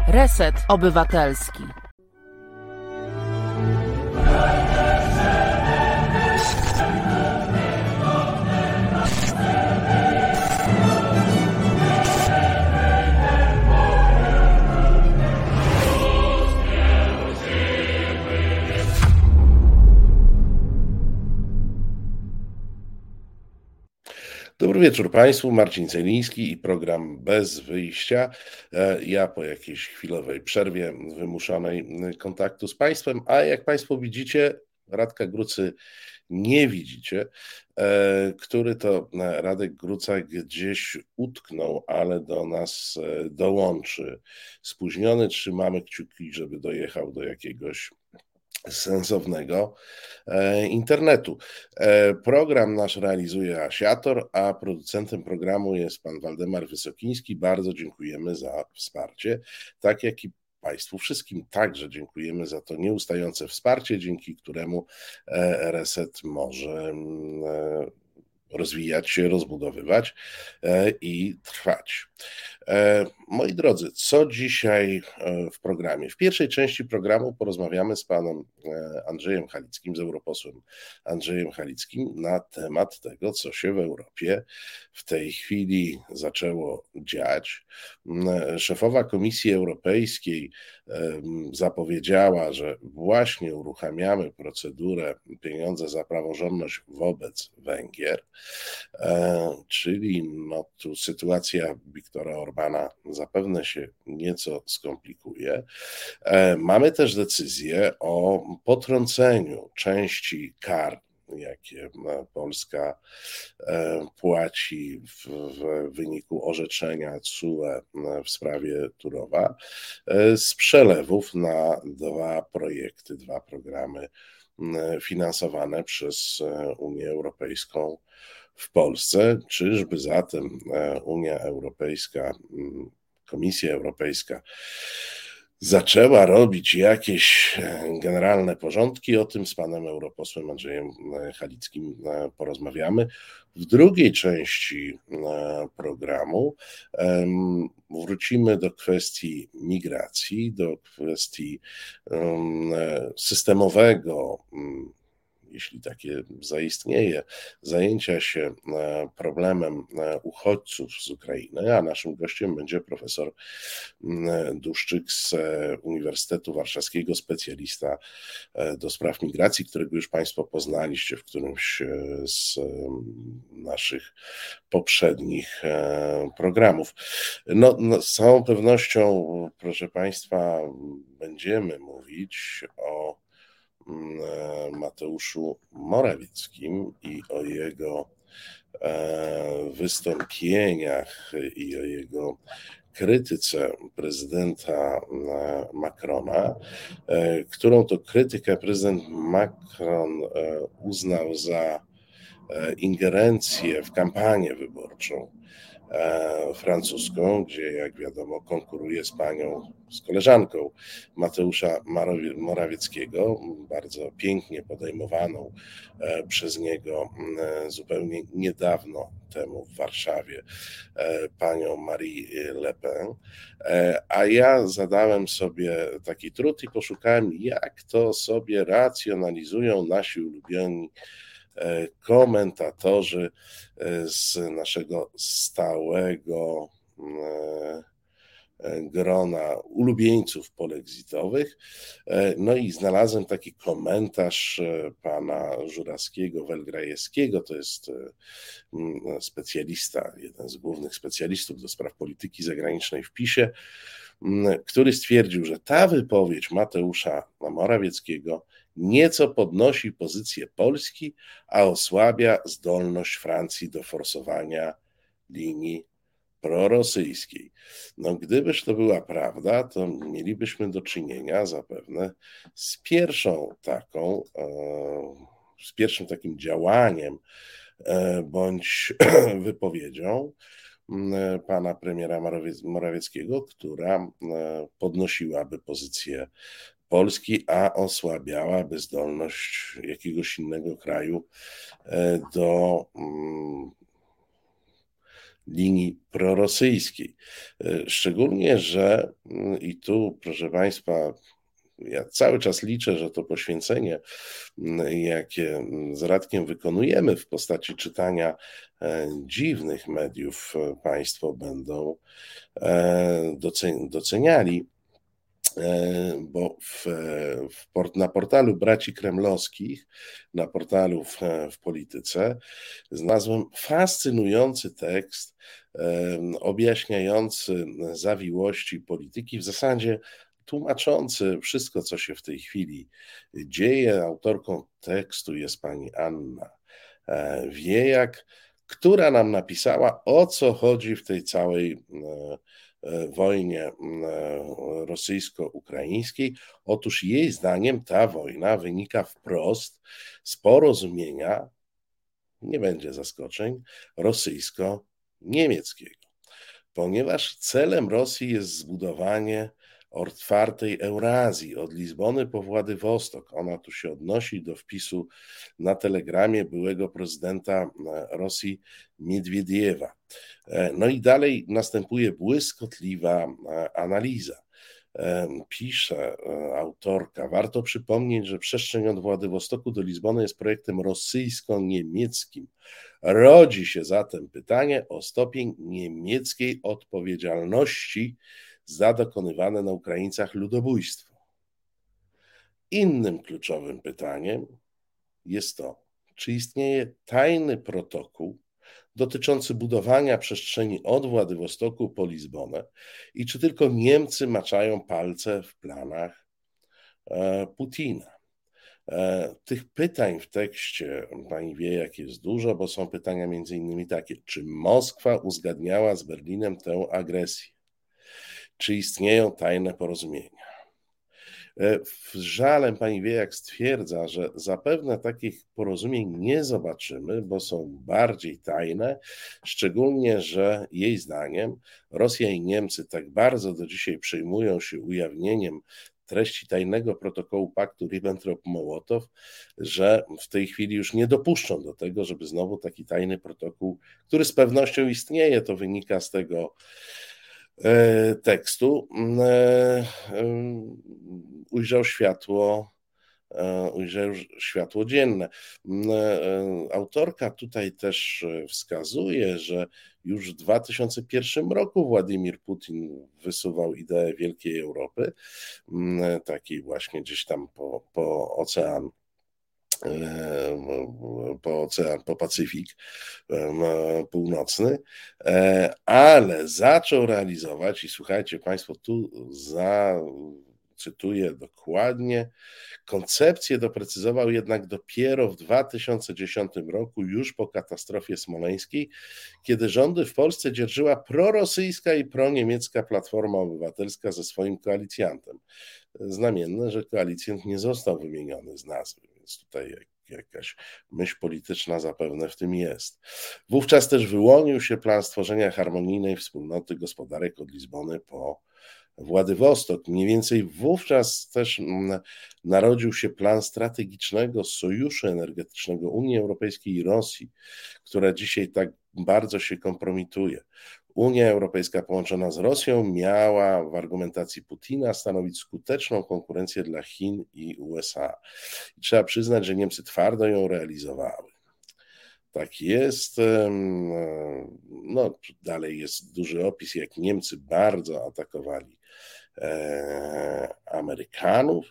Reset Obywatelski. Dobry wieczór Państwu, Marcin Celiński i program Bez Wyjścia. Ja po jakiejś chwilowej przerwie wymuszonej kontaktu z Państwem, a jak Państwo widzicie, Radka Grucy nie widzicie, który to Radek Gruca gdzieś utknął, ale do nas dołączy spóźniony. Trzymamy kciuki, żeby dojechał do jakiegoś sensownego internetu. Program nasz realizuje Asiator, a producentem programu jest pan Waldemar Wysokiński. Bardzo dziękujemy za wsparcie, tak jak i Państwu wszystkim także dziękujemy za to nieustające wsparcie, dzięki któremu Reset może rozwijać się, rozbudowywać i trwać. Moi drodzy, co dzisiaj w programie? W pierwszej części programu porozmawiamy z panem Andrzejem Halickim, z europosłem Andrzejem Halickim na temat tego, co się w Europie w tej chwili zaczęło dziać. Szefowa Komisji Europejskiej zapowiedziała, że właśnie uruchamiamy procedurę pieniądze za praworządność wobec Węgier, czyli tu sytuacja Viktora Orbana zapewne się nieco skomplikuje. Mamy też decyzję o potrąceniu części kar, jakie Polska płaci w wyniku orzeczenia TSUE w sprawie Turowa, z przelewów na dwa programy finansowane przez Unię Europejską w Polsce. Czyżby zatem Unia Europejska, Komisja Europejska zaczęła robić jakieś generalne porządki? O tym z panem europosłem Andrzejem Halickim porozmawiamy. W drugiej części programu wrócimy do kwestii migracji, do kwestii systemowego, jeśli takie zaistnieje, zajęcia się problemem uchodźców z Ukrainy, a naszym gościem będzie profesor Duszczyk z Uniwersytetu Warszawskiego, specjalista do spraw migracji, którego już Państwo poznaliście w którymś z naszych poprzednich programów. Z całą pewnością, proszę Państwa, będziemy mówić o Mateuszu Morawieckim i o jego wystąpieniach i o jego krytyce prezydenta Macrona, którą to krytykę prezydent Macron uznał za ingerencję w kampanię wyborczą francuską, gdzie, jak wiadomo, konkuruje z koleżanką Mateusza Morawieckiego, bardzo pięknie podejmowaną przez niego zupełnie niedawno temu w Warszawie panią Marie Le Pen. A ja zadałem sobie taki trud i poszukałem, jak to sobie racjonalizują nasi ulubieni komentatorzy z naszego stałego grona ulubieńców polexitowych. No i znalazłem taki komentarz pana Żurawskiego, Welgrajewskiego, to jest specjalista, jeden z głównych specjalistów do spraw polityki zagranicznej w PiS-ie, który stwierdził, że ta wypowiedź Mateusza Morawieckiego nieco podnosi pozycję Polski, a osłabia zdolność Francji do forsowania linii prorosyjskiej. Gdybyż to była prawda, to mielibyśmy do czynienia zapewne z pierwszym takim działaniem bądź wypowiedzią pana premiera Morawieckiego, która podnosiłaby pozycję Polski, a osłabiałaby zdolność jakiegoś innego kraju linii prorosyjskiej. Szczególnie, że i tu, proszę Państwa, ja cały czas liczę, że to poświęcenie, jakie z Radkiem wykonujemy w postaci czytania dziwnych mediów, Państwo będą doceniali, bo na portalu Braci Kremlowskich, na portalu w Polityce, znalazłem fascynujący tekst objaśniający zawiłości polityki, w zasadzie tłumaczący wszystko, co się w tej chwili dzieje. Autorką tekstu jest pani Anna Wiejak, która nam napisała, o co chodzi w tej całej wojnie rosyjsko-ukraińskiej. Otóż jej zdaniem ta wojna wynika wprost z porozumienia, nie będzie zaskoczeń, rosyjsko-niemieckiego, ponieważ celem Rosji jest zbudowanie otwartej Eurazji od Lizbony po Władywostok. Ona tu się odnosi do wpisu na telegramie byłego prezydenta Rosji Miedwiediewa. No i dalej następuje błyskotliwa analiza. Pisze autorka, warto przypomnieć, że przestrzeń od Władywostoku do Lizbony jest projektem rosyjsko-niemieckim. Rodzi się zatem pytanie o stopień niemieckiej odpowiedzialności za dokonywane na Ukraińcach ludobójstwo. Innym kluczowym pytaniem jest to, czy istnieje tajny protokół dotyczący budowania przestrzeni od Władywostoku po Lizbonę i czy tylko Niemcy maczają palce w planach Putina. Tych pytań w tekście pani Wiejak jest dużo, bo są pytania między innymi takie, czy Moskwa uzgadniała z Berlinem tę agresję? Czy istnieją tajne porozumienia? Z żalem pani Wiejak stwierdza, że zapewne takich porozumień nie zobaczymy, bo są bardziej tajne, szczególnie, że jej zdaniem Rosja i Niemcy tak bardzo do dzisiaj przejmują się ujawnieniem treści tajnego protokołu paktu Ribbentrop-Mołotow, że w tej chwili już nie dopuszczą do tego, żeby znowu taki tajny protokół, który z pewnością istnieje, to wynika z tego tekstu, ujrzał światło dzienne. Autorka tutaj też wskazuje, że już w 2001 roku Władimir Putin wysuwał ideę Wielkiej Europy, takiej właśnie gdzieś tam po ocean, po Pacyfik północny, ale zaczął realizować, i słuchajcie Państwo, tu cytuję dokładnie, koncepcję doprecyzował jednak dopiero w 2010 roku, już po katastrofie smoleńskiej, kiedy rządy w Polsce dzierżyła prorosyjska i proniemiecka Platforma Obywatelska ze swoim koalicjantem. Znamienne, że koalicjant nie został wymieniony z nazwy, więc tutaj jakaś myśl polityczna zapewne w tym jest. Wówczas też wyłonił się plan stworzenia harmonijnej wspólnoty gospodarek od Lizbony po Władywostok. Mniej więcej wówczas też narodził się plan strategicznego sojuszu energetycznego Unii Europejskiej i Rosji, która dzisiaj tak bardzo się kompromituje. Unia Europejska połączona z Rosją miała w argumentacji Putina stanowić skuteczną konkurencję dla Chin i USA. I trzeba przyznać, że Niemcy twardo ją realizowały. Tak jest. No, dalej jest duży opis, jak Niemcy bardzo atakowali Amerykanów.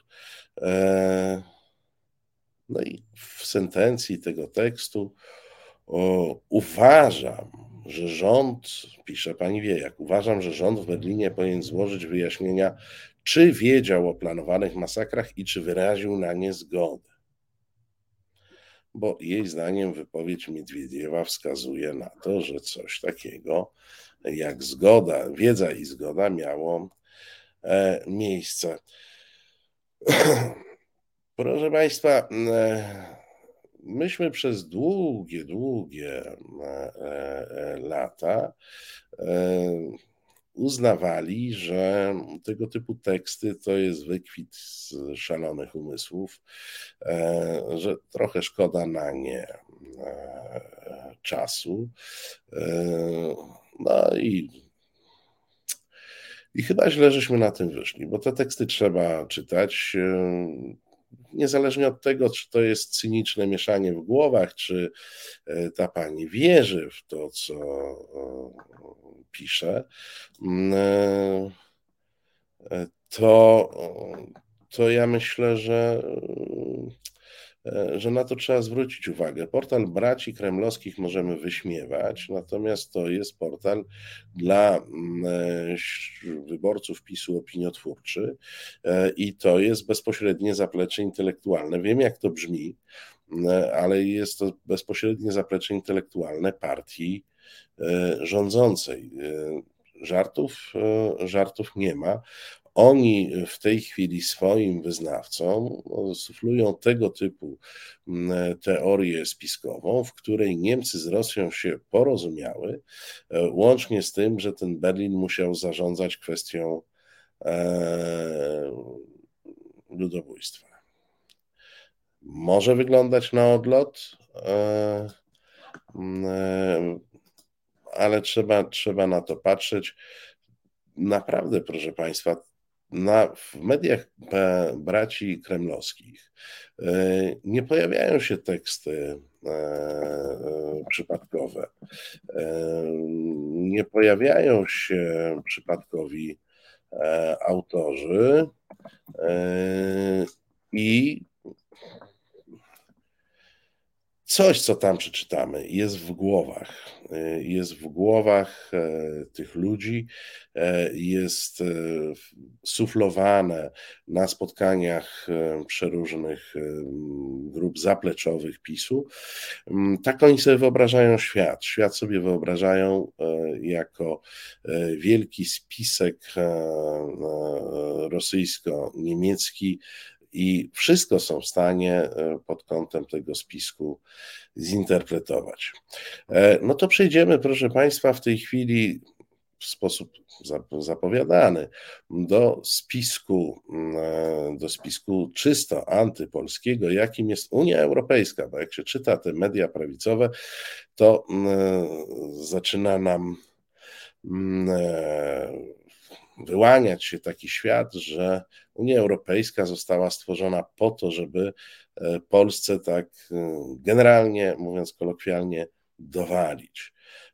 No i w sentencji tego tekstu uważam, że rząd, pisze pani Wiejak, uważam, że rząd w Berlinie powinien złożyć wyjaśnienia, czy wiedział o planowanych masakrach i czy wyraził na nie zgodę. Bo jej zdaniem wypowiedź Miedwiediewa wskazuje na to, że coś takiego jak zgoda, wiedza i zgoda miało miejsce. Proszę Państwa, myśmy przez długie lata uznawali, że tego typu teksty to jest wykwit z szalonych umysłów, że trochę szkoda na nie czasu. No i chyba źle żeśmy na tym wyszli, bo te teksty trzeba czytać, niezależnie od tego, czy to jest cyniczne mieszanie w głowach, czy ta pani wierzy w to, co pisze, to, to ja myślę, że na to trzeba zwrócić uwagę. Portal braci kremlowskich możemy wyśmiewać, natomiast to jest portal dla wyborców PiS-u opiniotwórczy i to jest bezpośrednie zaplecze intelektualne. Wiem, jak to brzmi, ale jest to bezpośrednie zaplecze intelektualne partii rządzącej. Żartów nie ma. Oni w tej chwili swoim wyznawcom suflują tego typu teorię spiskową, w której Niemcy z Rosją się porozumiały, łącznie z tym, że ten Berlin musiał zarządzać kwestią ludobójstwa. Może wyglądać na odlot, ale trzeba na to patrzeć. Naprawdę, proszę Państwa, w mediach braci kremlowskich nie pojawiają się teksty przypadkowe. Nie pojawiają się przypadkowi autorzy i coś, co tam przeczytamy, jest w głowach. Jest w głowach tych ludzi, jest suflowane na spotkaniach przeróżnych grup zapleczowych PiS-u. Tak oni sobie wyobrażają świat. Świat sobie wyobrażają jako wielki spisek rosyjsko-niemiecki, i wszystko są w stanie pod kątem tego spisku zinterpretować. No to przejdziemy, proszę Państwa, w tej chwili w sposób zapowiadany do spisku czysto antypolskiego, jakim jest Unia Europejska, bo jak się czyta te media prawicowe, to zaczyna nam wyłaniać się taki świat, że Unia Europejska została stworzona po to, żeby Polsce tak generalnie, mówiąc kolokwialnie, dowalić.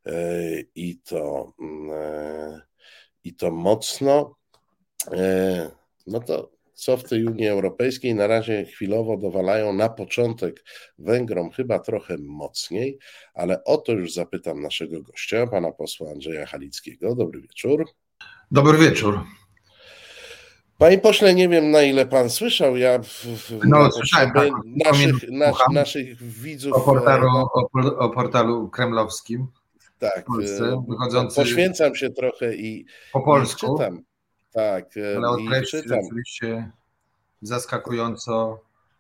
I to mocno. No to co w tej Unii Europejskiej? Na razie chwilowo dowalają, na początek Węgrom chyba trochę mocniej, ale o to już zapytam naszego gościa, pana posła Andrzeja Halickiego. Dobry wieczór. Dobry wieczór. Panie pośle, nie wiem, na ile pan słyszał, ja słyszałem, naszych widzów o portalu kremlowskim tak, w Polsce, wychodzący poświęcam się trochę i po polsku, i czytam. Tak, ale o treści czytam. rzeczywiście zaskakująco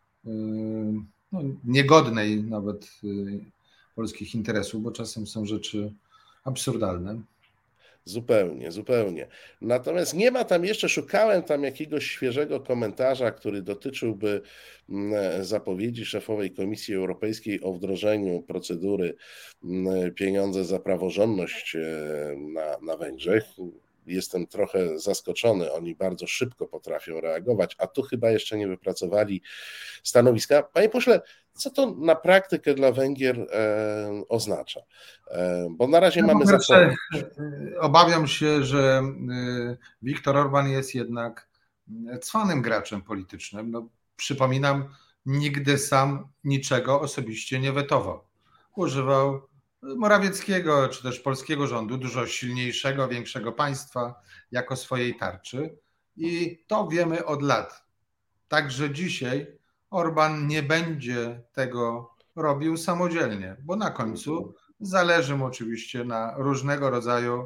niegodnej nawet polskich interesów, bo czasem są rzeczy absurdalne. Zupełnie. Natomiast nie ma tam jeszcze, szukałem tam jakiegoś świeżego komentarza, który dotyczyłby zapowiedzi szefowej Komisji Europejskiej o wdrożeniu procedury pieniądze za praworządność na Węgrzech. Jestem trochę zaskoczony, oni bardzo szybko potrafią reagować, a tu chyba jeszcze nie wypracowali stanowiska. Panie pośle, co to na praktykę dla Węgier oznacza? Bo na razie mamy zapowiedź. Obawiam się, że Viktor Orban jest jednak cwanym graczem politycznym. No, przypominam, nigdy sam niczego osobiście nie wetował. Używał Morawieckiego czy też polskiego rządu, dużo silniejszego, większego państwa jako swojej tarczy i to wiemy od lat. Także dzisiaj Orban nie będzie tego robił samodzielnie, bo na końcu zależy mu oczywiście na różnego rodzaju,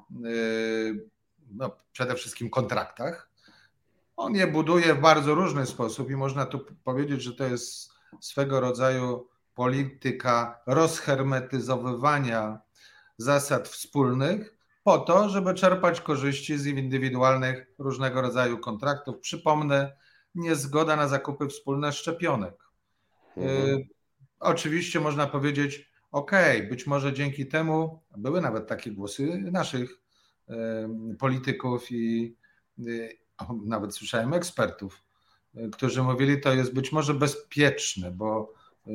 przede wszystkim kontraktach. On je buduje w bardzo różny sposób i można tu powiedzieć, że to jest swego rodzaju polityka rozhermetyzowywania zasad wspólnych po to, żeby czerpać korzyści z indywidualnych różnego rodzaju kontraktów. Przypomnę, niezgoda na zakupy wspólne szczepionek. Oczywiście można powiedzieć, być może dzięki temu były nawet takie głosy naszych polityków i nawet słyszałem ekspertów, którzy mówili, to jest być może bezpieczne, bo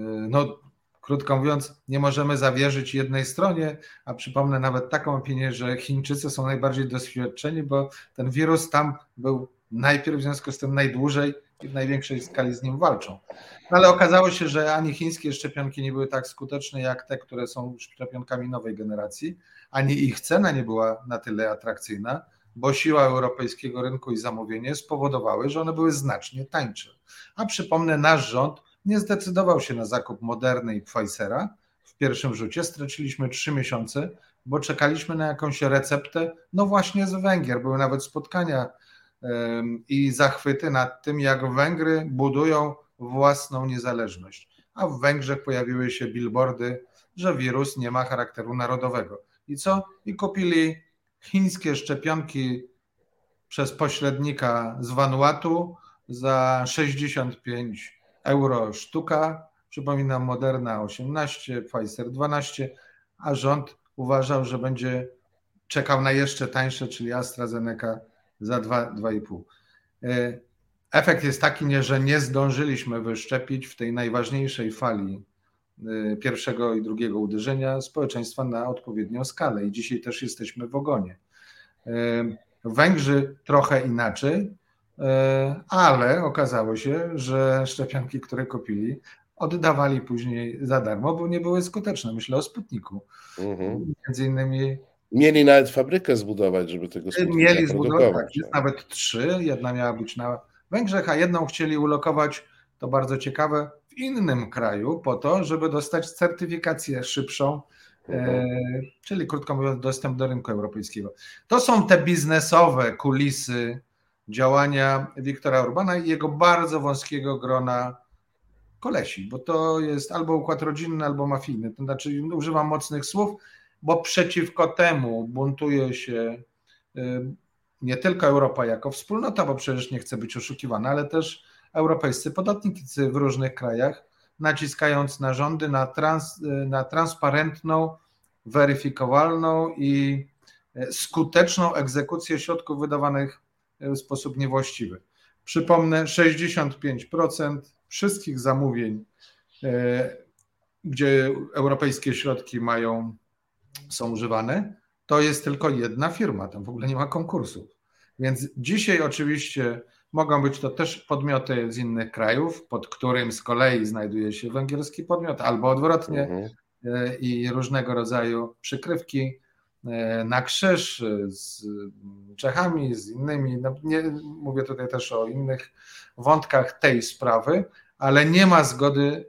krótko mówiąc, nie możemy zawierzyć jednej stronie, a przypomnę nawet taką opinię, że Chińczycy są najbardziej doświadczeni, bo ten wirus tam był najpierw, w związku z tym najdłużej i w największej skali z nim walczą. Ale okazało się, że ani chińskie szczepionki nie były tak skuteczne jak te, które są szczepionkami nowej generacji, ani ich cena nie była na tyle atrakcyjna, bo siła europejskiego rynku i zamówienie spowodowały, że one były znacznie tańsze. A przypomnę, nasz rząd nie zdecydował się na zakup Moderny i Pfizera w pierwszym rzucie. Straciliśmy 3 miesiące, bo czekaliśmy na jakąś receptę, właśnie z Węgier. Były nawet spotkania i zachwyty nad tym, jak Węgry budują własną niezależność. A w Węgrzech pojawiły się billboardy, że wirus nie ma charakteru narodowego. I co? I kupili chińskie szczepionki przez pośrednika z Vanuatu za 65 euro sztuka. Przypominam, Moderna 18, Pfizer 12, a rząd uważał, że będzie czekał na jeszcze tańsze, czyli AstraZeneca za 2,5. Efekt jest taki, że nie zdążyliśmy wyszczepić w tej najważniejszej fali pierwszego i drugiego uderzenia społeczeństwa na odpowiednią skalę i dzisiaj też jesteśmy w ogonie. Węgrzy trochę inaczej, ale okazało się, że szczepionki, które kupili, oddawali później za darmo, bo nie były skuteczne. Myślę o Sputniku. Między innymi mieli nawet fabrykę zbudować, żeby tego Sputnika produkować. Tak, jest nawet 3. Jedna miała być na Węgrzech, a jedną chcieli ulokować, to bardzo ciekawe, w innym kraju po to, żeby dostać certyfikację szybszą, czyli krótko mówiąc dostęp do rynku europejskiego. To są te biznesowe kulisy działania Viktora Orbana i jego bardzo wąskiego grona kolesi, bo to jest albo układ rodzinny, albo mafijny. To znaczy, używam mocnych słów, bo przeciwko temu buntuje się nie tylko Europa jako wspólnota, bo przecież nie chce być oszukiwana, ale też europejscy podatnicy w różnych krajach, naciskając na rządy na transparentną, weryfikowalną i skuteczną egzekucję środków wydawanych w sposób niewłaściwy. Przypomnę, 65% wszystkich zamówień, gdzie europejskie środki są używane, to jest tylko jedna firma, tam w ogóle nie ma konkursów. Więc dzisiaj oczywiście mogą być to też podmioty z innych krajów, pod którym z kolei znajduje się węgierski podmiot, albo odwrotnie, i różnego rodzaju przykrywki na krzyż z Czechami, z innymi. Nie mówię tutaj też o innych wątkach tej sprawy, ale nie ma zgody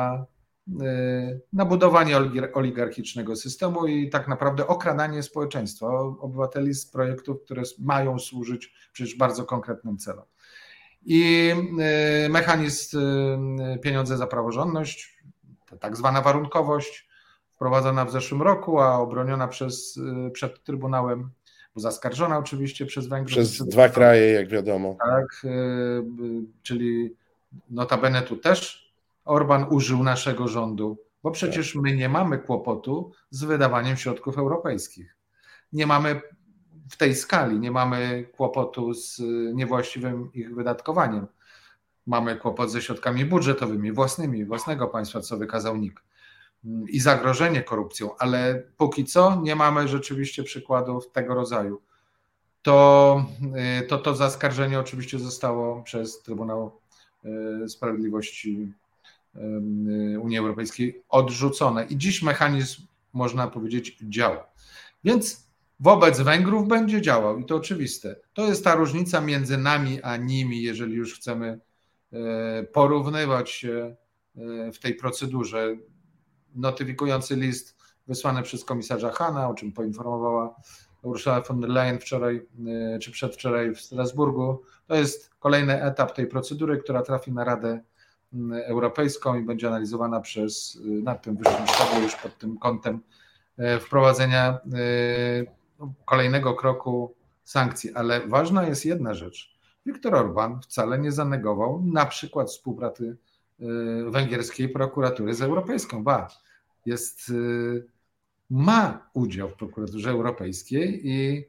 na budowanie oligarchicznego systemu i tak naprawdę okradanie społeczeństwa, obywateli z projektów, które mają służyć przecież bardzo konkretnym celom. I mechanizm pieniądze za praworządność, tak zwana warunkowość, wprowadzona w zeszłym roku, a obroniona przed Trybunałem, bo zaskarżona oczywiście przez Węgry. Przez 2 kraje, jak wiadomo. Tak, czyli notabene tu też Orban użył naszego rządu, bo przecież my nie mamy kłopotu z wydawaniem środków europejskich. Nie mamy w tej skali, nie mamy kłopotu z niewłaściwym ich wydatkowaniem. Mamy kłopot ze środkami budżetowymi, własnymi, własnego państwa, co wykazał NIK. I zagrożenie korupcją, ale póki co nie mamy rzeczywiście przykładów tego rodzaju. To zaskarżenie oczywiście zostało przez Trybunał Sprawiedliwości Unii Europejskiej odrzucone i dziś mechanizm, można powiedzieć, działa. Więc wobec Węgrów będzie działał i to oczywiste. To jest ta różnica między nami a nimi, jeżeli już chcemy porównywać się w tej procedurze. Notyfikujący list wysłany przez komisarza Hahna, o czym poinformowała Ursula von der Leyen wczoraj czy przedwczoraj w Strasburgu, to jest kolejny etap tej procedury, która trafi na Radę Europejską i będzie analizowana na tym wyższym szczeblu już pod tym kątem wprowadzenia kolejnego kroku sankcji. Ale ważna jest jedna rzecz. Viktor Orbán wcale nie zanegował na przykład współpracy węgierskiej prokuratury z europejską. ma udział w prokuraturze europejskiej i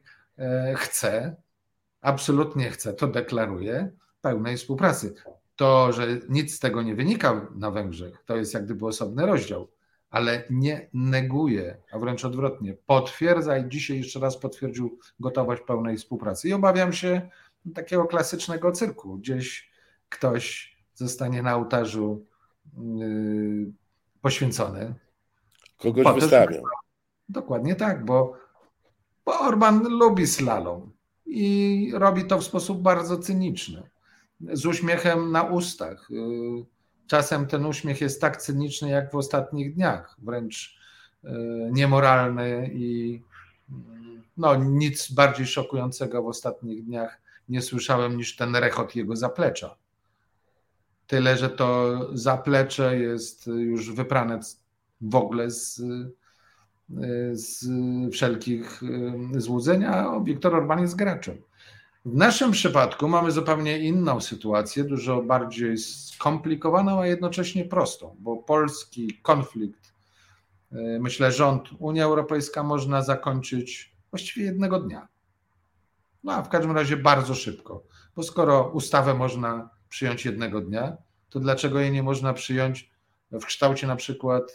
absolutnie chce, to deklaruje, pełnej współpracy. To, że nic z tego nie wynika na Węgrzech, to jest jak gdyby osobny rozdział, ale nie neguje, a wręcz odwrotnie, potwierdza i dzisiaj jeszcze raz potwierdził gotowość pełnej współpracy. I obawiam się takiego klasycznego cyrku. Gdzieś ktoś zostanie na ołtarzu poświęcony. Kogoś wystawią. Dokładnie tak, bo Orbán lubi slalom i robi to w sposób bardzo cyniczny, z uśmiechem na ustach. Czasem ten uśmiech jest tak cyniczny jak w ostatnich dniach, wręcz niemoralny i nic bardziej szokującego w ostatnich dniach nie słyszałem niż ten rechot jego zaplecza. Tyle, że to zaplecze jest już wyprane w ogóle z wszelkich złudzeń, a Viktor Orbán jest graczem. W naszym przypadku mamy zupełnie inną sytuację, dużo bardziej skomplikowaną, a jednocześnie prostą, bo polski konflikt, myślę, rząd, Unia Europejska można zakończyć właściwie jednego dnia. A w każdym razie bardzo szybko, bo skoro ustawę można przyjąć jednego dnia, to dlaczego jej nie można przyjąć w kształcie na przykład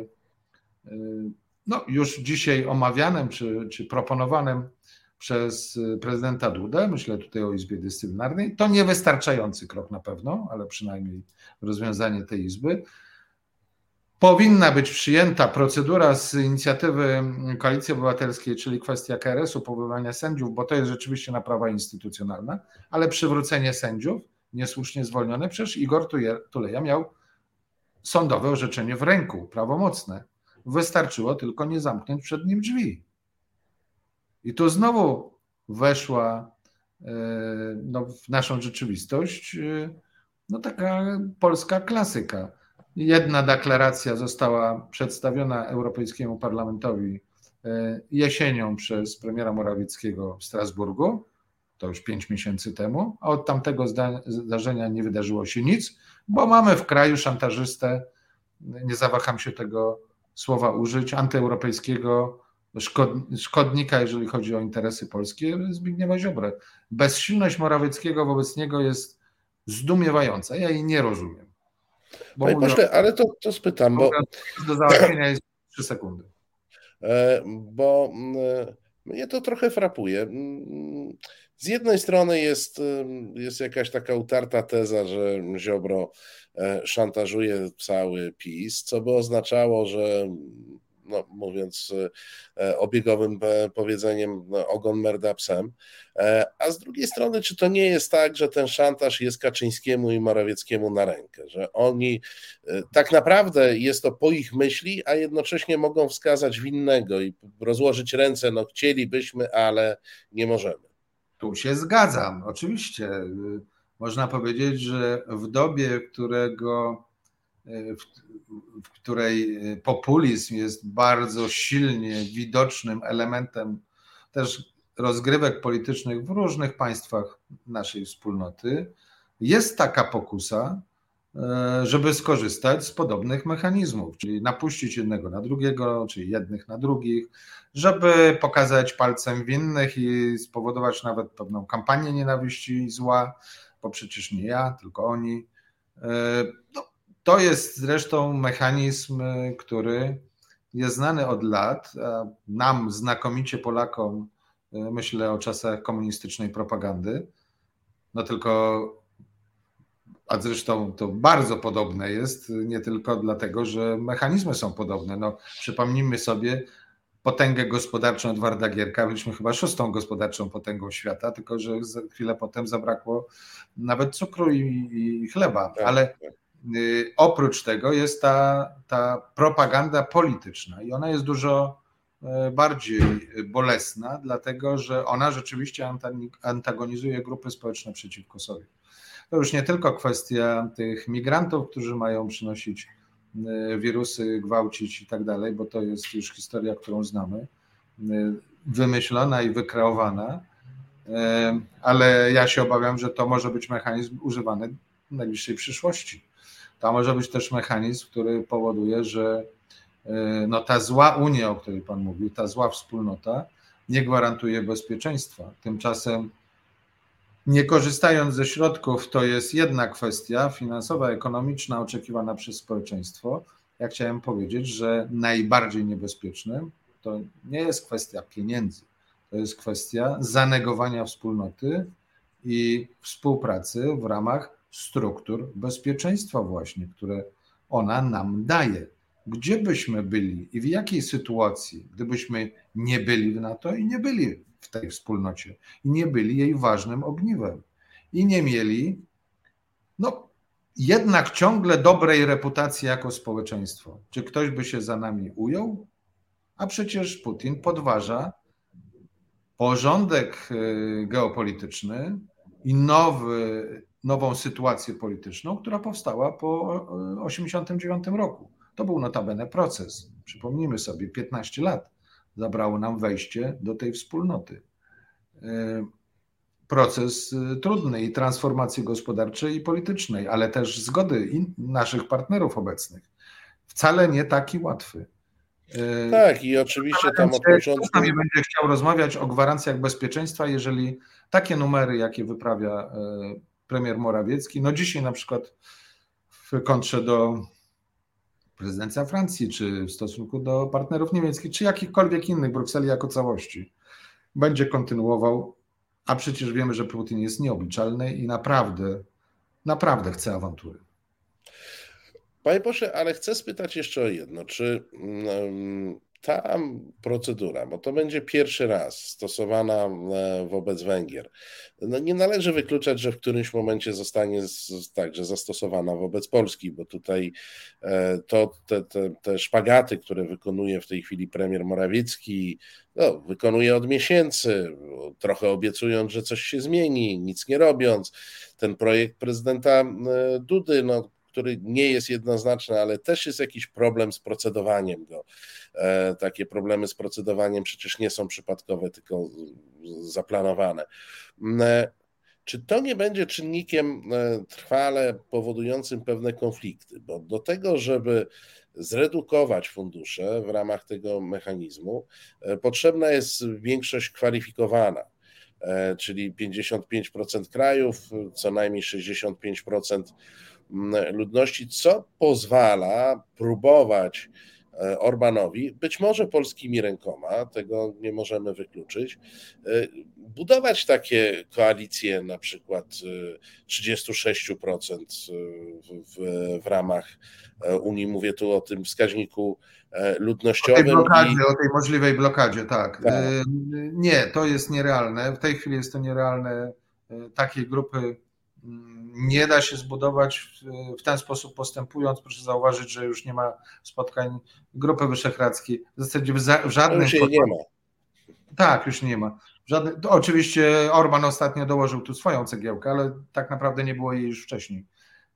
już dzisiaj omawianym czy proponowanym przez prezydenta Dudę, myślę tutaj o Izbie Dyscyplinarnej, to niewystarczający krok na pewno, ale przynajmniej rozwiązanie tej Izby. Powinna być przyjęta procedura z inicjatywy Koalicji Obywatelskiej, czyli kwestia KRS-u, powoływania sędziów, bo to jest rzeczywiście naprawa instytucjonalna, ale przywrócenie sędziów niesłusznie zwolnionych, przecież Igor Tuleja miał sądowe orzeczenie w ręku, prawomocne. Wystarczyło tylko nie zamknąć przed nim drzwi. I tu znowu weszła w naszą rzeczywistość taka polska klasyka. Jedna deklaracja została przedstawiona Europejskiemu Parlamentowi jesienią przez premiera Morawieckiego w Strasburgu, to już 5 miesięcy temu, a od tamtego zdarzenia nie wydarzyło się nic, bo mamy w kraju szantażystę, nie zawaham się tego słowa użyć, antyeuropejskiego szkodnika, jeżeli chodzi o interesy polskie, Zbigniewa Ziobrę. Bezsilność Morawieckiego wobec niego jest zdumiewająca. Ja jej nie rozumiem. Panie pośle, ale to spytam, bo do załatwienia jest 3 sekundy. Bo mnie to trochę frapuje. Z jednej strony jest jakaś taka utarta teza, że Ziobro szantażuje cały PiS, co by oznaczało, że mówiąc obiegowym powiedzeniem, ogon merda psem. A z drugiej strony, czy to nie jest tak, że ten szantaż jest Kaczyńskiemu i Morawieckiemu na rękę, że oni tak naprawdę jest to po ich myśli, a jednocześnie mogą wskazać winnego i rozłożyć ręce, chcielibyśmy, ale nie możemy. Tu się zgadzam, oczywiście. Można powiedzieć, że w dobie, w której populizm jest bardzo silnie widocznym elementem też rozgrywek politycznych w różnych państwach naszej wspólnoty, jest taka pokusa, żeby skorzystać z podobnych mechanizmów, czyli napuścić jednego na drugiego, czyli jednych na drugich, żeby pokazać palcem winnych i spowodować nawet pewną kampanię nienawiści i zła, bo przecież nie ja, tylko oni. To jest zresztą mechanizm, który jest znany od lat, a nam znakomicie Polakom, myślę o czasach komunistycznej propagandy, a zresztą to bardzo podobne jest, nie tylko dlatego, że mechanizmy są podobne. Przypomnijmy sobie potęgę gospodarczą Edwarda Gierka, byliśmy chyba 6. gospodarczą potęgą świata, tylko że chwilę potem zabrakło nawet cukru i chleba, ale oprócz tego jest ta propaganda polityczna i ona jest dużo bardziej bolesna, dlatego że ona rzeczywiście antagonizuje grupy społeczne przeciwko sobie. To już nie tylko kwestia tych migrantów, którzy mają przynosić wirusy, gwałcić i tak dalej, bo to jest już historia, którą znamy, wymyślona i wykreowana, ale ja się obawiam, że to może być mechanizm używany w najbliższej przyszłości. To może być też mechanizm, który powoduje, że no ta zła Unia, o której Pan mówił, ta zła wspólnota nie gwarantuje bezpieczeństwa. Tymczasem nie korzystając ze środków, to jest jedna kwestia finansowa, ekonomiczna, oczekiwana przez społeczeństwo. Ja chciałem powiedzieć, że najbardziej niebezpiecznym to nie jest kwestia pieniędzy, to jest kwestia zanegowania wspólnoty i współpracy w ramach struktur bezpieczeństwa właśnie, które ona nam daje. Gdzie byśmy byli i w jakiej sytuacji, gdybyśmy nie byli w NATO i nie byli w tej wspólnocie i nie byli jej ważnym ogniwem i nie mieli jednak ciągle dobrej reputacji jako społeczeństwo. Czy ktoś by się za nami ujął? A przecież Putin podważa porządek geopolityczny i nową sytuację polityczną, która powstała po 1989 roku. To był notabene proces. Przypomnijmy sobie, 15 lat zabrało nam wejście do tej wspólnoty. Proces trudny i transformacji gospodarczej i politycznej, ale też zgody naszych partnerów obecnych. Wcale nie taki łatwy. Tak, i oczywiście tam od początku... Kto nie będzie chciał rozmawiać o gwarancjach bezpieczeństwa, jeżeli takie numery, jakie wyprawia premier Morawiecki, no dzisiaj na przykład w kontrze do prezydenta Francji, czy w stosunku do partnerów niemieckich, czy jakichkolwiek innych, Brukseli jako całości, będzie kontynuował, a przecież wiemy, że Putin jest nieobliczalny i naprawdę chce awantury. Panie pośle, ale chcę spytać jeszcze o jedno. Czy ta procedura, bo to będzie pierwszy raz stosowana wobec Węgier, no nie należy wykluczać, że w którymś momencie zostanie także zastosowana wobec Polski, bo tutaj te szpagaty, które wykonuje w tej chwili premier Morawiecki, no, wykonuje od miesięcy, trochę obiecując, że coś się zmieni, nic nie robiąc. Ten projekt prezydenta Dudy, który nie jest jednoznaczny, ale też jest jakiś problem z procedowaniem go. Takie problemy z procedowaniem przecież nie są przypadkowe, tylko zaplanowane. Czy to nie będzie czynnikiem trwale powodującym pewne konflikty? Bo do tego, żeby zredukować fundusze w ramach tego mechanizmu, potrzebna jest większość kwalifikowana, czyli 55% krajów, co najmniej 65% ludności, co pozwala próbować Orbánowi, być może polskimi rękoma, tego nie możemy wykluczyć, budować takie koalicje na przykład 36% w ramach Unii. Mówię tu o tym wskaźniku ludnościowym. O tej możliwej blokadzie, tak. Nie, to jest nierealne. W tej chwili jest to nierealne. Takiej grupy nie da się zbudować w ten sposób postępując. Proszę zauważyć, że już nie ma spotkań Grupy Wyszehradzkiej. W zasadzie w żadnym... Już jej nie ma. Tak, już nie ma. Oczywiście Orbán ostatnio dołożył tu swoją cegiełkę, ale tak naprawdę nie było jej już wcześniej.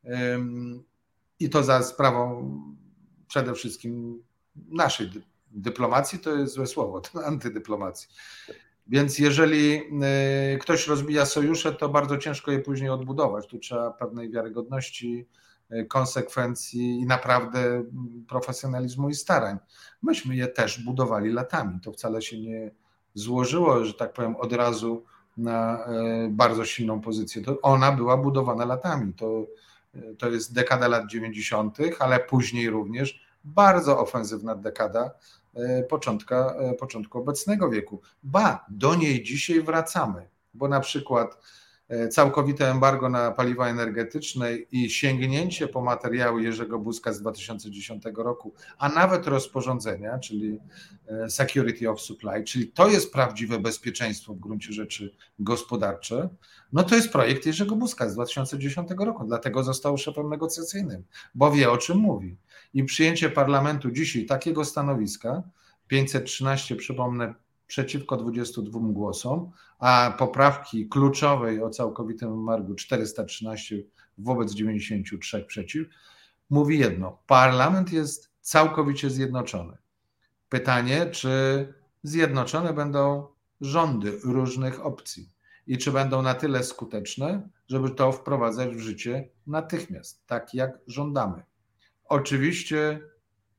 I to za sprawą przede wszystkim naszej dyplomacji, to jest złe słowo, to antydyplomacji. Więc jeżeli ktoś rozbija sojusze, to bardzo ciężko je później odbudować. Tu trzeba pewnej wiarygodności, konsekwencji i naprawdę profesjonalizmu i starań. Myśmy je też budowali latami. To wcale się nie złożyło, że tak powiem, od razu na bardzo silną pozycję. To ona była budowana latami. To jest dekada lat 90., ale później również bardzo ofensywna dekada początku obecnego wieku. Do niej dzisiaj wracamy, bo na przykład całkowite embargo na paliwa energetyczne i sięgnięcie po materiały Jerzego Buzka z 2010 roku, a nawet rozporządzenia, czyli Security of Supply, czyli to jest prawdziwe bezpieczeństwo w gruncie rzeczy gospodarcze, no to jest projekt Jerzego Buzka z 2010 roku, dlatego został szefem negocjacyjnym, bo wie, o czym mówi. I przyjęcie parlamentu dzisiaj takiego stanowiska, 513, przypomnę, przeciwko 22 głosom, a poprawki kluczowej o całkowitym embargu 413 wobec 93 przeciw, mówi jedno: parlament jest całkowicie zjednoczony. Pytanie, czy zjednoczone będą rządy różnych opcji i czy będą na tyle skuteczne, żeby to wprowadzać w życie natychmiast, tak jak żądamy. Oczywiście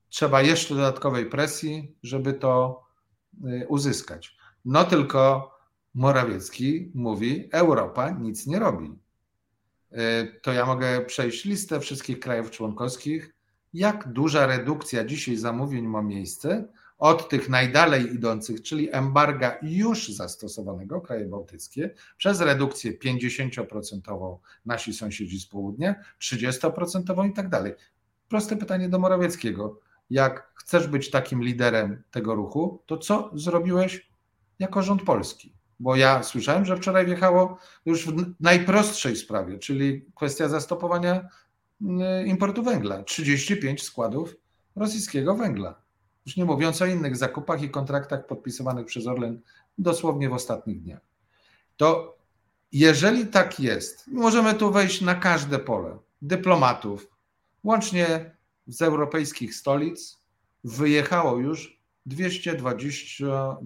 trzeba jeszcze dodatkowej presji, żeby to uzyskać. No tylko Morawiecki mówi, Europa nic nie robi. To ja mogę przejść listę wszystkich krajów członkowskich, jak duża redukcja dzisiaj zamówień ma miejsce od tych najdalej idących, czyli embarga już zastosowanego, kraje bałtyckie, przez redukcję 50% nasi sąsiedzi z południa, 30% i tak dalej. Proste pytanie do Morawieckiego. Jak chcesz być takim liderem tego ruchu, to co zrobiłeś jako rząd polski? Bo ja słyszałem, że wczoraj wjechało już w najprostszej sprawie, czyli kwestia zastopowania importu węgla. 35 składów rosyjskiego węgla. Już nie mówiąc o innych zakupach i kontraktach podpisywanych przez Orlen dosłownie w ostatnich dniach. To jeżeli tak jest, możemy tu wejść na każde pole. Dyplomatów, łącznie z europejskich stolic, wyjechało już 220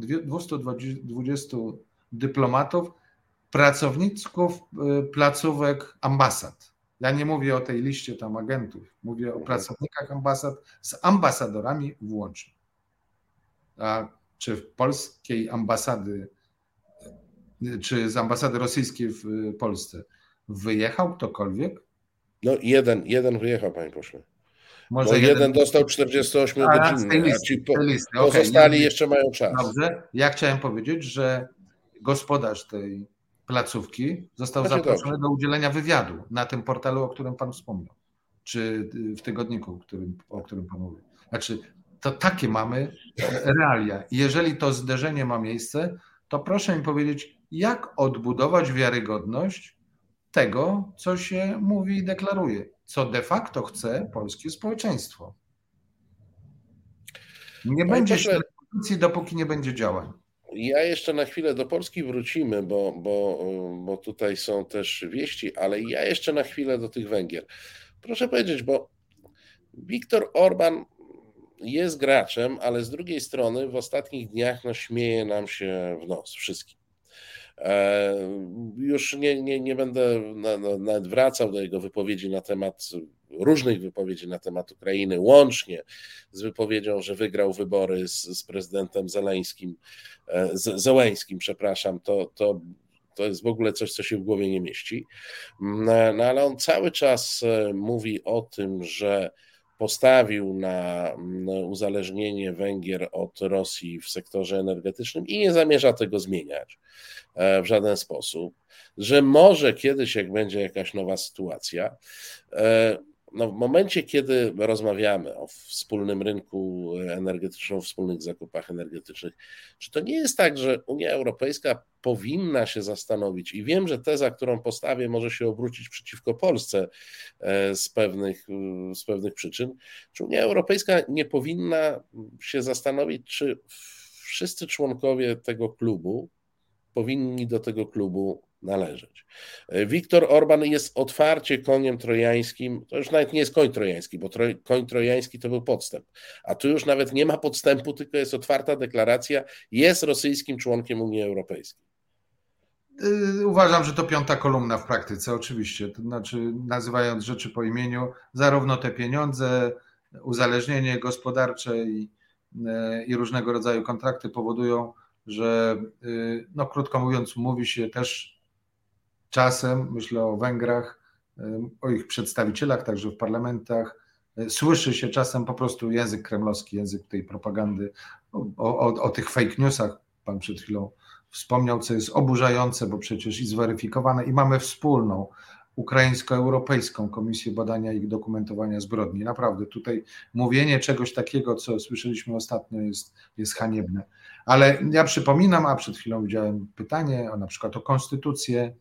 dyplomatów, pracowników placówek ambasad. Ja nie mówię o tej liście tam agentów, mówię o pracownikach ambasad z ambasadorami włącznie. A czy w polskiej ambasady, czy z ambasady rosyjskiej w Polsce wyjechał ktokolwiek? No jeden wyjechał, panie pośle. Może bo jeden dostał 48-godzinny, a ci pozostali jeszcze mają czas. Dobrze. Ja chciałem powiedzieć, że gospodarz tej placówki został zaproszony do udzielenia wywiadu na tym portalu, o którym pan wspomniał, czy w tygodniku, o którym pan mówił. Znaczy, to takie mamy realia. I jeżeli to zderzenie ma miejsce, to proszę mi powiedzieć, jak odbudować wiarygodność tego, co się mówi i deklaruje, co de facto chce polskie społeczeństwo. Nie będzie konstytucji, dopóki nie będzie działań. Ja jeszcze na chwilę do Polski wrócimy, bo tutaj są też wieści, ale ja jeszcze na chwilę do tych Węgier. Proszę powiedzieć, bo Viktor Orban jest graczem, ale z drugiej strony w ostatnich dniach śmieje nam się w nos wszystkim. Już nie będę nawet wracał do jego wypowiedzi na temat, różnych wypowiedzi na temat Ukrainy, łącznie z wypowiedzią, że wygrał wybory z prezydentem Zełeńskim, przepraszam, to jest w ogóle coś, co się w głowie nie mieści. No ale on cały czas mówi o tym, że postawił na uzależnienie Węgier od Rosji w sektorze energetycznym i nie zamierza tego zmieniać w żaden sposób, że może kiedyś, jak będzie jakaś nowa sytuacja, w momencie, kiedy rozmawiamy o wspólnym rynku energetycznym, o wspólnych zakupach energetycznych, czy to nie jest tak, że Unia Europejska powinna się zastanowić, i wiem, że teza, którą postawię, może się obrócić przeciwko Polsce z pewnych przyczyn, czy Unia Europejska nie powinna się zastanowić, czy wszyscy członkowie tego klubu powinni do tego klubu należeć. Viktor Orban jest otwarcie koniem trojańskim, to już nawet nie jest koń trojański, bo koń trojański to był podstęp, a tu już nawet nie ma podstępu, tylko jest otwarta deklaracja, jest rosyjskim członkiem Unii Europejskiej. Uważam, że to piąta kolumna w praktyce, oczywiście, to znaczy nazywając rzeczy po imieniu, zarówno te pieniądze, uzależnienie gospodarcze i różnego rodzaju kontrakty powodują, że krótko mówiąc mówi się też czasem, myślę o Węgrach, o ich przedstawicielach, także w parlamentach, słyszy się czasem po prostu język kremlowski, język tej propagandy, o tych fake newsach pan przed chwilą wspomniał, co jest oburzające, bo przecież i zweryfikowane i mamy wspólną ukraińsko-europejską Komisję Badania i Dokumentowania Zbrodni. Naprawdę tutaj mówienie czegoś takiego, co słyszeliśmy ostatnio jest haniebne. Ale ja przypominam, a przed chwilą widziałem pytanie na przykład o konstytucję.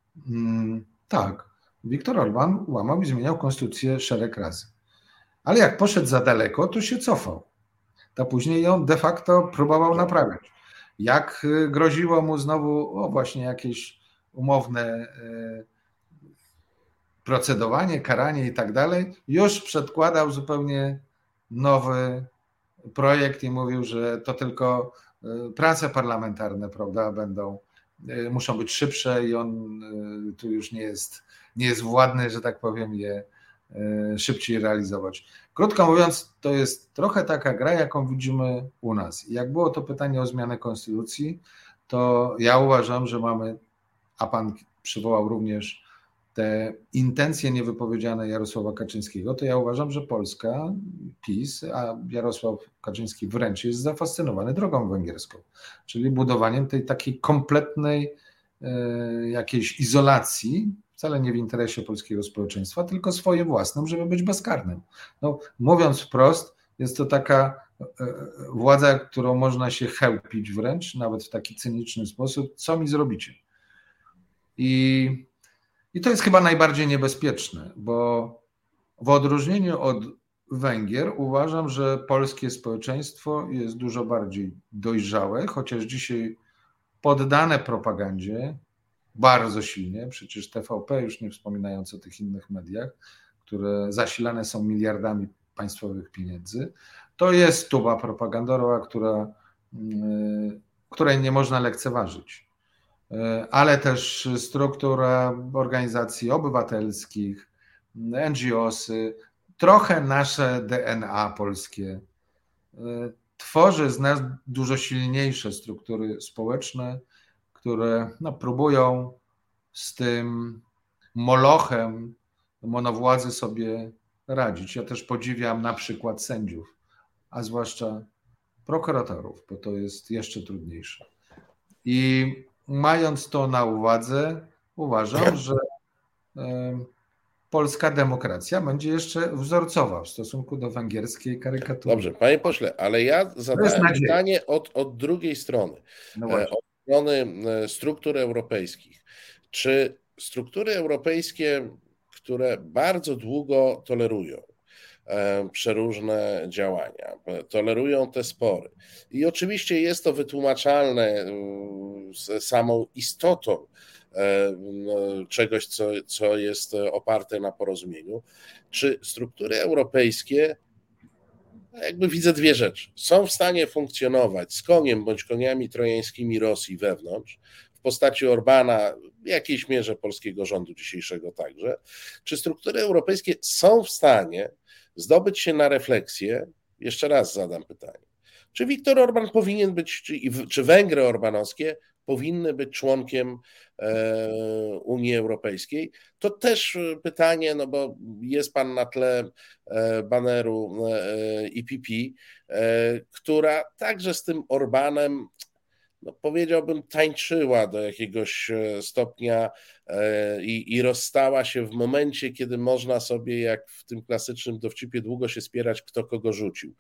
Tak, Viktor Orban łamał i zmieniał konstytucję szereg razy. Ale jak poszedł za daleko, to się cofał. To później ją de facto próbował naprawiać. Jak groziło mu znowu właśnie jakieś umowne procedowanie, karanie i tak dalej, już przedkładał zupełnie nowy projekt i mówił, że to tylko prace parlamentarne, prawda, muszą być szybsze i on tu już nie jest władny, że tak powiem, je szybciej realizować. Krótko mówiąc, to jest trochę taka gra, jaką widzimy u nas. I jak było to pytanie o zmianę konstytucji, to ja uważam, że mamy, a pan przywołał również te intencje niewypowiedziane Jarosława Kaczyńskiego, to ja uważam, że Polska, PiS, a Jarosław Kaczyński wręcz jest zafascynowany drogą węgierską, czyli budowaniem tej takiej kompletnej jakiejś izolacji, wcale nie w interesie polskiego społeczeństwa, tylko swoim własnym, żeby być bezkarnym. No, mówiąc wprost, jest to taka władza, którą można się chełpić wręcz, nawet w taki cyniczny sposób, co mi zrobicie. I to jest chyba najbardziej niebezpieczne, bo w odróżnieniu od Węgier uważam, że polskie społeczeństwo jest dużo bardziej dojrzałe, chociaż dzisiaj poddane propagandzie bardzo silnie, przecież TVP, już nie wspominając o tych innych mediach, które zasilane są miliardami państwowych pieniędzy, to jest tuba propagandowa, której nie można lekceważyć. Ale też struktura organizacji obywatelskich, NGOsy, trochę nasze DNA polskie tworzy z nas dużo silniejsze struktury społeczne, które próbują z tym molochem monowładzy sobie radzić. Ja też podziwiam na przykład sędziów, a zwłaszcza prokuratorów, bo to jest jeszcze trudniejsze. I mając to na uwadze, uważam, że polska demokracja będzie jeszcze wzorcowa w stosunku do węgierskiej karykatury. Dobrze, panie pośle, ale ja zadałem pytanie od drugiej strony. No od strony struktur europejskich. Czy struktury europejskie, które bardzo długo tolerują przeróżne działania, tolerują te spory i oczywiście jest to wytłumaczalne z samą istotą czegoś, co jest oparte na porozumieniu, czy struktury europejskie, jakby widzę dwie rzeczy, są w stanie funkcjonować z koniem bądź koniami trojańskimi Rosji wewnątrz, w postaci Orbana, w jakiejś mierze polskiego rządu dzisiejszego także, czy struktury europejskie są w stanie zdobyć się na refleksję, jeszcze raz zadam pytanie, czy Viktor Orban powinien być, czy Węgry orbanowskie powinny być członkiem Unii Europejskiej? To też pytanie, no bo jest pan na tle baneru EPP, która także z tym Orbanem, no powiedziałbym, tańczyła do jakiegoś stopnia i rozstała się w momencie, kiedy można sobie, jak w tym klasycznym dowcipie, długo się spierać, kto kogo rzucił.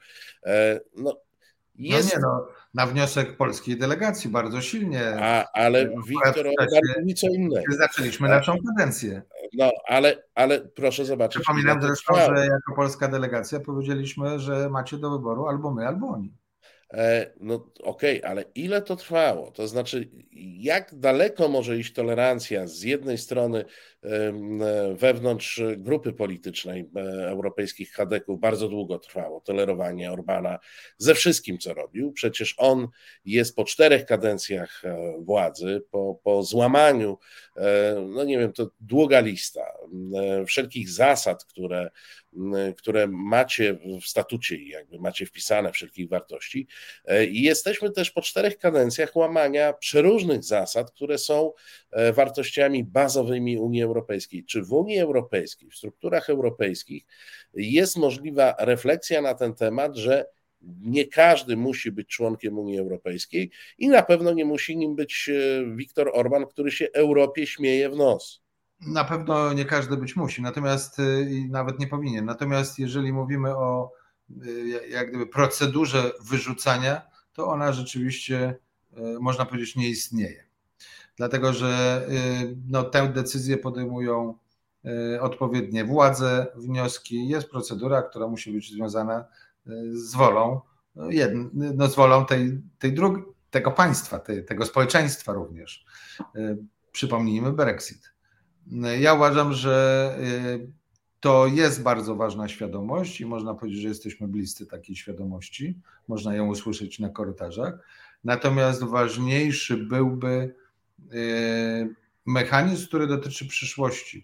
Na wniosek polskiej delegacji bardzo silnie. Ale Viktor Orban mówi co innego. Zaczęliśmy naszą kadencję. No, ale proszę zobaczyć. Przypominam zresztą, że jako polska delegacja powiedzieliśmy, że macie do wyboru albo my, albo oni. No okej, ale ile to trwało? To znaczy, jak daleko może iść tolerancja z jednej strony wewnątrz grupy politycznej europejskich chadeków? Bardzo długo trwało tolerowanie Orbana ze wszystkim, co robił. Przecież on jest po 4 kadencjach władzy, po złamaniu, no nie wiem, to długa lista wszelkich zasad, które macie w statucie i jakby macie wpisane, wszelkich wartości. I jesteśmy też po 4 kadencjach łamania przeróżnych zasad, które są wartościami bazowymi Unii Europejskiej. Czy w Unii Europejskiej, w strukturach europejskich jest możliwa refleksja na ten temat, że nie każdy musi być członkiem Unii Europejskiej i na pewno nie musi nim być Viktor Orban, który się Europie śmieje w nos? Na pewno nie każdy być musi, natomiast nawet nie powinien. Natomiast jeżeli mówimy o jak gdyby procedurze wyrzucania, to ona rzeczywiście, można powiedzieć, nie istnieje. Dlatego, że tę decyzję podejmują odpowiednie władze, wnioski. Jest procedura, która musi być związana z wolą, z wolą tego państwa, tego społeczeństwa również. Przypomnijmy Brexit. Ja uważam, że to jest bardzo ważna świadomość i można powiedzieć, że jesteśmy bliscy takiej świadomości. Można ją usłyszeć na korytarzach. Natomiast ważniejszy byłby mechanizm, który dotyczy przyszłości.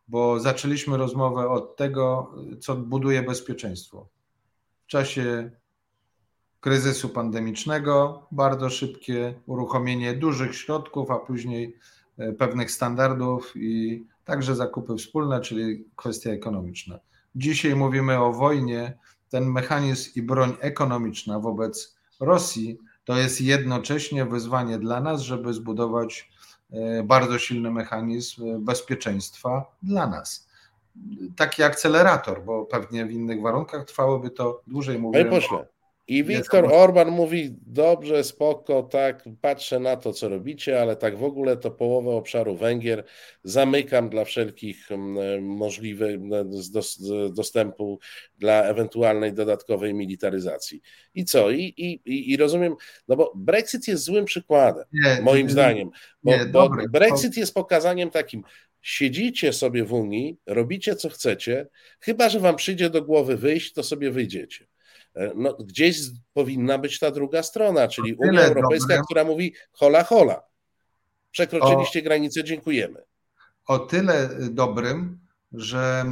bo zaczęliśmy rozmowę od tego, co buduje bezpieczeństwo. W czasie kryzysu pandemicznego bardzo szybkie uruchomienie dużych środków, a później pewnych standardów i także zakupy wspólne, czyli kwestia ekonomiczna. Dzisiaj mówimy o wojnie. Ten mechanizm i broń ekonomiczna wobec Rosji to jest jednocześnie wyzwanie dla nas, żeby zbudować bardzo silny mechanizm bezpieczeństwa dla nas. Taki akcelerator, bo pewnie w innych warunkach trwałoby to dłużej. Panie pośle, i Viktor Orban mówi, dobrze, spoko, tak, patrzę na to, co robicie, ale tak w ogóle to połowę obszaru Węgier zamykam dla wszelkich możliwych dostępu dla ewentualnej dodatkowej militaryzacji. I co? I rozumiem, no bo Brexit jest złym przykładem, moim zdaniem, bo Brexit jest pokazaniem takim, siedzicie sobie w Unii, robicie co chcecie, chyba że wam przyjdzie do głowy wyjść, to sobie wyjdziecie. No, gdzieś powinna być ta druga strona, czyli Unia Europejska, która mówi hola, hola. Przekroczyliście granicę, dziękujemy. O tyle dobrym, że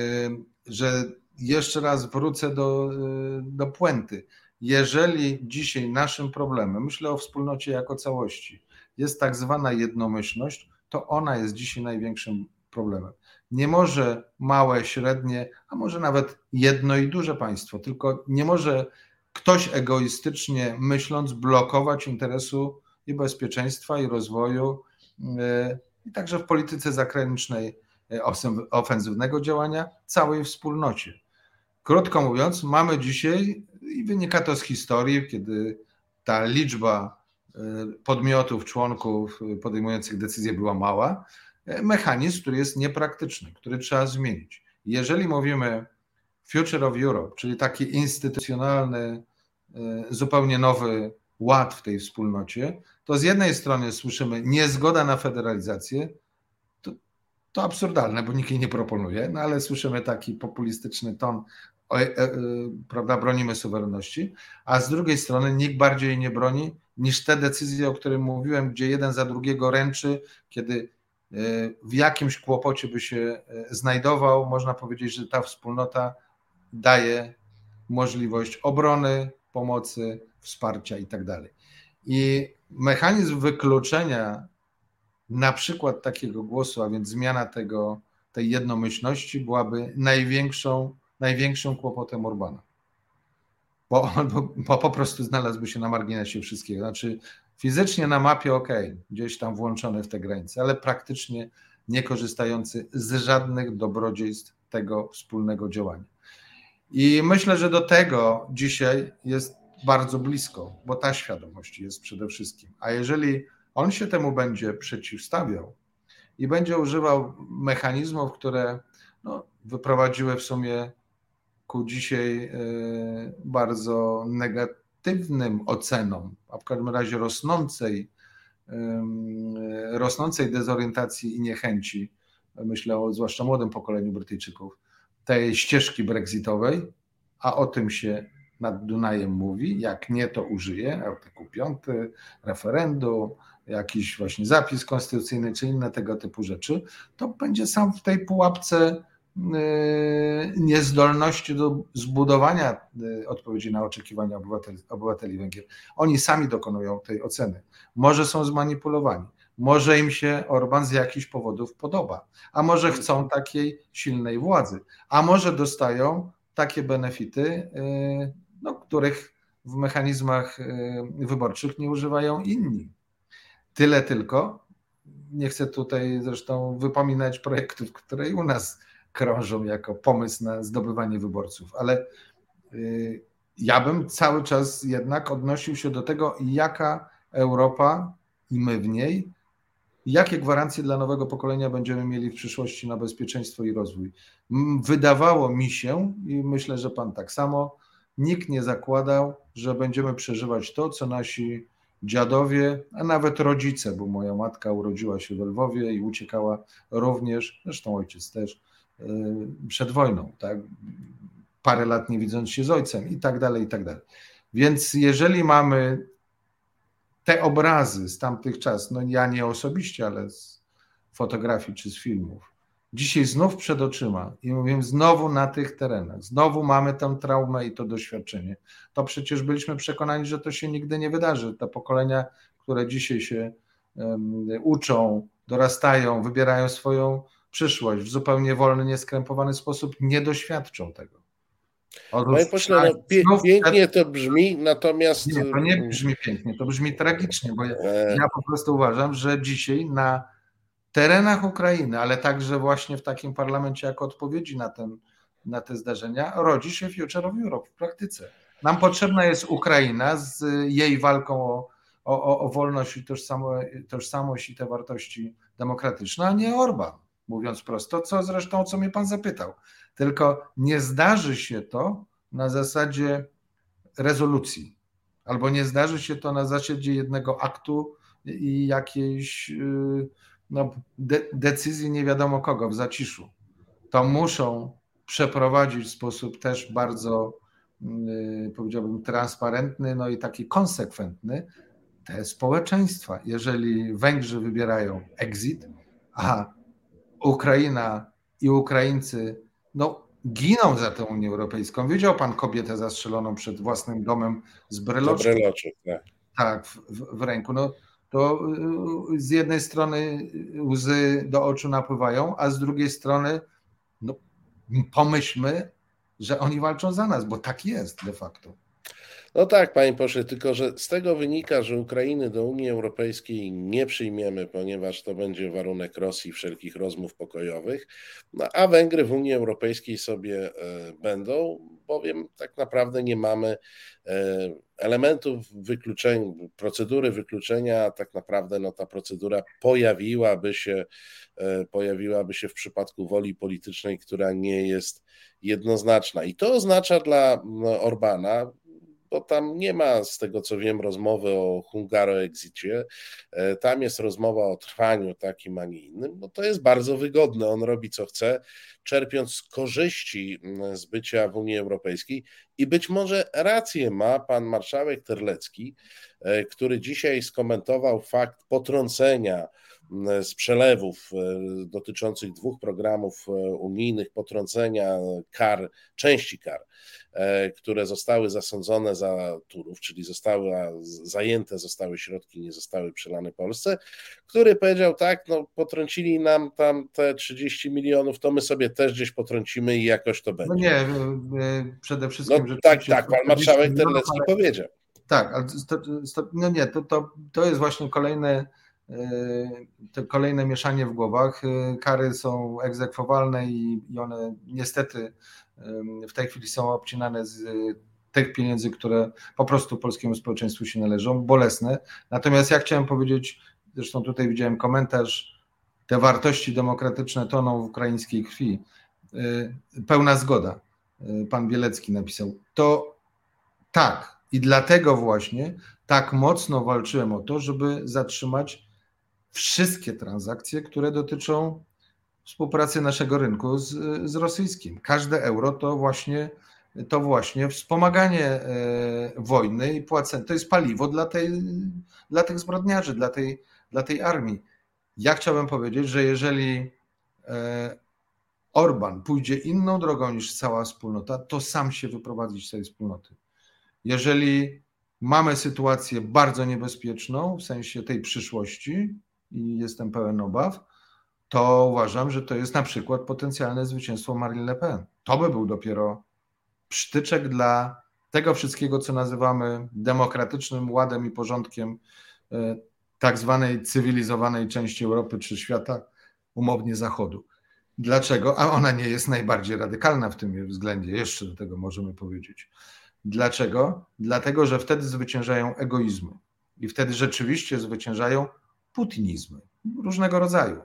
jeszcze raz wrócę do puenty. Jeżeli dzisiaj naszym problemem, myślę o wspólnocie jako całości, jest tak zwana jednomyślność, to ona jest dzisiaj największym problemem. Nie może małe, średnie, a może nawet jedno i duże państwo, tylko nie może ktoś egoistycznie myśląc blokować interesu i bezpieczeństwa i rozwoju i także w polityce zagranicznej ofensywnego działania całej wspólnocie. Krótko mówiąc, mamy dzisiaj, i wynika to z historii, kiedy ta liczba podmiotów, członków podejmujących decyzje była mała, mechanizm, który jest niepraktyczny, który trzeba zmienić. Jeżeli mówimy Future of Europe, czyli taki instytucjonalny, zupełnie nowy ład w tej wspólnocie, to z jednej strony słyszymy niezgoda na federalizację, to absurdalne, bo nikt jej nie proponuje, no ale słyszymy taki populistyczny ton, prawda, bronimy suwerenności, a z drugiej strony nikt bardziej nie broni niż te decyzje, o których mówiłem, gdzie jeden za drugiego ręczy, kiedy w jakimś kłopocie by się znajdował, można powiedzieć, że ta wspólnota daje możliwość obrony, pomocy, wsparcia i tak dalej. I mechanizm wykluczenia na przykład takiego głosu, a więc zmiana tej jednomyślności byłaby największym kłopotem Orbana. Bo po prostu znalazłby się na marginesie wszystkiego. Znaczy fizycznie na mapie gdzieś tam włączony w te granice, ale praktycznie nie korzystający z żadnych dobrodziejstw tego wspólnego działania. I myślę, że do tego dzisiaj jest bardzo blisko, bo ta świadomość jest przede wszystkim. A jeżeli on się temu będzie przeciwstawiał i będzie używał mechanizmów, które wyprowadziły w sumie ku dzisiaj bardzo negatywnym ocenom, a w każdym razie rosnącej dezorientacji i niechęci, myślę o zwłaszcza młodym pokoleniu Brytyjczyków, tej ścieżki brexitowej, a o tym się nad Dunajem mówi, jak nie to użyje, artykuł 5, referendum, jakiś właśnie zapis konstytucyjny czy inne tego typu rzeczy, to będzie sam w tej pułapce niezdolności do zbudowania odpowiedzi na oczekiwania obywateli Węgier. Oni sami dokonują tej oceny. Może są zmanipulowani, może im się Orban z jakichś powodów podoba, a może chcą takiej silnej władzy, a może dostają takie benefity, których w mechanizmach wyborczych nie używają inni. Tyle tylko, nie chcę tutaj zresztą wypominać projektów, które i u nas krążą jako pomysł na zdobywanie wyborców, ale ja bym cały czas jednak odnosił się do tego, jaka Europa i my w niej, jakie gwarancje dla nowego pokolenia będziemy mieli w przyszłości na bezpieczeństwo i rozwój. Wydawało mi się, i myślę, że pan tak samo, nikt nie zakładał, że będziemy przeżywać to, co nasi dziadowie, a nawet rodzice, bo moja matka urodziła się we Lwowie i uciekała również, zresztą ojciec też, przed wojną, tak? Parę lat nie widząc się z ojcem i tak dalej, i tak dalej. Więc jeżeli mamy te obrazy z tamtych czasów, ja nie osobiście, ale z fotografii czy z filmów, dzisiaj znów przed oczyma i mówię, znowu na tych terenach, znowu mamy tę traumę i to doświadczenie. To przecież byliśmy przekonani, że to się nigdy nie wydarzy. Te pokolenia, które dzisiaj się uczą, dorastają, wybierają swoją przyszłość w zupełnie wolny, nieskrępowany sposób, nie doświadczą tego. Panie pośle, no, pięknie to brzmi, natomiast... Nie, to nie brzmi pięknie, to brzmi tragicznie, bo ja po prostu uważam, że dzisiaj na terenach Ukrainy, ale także właśnie w takim parlamencie jako odpowiedzi na te zdarzenia, rodzi się Future of Europe w praktyce. Nam potrzebna jest Ukraina z jej walką o wolność i tożsamość i te wartości demokratyczne, a nie Orban, mówiąc prosto, co mnie pan zapytał. Tylko nie zdarzy się to na zasadzie rezolucji, albo nie zdarzy się to na zasadzie jednego aktu i jakiejś decyzji nie wiadomo kogo w zaciszu. To muszą przeprowadzić w sposób też bardzo, powiedziałbym, transparentny, no i taki konsekwentny te społeczeństwa. Jeżeli Węgrzy wybierają exit, a Ukraina i Ukraińcy giną za tę Unię Europejską. Widział pan kobietę zastrzeloną przed własnym domem z bryloczkiem? Tak, w ręku. No, to z jednej strony łzy do oczu napływają, a z drugiej strony pomyślmy, że oni walczą za nas, bo tak jest de facto. No tak, panie pośle, tylko że z tego wynika, że Ukrainy do Unii Europejskiej nie przyjmiemy, ponieważ to będzie warunek Rosji wszelkich rozmów pokojowych, a Węgry w Unii Europejskiej sobie będą, bowiem tak naprawdę nie mamy elementów wykluczenia, procedury wykluczenia. Tak naprawdę ta procedura pojawiłaby się w przypadku woli politycznej, która nie jest jednoznaczna. I to oznacza dla Orbana, bo tam nie ma, z tego co wiem, rozmowy o Hungaro-exicie, tam jest rozmowa o trwaniu takim, a nie innym, to jest bardzo wygodne, on robi co chce, czerpiąc z korzyści z bycia w Unii Europejskiej i być może rację ma pan marszałek Terlecki, który dzisiaj skomentował fakt potrącenia z przelewów dotyczących 2 programów unijnych, potrącenia kar, części kar, które zostały zasądzone za Turów, czyli zajęte zostały środki, nie zostały przelane Polsce, który powiedział tak, potrącili nam tam te 30 milionów, to my sobie też gdzieś potrącimy i jakoś to będzie. No nie, przede wszystkim... Tak, pan marszałek Terlecki powiedział. Tak, ale to jest właśnie kolejne mieszanie w głowach. Kary są egzekwowalne i one niestety w tej chwili są obcinane z tych pieniędzy, które po prostu polskiemu społeczeństwu się należą, bolesne. Natomiast ja chciałem powiedzieć, zresztą tutaj widziałem komentarz, te wartości demokratyczne toną w ukraińskiej krwi. Pełna zgoda. Pan Bielecki napisał. To tak. I dlatego właśnie tak mocno walczyłem o to, żeby zatrzymać wszystkie transakcje, które dotyczą współpracy naszego rynku z rosyjskim. Każde euro to właśnie wspomaganie wojny i płacenie. To jest paliwo dla tych zbrodniarzy, dla tej armii. Ja chciałbym powiedzieć, że jeżeli Orban pójdzie inną drogą niż cała wspólnota, to sam się wyprowadzi z tej wspólnoty. Jeżeli mamy sytuację bardzo niebezpieczną w sensie tej przyszłości i jestem pełen obaw, to uważam, że to jest na przykład potencjalne zwycięstwo Marine Le Pen. To by był dopiero przytyczek dla tego wszystkiego, co nazywamy demokratycznym ładem i porządkiem tak zwanej cywilizowanej części Europy czy świata, umownie Zachodu. Dlaczego? A ona nie jest najbardziej radykalna w tym względzie, jeszcze do tego możemy powiedzieć. Dlaczego? Dlatego, że wtedy zwyciężają egoizmy i wtedy rzeczywiście zwyciężają putinizmy różnego rodzaju.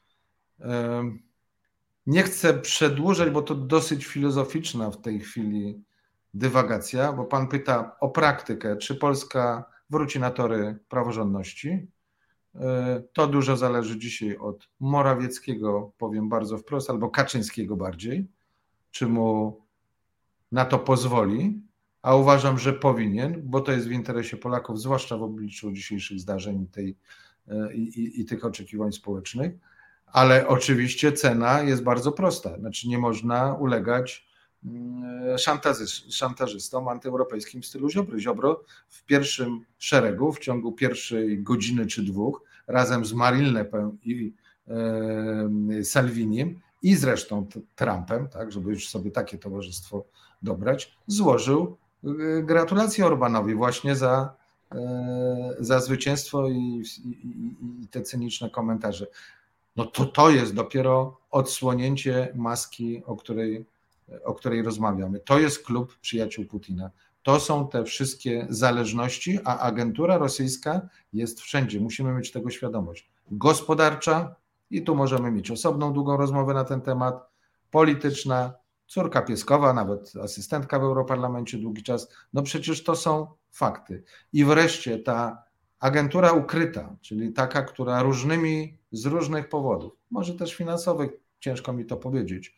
Nie chcę przedłużać, bo to dosyć filozoficzna w tej chwili dywagacja, bo pan pyta o praktykę, czy Polska wróci na tory praworządności. To dużo zależy dzisiaj od Morawieckiego, powiem bardzo wprost, albo Kaczyńskiego bardziej, czy mu na to pozwoli, a uważam, że powinien, bo to jest w interesie Polaków, zwłaszcza w obliczu dzisiejszych zdarzeń i tych oczekiwań społecznych. Ale oczywiście cena jest bardzo prosta. Znaczy nie można ulegać szantażystom antyeuropejskim w stylu Ziobry. Ziobro w pierwszym szeregu w ciągu pierwszej godziny czy dwóch razem z Marine Le Pen i Salvinim i zresztą Trumpem, tak, żeby już sobie takie towarzystwo dobrać, złożył gratulacje Orbánowi właśnie za zwycięstwo i te cyniczne komentarze. No to jest dopiero odsłonięcie maski, o której rozmawiamy. To jest klub przyjaciół Putina. To są te wszystkie zależności, a agentura rosyjska jest wszędzie. Musimy mieć tego świadomość. Gospodarcza, i tu możemy mieć osobną, długą rozmowę na ten temat, polityczna, córka pieskowa, nawet asystentka w Europarlamencie długi czas. No przecież to są fakty. I wreszcie ta agentura ukryta, czyli taka, która z różnych powodów, może też finansowych, ciężko mi to powiedzieć,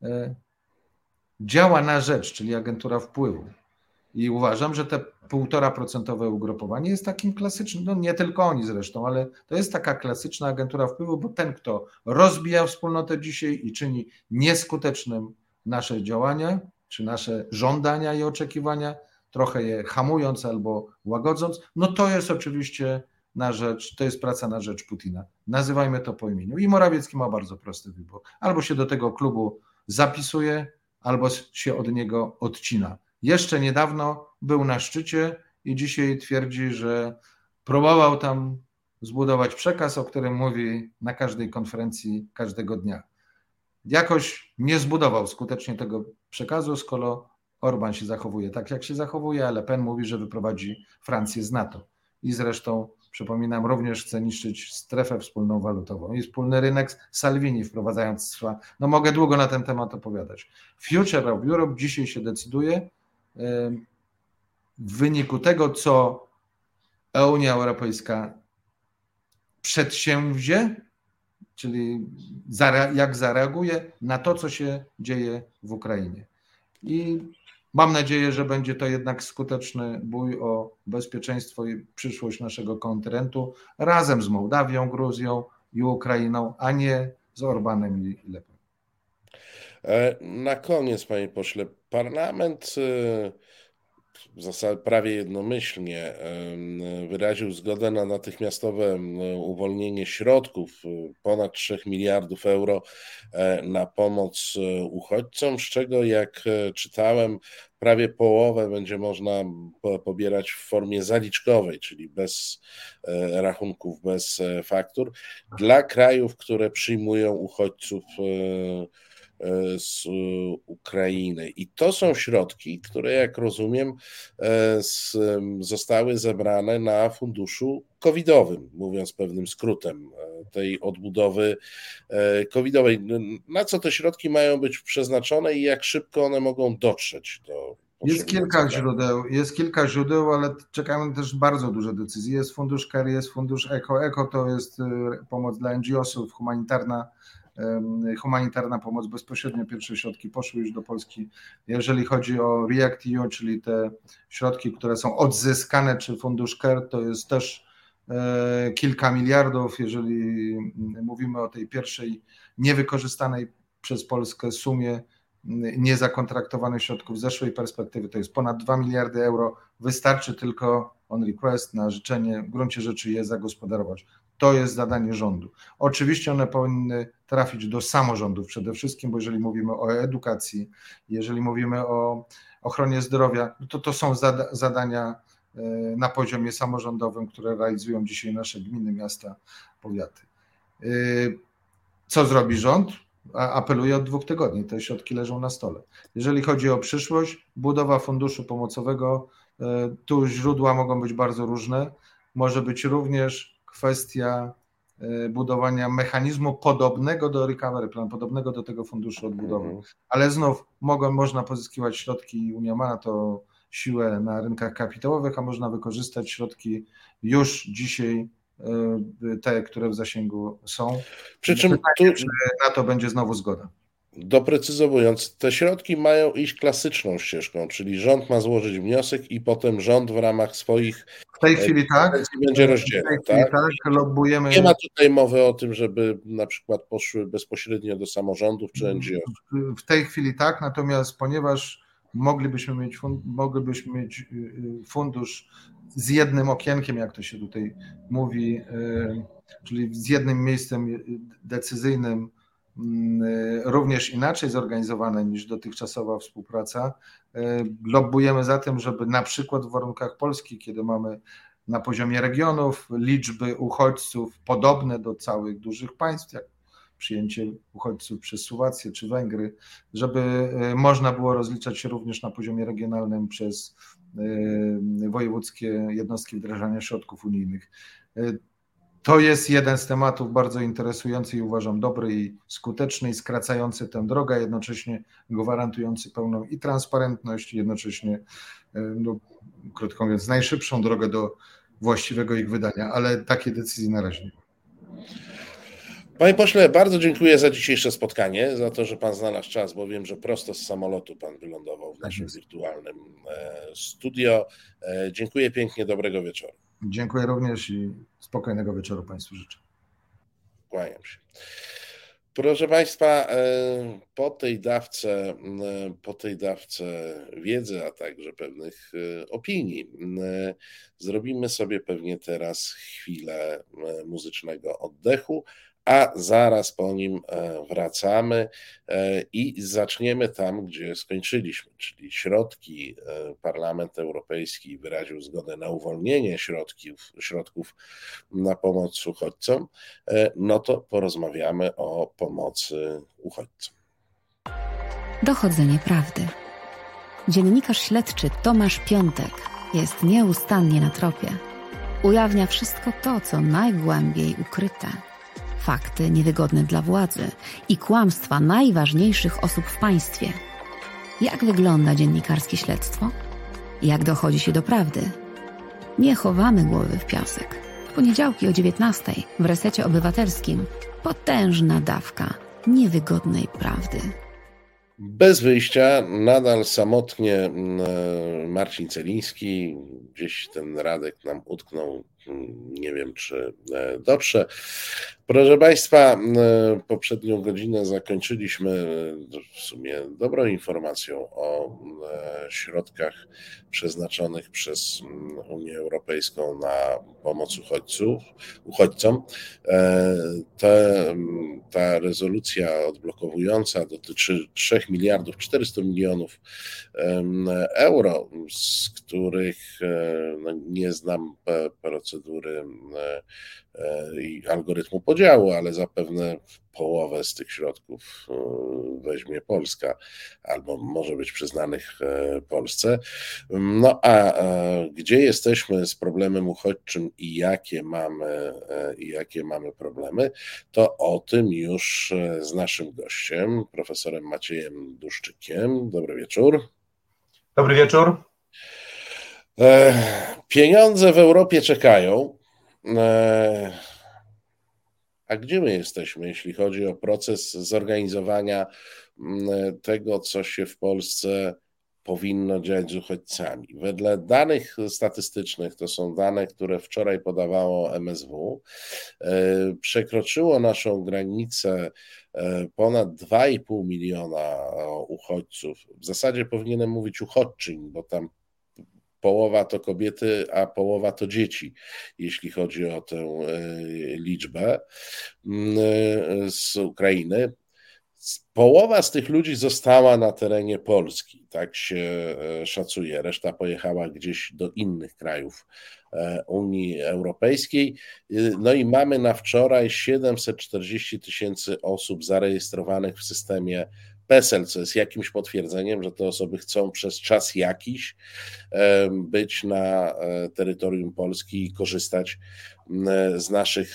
działa na rzecz, czyli agentura wpływu. I uważam, że te 1,5% ugrupowanie jest takim klasycznym, no nie tylko oni zresztą, ale to jest taka klasyczna agentura wpływu, bo ten, kto rozbija wspólnotę dzisiaj i czyni nieskutecznym nasze działania, czy nasze żądania i oczekiwania, trochę je hamując albo łagodząc, no to jest oczywiście to jest praca na rzecz Putina. Nazywajmy to po imieniu. I Morawiecki ma bardzo prosty wybór. Albo się do tego klubu zapisuje, albo się od niego odcina. Jeszcze niedawno był na szczycie i dzisiaj twierdzi, że próbował tam zbudować przekaz, o którym mówi na każdej konferencji każdego dnia. Jakoś nie zbudował skutecznie tego przekazu, skoro Orbán się zachowuje tak, jak się zachowuje, a Le Pen mówi, że wyprowadzi Francję z NATO. I zresztą, przypominam, również chce niszczyć strefę wspólną walutową i wspólny rynek Salvini wprowadzając trwa. No mogę długo na ten temat opowiadać. Future of Europe dzisiaj się decyduje w wyniku tego, co Unia Europejska przedsięwzięła, czyli jak zareaguje na to, co się dzieje w Ukrainie. I mam nadzieję, że będzie to jednak skuteczny bój o bezpieczeństwo i przyszłość naszego kontynentu razem z Mołdawią, Gruzją i Ukrainą, a nie z Orbánem i Le Pen. Na koniec, panie pośle, parlament w zasadzie prawie jednomyślnie wyraził zgodę na natychmiastowe uwolnienie środków ponad 3 miliardów euro na pomoc uchodźcom, z czego, jak czytałem, prawie połowę będzie można pobierać w formie zaliczkowej, czyli bez rachunków, bez faktur, dla krajów, które przyjmują uchodźców z Ukrainy. I to są środki, które, jak rozumiem, zostały zebrane na funduszu covidowym, mówiąc pewnym skrótem, tej odbudowy covidowej. Na co te środki mają być przeznaczone i jak szybko one mogą dotrzeć do Jest kilka źródeł, ale czekamy też bardzo duże decyzje. Jest fundusz CARE, jest fundusz ECHO. ECHO to jest pomoc dla NGO-sów, humanitarna pomoc bezpośrednio. Pierwsze środki poszły już do Polski. Jeżeli chodzi o REACT-EU, czyli te środki, które są odzyskane, czy fundusz CARE, to jest też kilka miliardów. Jeżeli mówimy o tej pierwszej niewykorzystanej przez Polskę sumie niezakontraktowanych środków z zeszłej perspektywy, to jest ponad 2 miliardy euro. Wystarczy tylko on request na życzenie, w gruncie rzeczy je zagospodarować. To jest zadanie rządu. Oczywiście one powinny trafić do samorządów przede wszystkim, bo jeżeli mówimy o edukacji, jeżeli mówimy o ochronie zdrowia, to są zadania na poziomie samorządowym, które realizują dzisiaj nasze gminy, miasta, powiaty. Co zrobi rząd? Apeluję od 2 tygodni, te środki leżą na stole. Jeżeli chodzi o przyszłość, budowa funduszu pomocowego, tu źródła mogą być bardzo różne. Może być również kwestia budowania mechanizmu podobnego do recovery plan, podobnego do tego funduszu odbudowy. Ale znów można pozyskiwać środki i Unia ma na to siłę na rynkach kapitałowych, a można wykorzystać środki już dzisiaj, te, które w zasięgu są. Przy czym na to będzie znowu zgoda. Doprecyzowując, te środki mają iść klasyczną ścieżką, czyli rząd ma złożyć wniosek i potem rząd w ramach swoich W tej chwili tak. będzie rozdzielał, tak? Lobbujemy. Nie ma tutaj mowy o tym, żeby na przykład poszły bezpośrednio do samorządów czy NGO. W tej chwili tak, natomiast ponieważ moglibyśmy mieć fundusz z jednym okienkiem, jak to się tutaj mówi, czyli z jednym miejscem decyzyjnym, również inaczej zorganizowane niż dotychczasowa współpraca. Lobbujemy za tym, żeby na przykład w warunkach Polski, kiedy mamy na poziomie regionów liczby uchodźców podobne do całych dużych państw, jak przyjęcie uchodźców przez Słowację czy Węgry, żeby można było rozliczać się również na poziomie regionalnym przez wojewódzkie jednostki wdrażania środków unijnych. To jest jeden z tematów bardzo interesujący i uważam dobry i skuteczny i skracający tę drogę, jednocześnie gwarantujący pełną i transparentność, i jednocześnie, krótko mówiąc, najszybszą drogę do właściwego ich wydania, ale takiej decyzji na razie nie. Panie pośle, bardzo dziękuję za dzisiejsze spotkanie, za to, że pan znalazł czas, bo wiem, że prosto z samolotu pan wylądował w naszym wirtualnym studio. Dziękuję pięknie, dobrego wieczoru. Dziękuję również i spokojnego wieczoru państwu życzę. Kłaniam się. Proszę państwa, po tej dawce wiedzy, a także pewnych opinii, zrobimy sobie pewnie teraz chwilę muzycznego oddechu, a zaraz po nim wracamy i zaczniemy tam, gdzie skończyliśmy, czyli środki. Parlament Europejski wyraził zgodę na uwolnienie środków na pomoc uchodźcom, no to porozmawiamy o pomocy uchodźcom. Dochodzenie prawdy. Dziennikarz śledczy Tomasz Piątek jest nieustannie na tropie. Ujawnia wszystko to, co najgłębiej ukryte. Fakty niewygodne dla władzy i kłamstwa najważniejszych osób w państwie. Jak wygląda dziennikarskie śledztwo? Jak dochodzi się do prawdy? Nie chowamy głowy w piasek. W poniedziałki o 19:00 w Resecie Obywatelskim potężna dawka niewygodnej prawdy. Bez wyjścia, nadal samotnie Marcin Celiński, gdzieś ten Radek nam utknął, nie wiem czy dotrze. Proszę państwa, poprzednią godzinę zakończyliśmy w sumie dobrą informacją o środkach przeznaczonych przez Unię Europejską na pomoc uchodźcom. Ta rezolucja odblokowująca dotyczy 3 miliardów 400 milionów euro, z których nie znam procedury i algorytmu podziału, ale zapewne połowę z tych środków weźmie Polska albo może być przyznanych Polsce. No a gdzie jesteśmy z problemem uchodźczym i jakie mamy problemy, to o tym już z naszym gościem, profesorem Maciejem Duszczykiem. Dobry wieczór. Dobry wieczór. Pieniądze w Europie czekają. A gdzie my jesteśmy, jeśli chodzi o proces zorganizowania tego, co się w Polsce powinno dziać z uchodźcami? Wedle danych statystycznych, to są dane, które wczoraj podawało MSW, przekroczyło naszą granicę ponad 2,5 miliona uchodźców. W zasadzie powinienem mówić uchodźczyń, bo tam połowa to kobiety, a połowa to dzieci, jeśli chodzi o tę liczbę z Ukrainy. Połowa z tych ludzi została na terenie Polski, tak się szacuje. Reszta pojechała gdzieś do innych krajów Unii Europejskiej. No i mamy na wczoraj 740 000 osób zarejestrowanych w systemie PESEL, co jest jakimś potwierdzeniem, że te osoby chcą przez czas jakiś być na terytorium Polski i korzystać z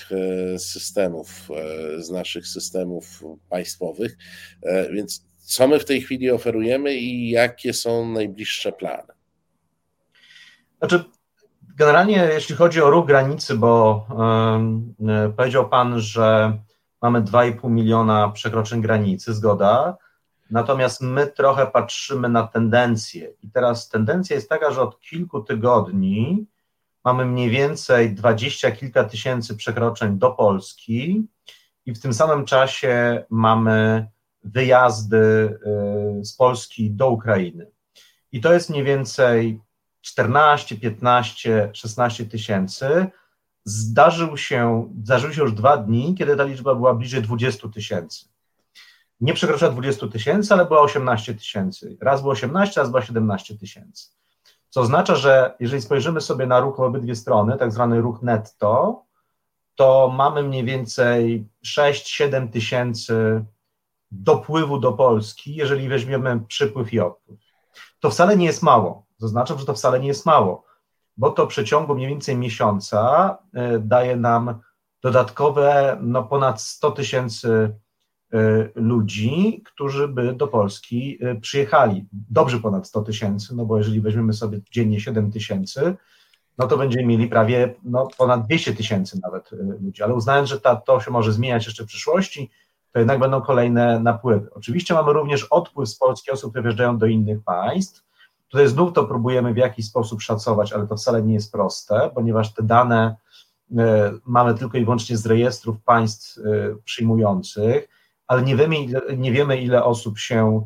naszych systemów państwowych. Więc co my w tej chwili oferujemy i jakie są najbliższe plany? Znaczy, generalnie jeśli chodzi o ruch granicy, bo powiedział pan, że mamy 2,5 miliona przekroczeń granicy, zgoda. natomiast my trochę patrzymy na tendencję. I teraz tendencja jest taka, że od kilku tygodni mamy mniej więcej 20 kilka tysięcy przekroczeń do Polski i w tym samym czasie mamy wyjazdy z Polski do Ukrainy. I to jest mniej więcej 14, 15, 16 tysięcy. Zdarzyły się już 2 dni, kiedy ta liczba była bliżej 20 tysięcy. Nie przekroczyła 20 tysięcy, ale była 18 tysięcy. Raz było 18, raz było 17 tysięcy. Co oznacza, że jeżeli spojrzymy sobie na ruch w obydwie strony, tak zwany ruch netto, to mamy mniej więcej 6-7 tysięcy dopływu do Polski, jeżeli weźmiemy przypływ i odpływ. To wcale nie jest mało. Zaznaczam, że to wcale nie jest mało, bo to w przeciągu mniej więcej miesiąca daje nam dodatkowe ponad 100 tysięcy ludzi, którzy by do Polski przyjechali. Dobrze ponad 100 tysięcy, no bo jeżeli weźmiemy sobie dziennie 7 tysięcy, no to będziemy mieli prawie ponad 200 tysięcy nawet ludzi, ale uznając, że to się może zmieniać jeszcze w przyszłości, to jednak będą kolejne napływy. Oczywiście mamy również odpływ z Polski osób, które wjeżdżają do innych państw. Tutaj znów to próbujemy w jakiś sposób szacować, ale to wcale nie jest proste, ponieważ te dane mamy tylko i wyłącznie z rejestrów państw przyjmujących, ale nie wiemy, ile osób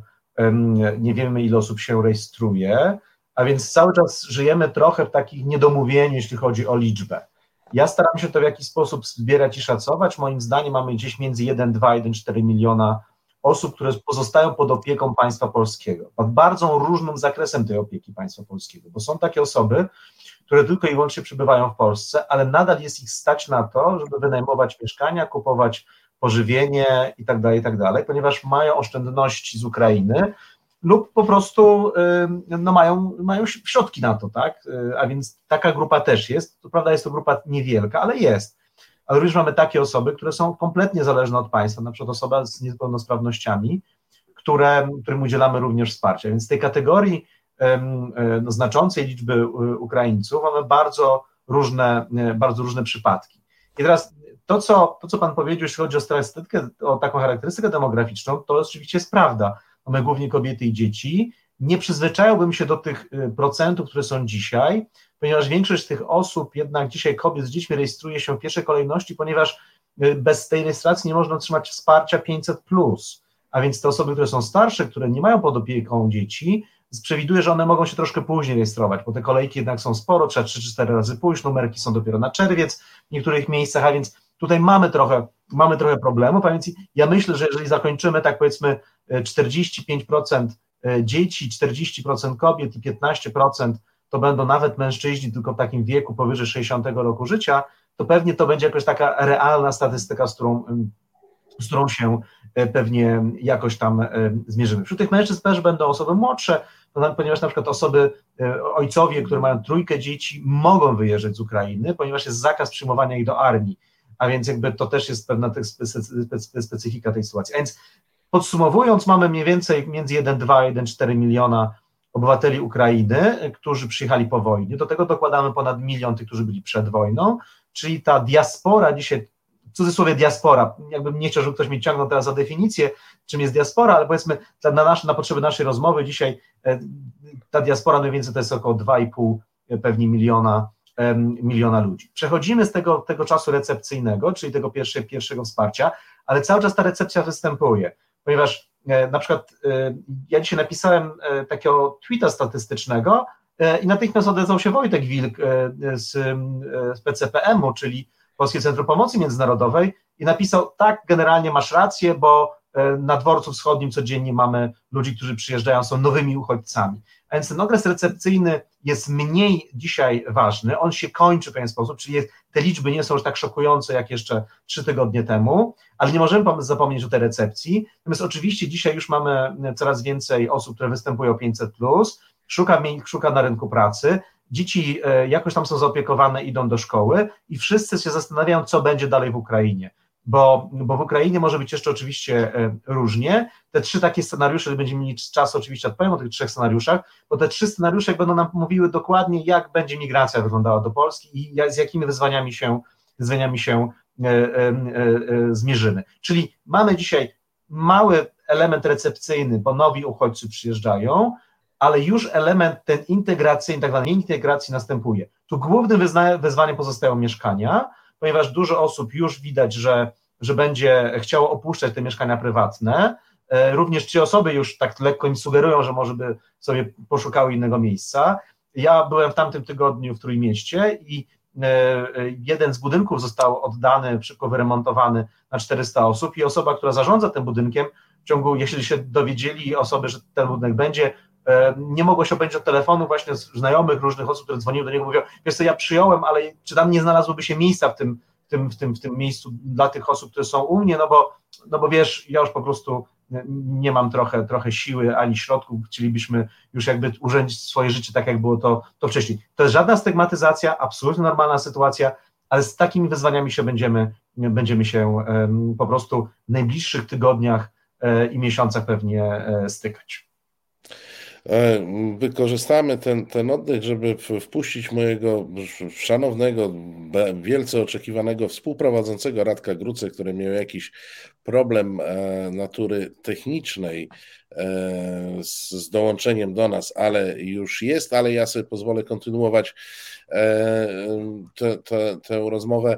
się rejestruje, a więc cały czas żyjemy trochę w takim niedomówieniu, jeśli chodzi o liczbę. Ja staram się to w jakiś sposób zbierać i szacować. Moim zdaniem mamy gdzieś między 1,2 a 1,4 miliona osób, które pozostają pod opieką państwa polskiego, pod bardzo różnym zakresem tej opieki państwa polskiego, bo są takie osoby, które tylko i wyłącznie przebywają w Polsce, ale nadal jest ich stać na to, żeby wynajmować mieszkania, kupować pożywienie i tak dalej, ponieważ mają oszczędności z Ukrainy lub po prostu mają środki na to, tak? A więc taka grupa też jest. To prawda, jest to grupa niewielka, ale jest. Ale również mamy takie osoby, które są kompletnie zależne od państwa, na przykład osoba z niepełnosprawnościami, którym udzielamy również wsparcia. Więc z tej kategorii znaczącej liczby Ukraińców mamy bardzo różne przypadki. I teraz to, co pan powiedział, jeśli chodzi o statystykę, o taką charakterystykę demograficzną, to oczywiście jest prawda. Mamy głównie kobiety i dzieci. Nie przyzwyczaiłbym się do tych procentów, które są dzisiaj, ponieważ większość tych osób, jednak dzisiaj kobiet z dziećmi rejestruje się w pierwszej kolejności, ponieważ bez tej rejestracji nie można otrzymać wsparcia 500+. A więc te osoby, które są starsze, które nie mają pod opieką dzieci, przewiduję, że one mogą się troszkę później rejestrować, bo te kolejki jednak są sporo, trzeba 3 czy 4 razy pójść, numerki są dopiero na czerwiec w niektórych miejscach, a więc tutaj mamy trochę problemów, a więc ja myślę, że jeżeli zakończymy tak powiedzmy 45% dzieci, 40% kobiet i 15% to będą nawet mężczyźni tylko w takim wieku powyżej 60 roku życia, to pewnie to będzie jakaś taka realna statystyka, z którą się pewnie jakoś tam zmierzymy. Wśród tych mężczyzn też będą osoby młodsze, ponieważ na przykład ojcowie, którzy mają 3 dzieci, mogą wyjeżdżać z Ukrainy, ponieważ jest zakaz przyjmowania ich do armii, a więc jakby to też jest pewna specyfika tej sytuacji. A więc podsumowując, mamy mniej więcej między 1,2 a 1,4 miliona obywateli Ukrainy, którzy przyjechali po wojnie. Do tego dokładamy ponad 1 milion tych, którzy byli przed wojną, czyli ta diaspora dzisiaj, w cudzysłowie diaspora, jakbym nie chciał, żeby ktoś mnie ciągnął teraz za definicję, czym jest diaspora, ale powiedzmy na potrzeby naszej rozmowy dzisiaj ta diaspora mniej więcej to jest około 2,5 pewnie miliona ludzi. Przechodzimy z tego czasu recepcyjnego, czyli tego pierwszego wsparcia, ale cały czas ta recepcja występuje, ponieważ na przykład ja dzisiaj napisałem takiego tweeta statystycznego i natychmiast odezwał się Wojtek Wilk z PCPM-u, czyli Polskie Centrum Pomocy Międzynarodowej i napisał, tak, generalnie masz rację, bo na Dworcu Wschodnim codziennie mamy ludzi, którzy przyjeżdżają, są nowymi uchodźcami. A więc ten okres recepcyjny jest mniej dzisiaj ważny, on się kończy w pewien sposób, czyli te liczby nie są już tak szokujące jak jeszcze 3 tygodnie temu, ale nie możemy zapomnieć o tej recepcji. Natomiast oczywiście dzisiaj już mamy coraz więcej osób, które występują o 500+, szuka na rynku pracy, dzieci jakoś tam są zaopiekowane, idą do szkoły i wszyscy się zastanawiają, co będzie dalej w Ukrainie. Bo w Ukrainie może być jeszcze oczywiście różnie. Te 3 takie scenariusze, będziemy mieli czas, oczywiście odpowiem o tych 3 scenariuszach, bo te 3 scenariusze będą nam mówiły dokładnie, jak będzie migracja wyglądała do Polski i z jakimi wyzwaniami się zmierzymy. Czyli mamy dzisiaj mały element recepcyjny, bo nowi uchodźcy przyjeżdżają, ale już element ten integracyjny, tak zwanej integracji następuje. Tu głównym wyzwaniem pozostają mieszkania, ponieważ dużo osób już widać, że będzie chciało opuszczać te mieszkania prywatne. Również 3 osoby już tak lekko im sugerują, że może by sobie poszukały innego miejsca. Ja byłem w tamtym tygodniu w Trójmieście i jeden z budynków został oddany, szybko wyremontowany na 400 osób i osoba, która zarządza tym budynkiem, w ciągu, jeśli się dowiedzieli osoby, że ten budynek będzie, nie mogło się obejść od telefonu właśnie znajomych, różnych osób, które dzwoniły do niego, mówią, wiesz co, ja przyjąłem, ale czy tam nie znalazłoby się miejsca w tym miejscu dla tych osób, które są u mnie, no bo wiesz, ja już po prostu nie mam trochę siły ani środków, chcielibyśmy już jakby urządzić swoje życie tak, jak było to wcześniej. To jest żadna stygmatyzacja, absolutnie normalna sytuacja, ale z takimi wyzwaniami się będziemy się po prostu w najbliższych tygodniach i miesiącach pewnie stykać. Wykorzystamy ten oddech, żeby wpuścić mojego szanownego, wielce oczekiwanego współprowadzącego Radka Grucę, który miał jakiś problem natury technicznej z dołączeniem do nas, ale już jest, ale ja sobie pozwolę kontynuować tę rozmowę.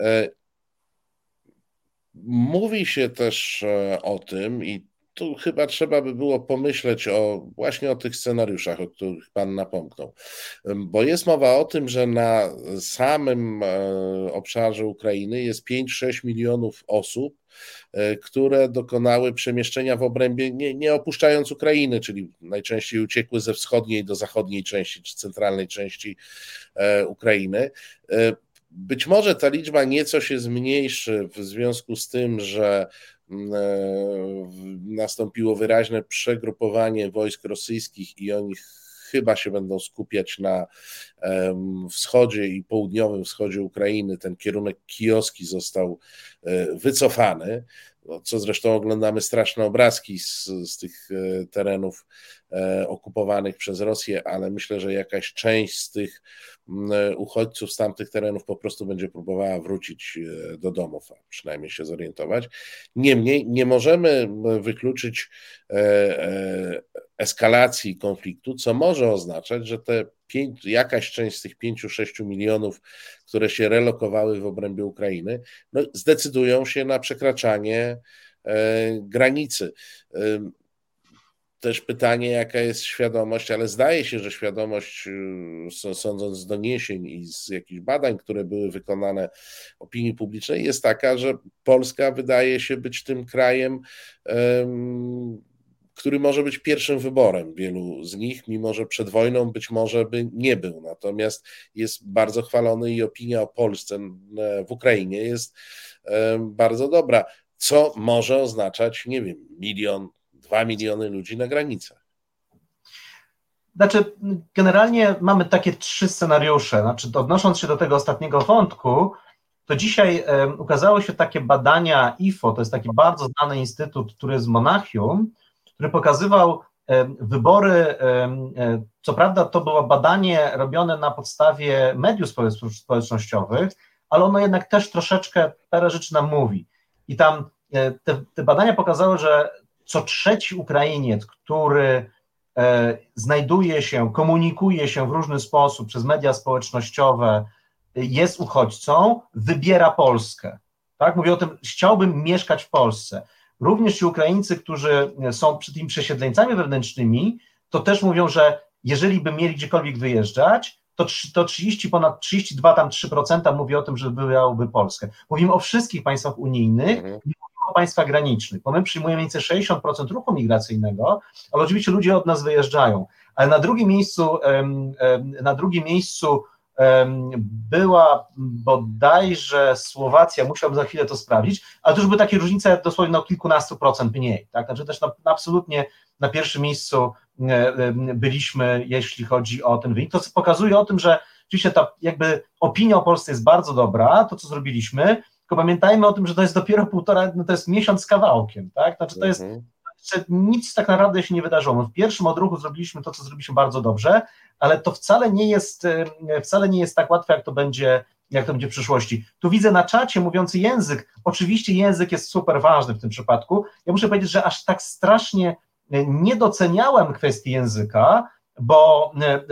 Mówi się też o tym i tu chyba trzeba by było pomyśleć właśnie o tych scenariuszach, o których Pan napomknął, bo jest mowa o tym, że na samym obszarze Ukrainy jest 5-6 milionów osób, które dokonały przemieszczenia w obrębie, nie opuszczając Ukrainy, czyli najczęściej uciekły ze wschodniej do zachodniej części czy centralnej części Ukrainy. Być może ta liczba nieco się zmniejszy w związku z tym, że nastąpiło wyraźne przegrupowanie wojsk rosyjskich i oni chyba się będą skupiać na wschodzie i południowym wschodzie Ukrainy. Ten kierunek kijowski został wycofany, co zresztą oglądamy straszne obrazki z tych terenów okupowanych przez Rosję, ale myślę, że jakaś część z tych uchodźców z tamtych terenów po prostu będzie próbowała wrócić do domów, a przynajmniej się zorientować. Niemniej nie możemy wykluczyć eskalacji konfliktu, co może oznaczać, że jakaś część z tych 5-6 milionów, które się relokowały w obrębie Ukrainy, zdecydują się na przekraczanie granicy. Też pytanie, jaka jest świadomość, ale zdaje się, że świadomość, sądząc z doniesień i z jakichś badań, które były wykonane opinii publicznej, jest taka, że Polska wydaje się być tym krajem, który może być pierwszym wyborem wielu z nich, mimo że przed wojną być może by nie był. Natomiast jest bardzo chwalony i opinia o Polsce w Ukrainie jest bardzo dobra, co może oznaczać, nie wiem, 1-2 miliony ludzi na granicach. Znaczy, generalnie mamy takie 3 scenariusze. Znaczy, odnosząc się do tego ostatniego wątku, to dzisiaj ukazały się takie badania IFO, to jest taki bardzo znany instytut, który jest w Monachium, który pokazywał wybory, co prawda to było badanie robione na podstawie mediów społecznościowych, ale ono jednak też troszeczkę parę rzeczy nam mówi. I tam te badania pokazały, że co 3. Ukrainiec, który znajduje się, komunikuje się w różny sposób przez media społecznościowe, jest uchodźcą, wybiera Polskę. Tak? Mówię o tym, chciałbym mieszkać w Polsce. Również ci Ukraińcy, którzy są tymi przesiedleńcami wewnętrznymi, to też mówią, że jeżeli by mieli gdziekolwiek wyjeżdżać, to ponad 32% mówi o tym, że wybrałoby Polskę. Mówimy o wszystkich państwach unijnych, nie mówimy o państwach granicznych, bo my przyjmujemy mniej więcej 60% ruchu migracyjnego, ale oczywiście ludzie od nas wyjeżdżają. Ale na drugim miejscu była bodajże Słowacja, musiałbym za chwilę to sprawdzić, ale to już były takie różnice dosłownie kilkunastu procent mniej. Tak? Znaczy też absolutnie na pierwszym miejscu byliśmy, jeśli chodzi o ten wynik. To pokazuje o tym, że oczywiście ta jakby opinia o Polsce jest bardzo dobra, to co zrobiliśmy, tylko pamiętajmy o tym, że to jest dopiero to jest miesiąc z kawałkiem. Tak? Znaczy to jest nic tak naprawdę się nie wydarzyło. My w pierwszym odruchu zrobiliśmy to, co zrobiliśmy bardzo dobrze, ale to wcale nie jest tak łatwe, jak to będzie jak to będzie w przyszłości. Tu widzę na czacie mówiący język. Oczywiście język jest super ważny w tym przypadku. Ja muszę powiedzieć, że aż tak strasznie nie doceniałem kwestii języka, bo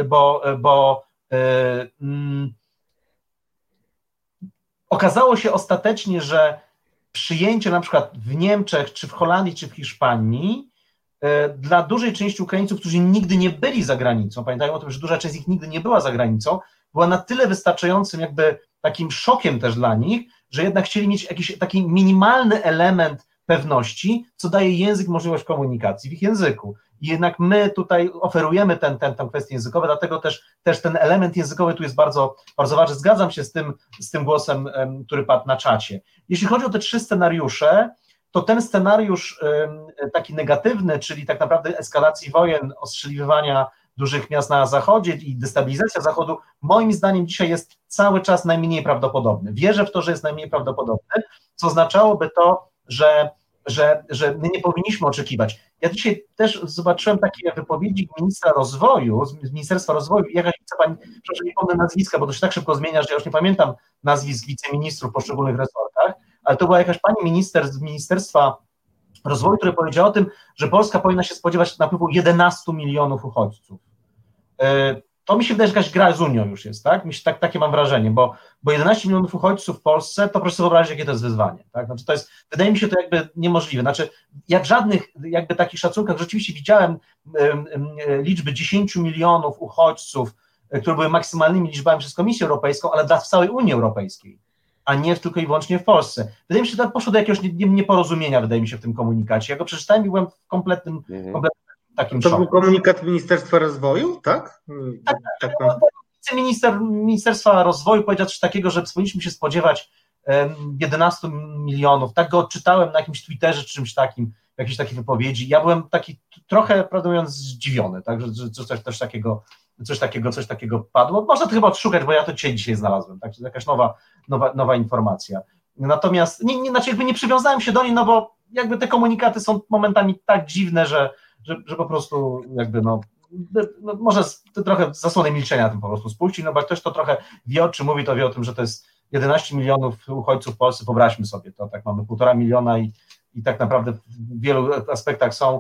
okazało się ostatecznie, że przyjęcie na przykład w Niemczech, czy w Holandii, czy w Hiszpanii dla dużej części Ukraińców, którzy nigdy nie byli za granicą, pamiętajmy o tym, że duża część z nich nigdy nie była za granicą, była na tyle wystarczającym jakby takim szokiem też dla nich, że jednak chcieli mieć jakiś taki minimalny element pewności, co daje język, możliwość komunikacji w ich języku. I jednak my tutaj oferujemy tę kwestię językową, dlatego też ten element językowy tu jest bardzo, bardzo ważny. Zgadzam się z tym głosem, który padł na czacie. Jeśli chodzi o te 3 scenariusze, to ten scenariusz taki negatywny, czyli tak naprawdę eskalacji wojen, ostrzeliwania dużych miast na zachodzie i destabilizacja Zachodu, moim zdaniem dzisiaj jest cały czas najmniej prawdopodobny. Wierzę w to, że jest najmniej prawdopodobny, co oznaczałoby to, że my nie powinniśmy oczekiwać. Ja dzisiaj też zobaczyłem takie wypowiedzi ministra rozwoju, z Ministerstwa Rozwoju, jakaś pani, proszę nie pomnę nazwiska, bo to się tak szybko zmienia, że ja już nie pamiętam nazwisk wiceministrów w poszczególnych resortach, ale to była jakaś pani minister z Ministerstwa Rozwoju, która powiedziała o tym, że Polska powinna się spodziewać napływu 11 milionów uchodźców. To mi się wydaje, że jakaś gra z Unią już jest, tak? Takie mam wrażenie, bo 11 milionów uchodźców w Polsce, to proszę sobie wyobrazić, jakie to jest wyzwanie, tak? Znaczy to jest, wydaje mi się to jakby niemożliwe. Znaczy, jak w żadnych jakby takich szacunkach, rzeczywiście widziałem liczby 10 milionów uchodźców, które były maksymalnymi liczbami przez Komisję Europejską, ale w całej Unii Europejskiej, a nie tylko i wyłącznie w Polsce. Wydaje mi się, że to poszło do jakiegoś nieporozumienia, wydaje mi się, w tym komunikacie. Ja go przeczytałem i byłem w kompletnym takim To szoku. był komunikat Ministerstwa Rozwoju, tak? Tak. Wiceminister Ministerstwa Rozwoju powiedział coś takiego, że powinniśmy się spodziewać 11 milionów. Tak go odczytałem na jakimś Twitterze czy czymś takim, jakiejś takiej wypowiedzi. Ja byłem taki trochę, prawdę mówiąc, zdziwiony, tak, że coś takiego padło. Można to chyba odszukać, bo ja to dzisiaj znalazłem, tak, to jakaś nowa informacja. Natomiast znaczy jakby nie przywiązałem się do niej, no bo jakby te komunikaty są momentami tak dziwne, że po prostu jakby może trochę zasłonę milczenia na tym po prostu spuścić, no bo jak ktoś to trochę wie, o czym mówi, to wie o tym, że to jest 11 milionów uchodźców w Polsce, wyobraźmy sobie to, tak mamy 1,5 miliona i tak naprawdę w wielu aspektach są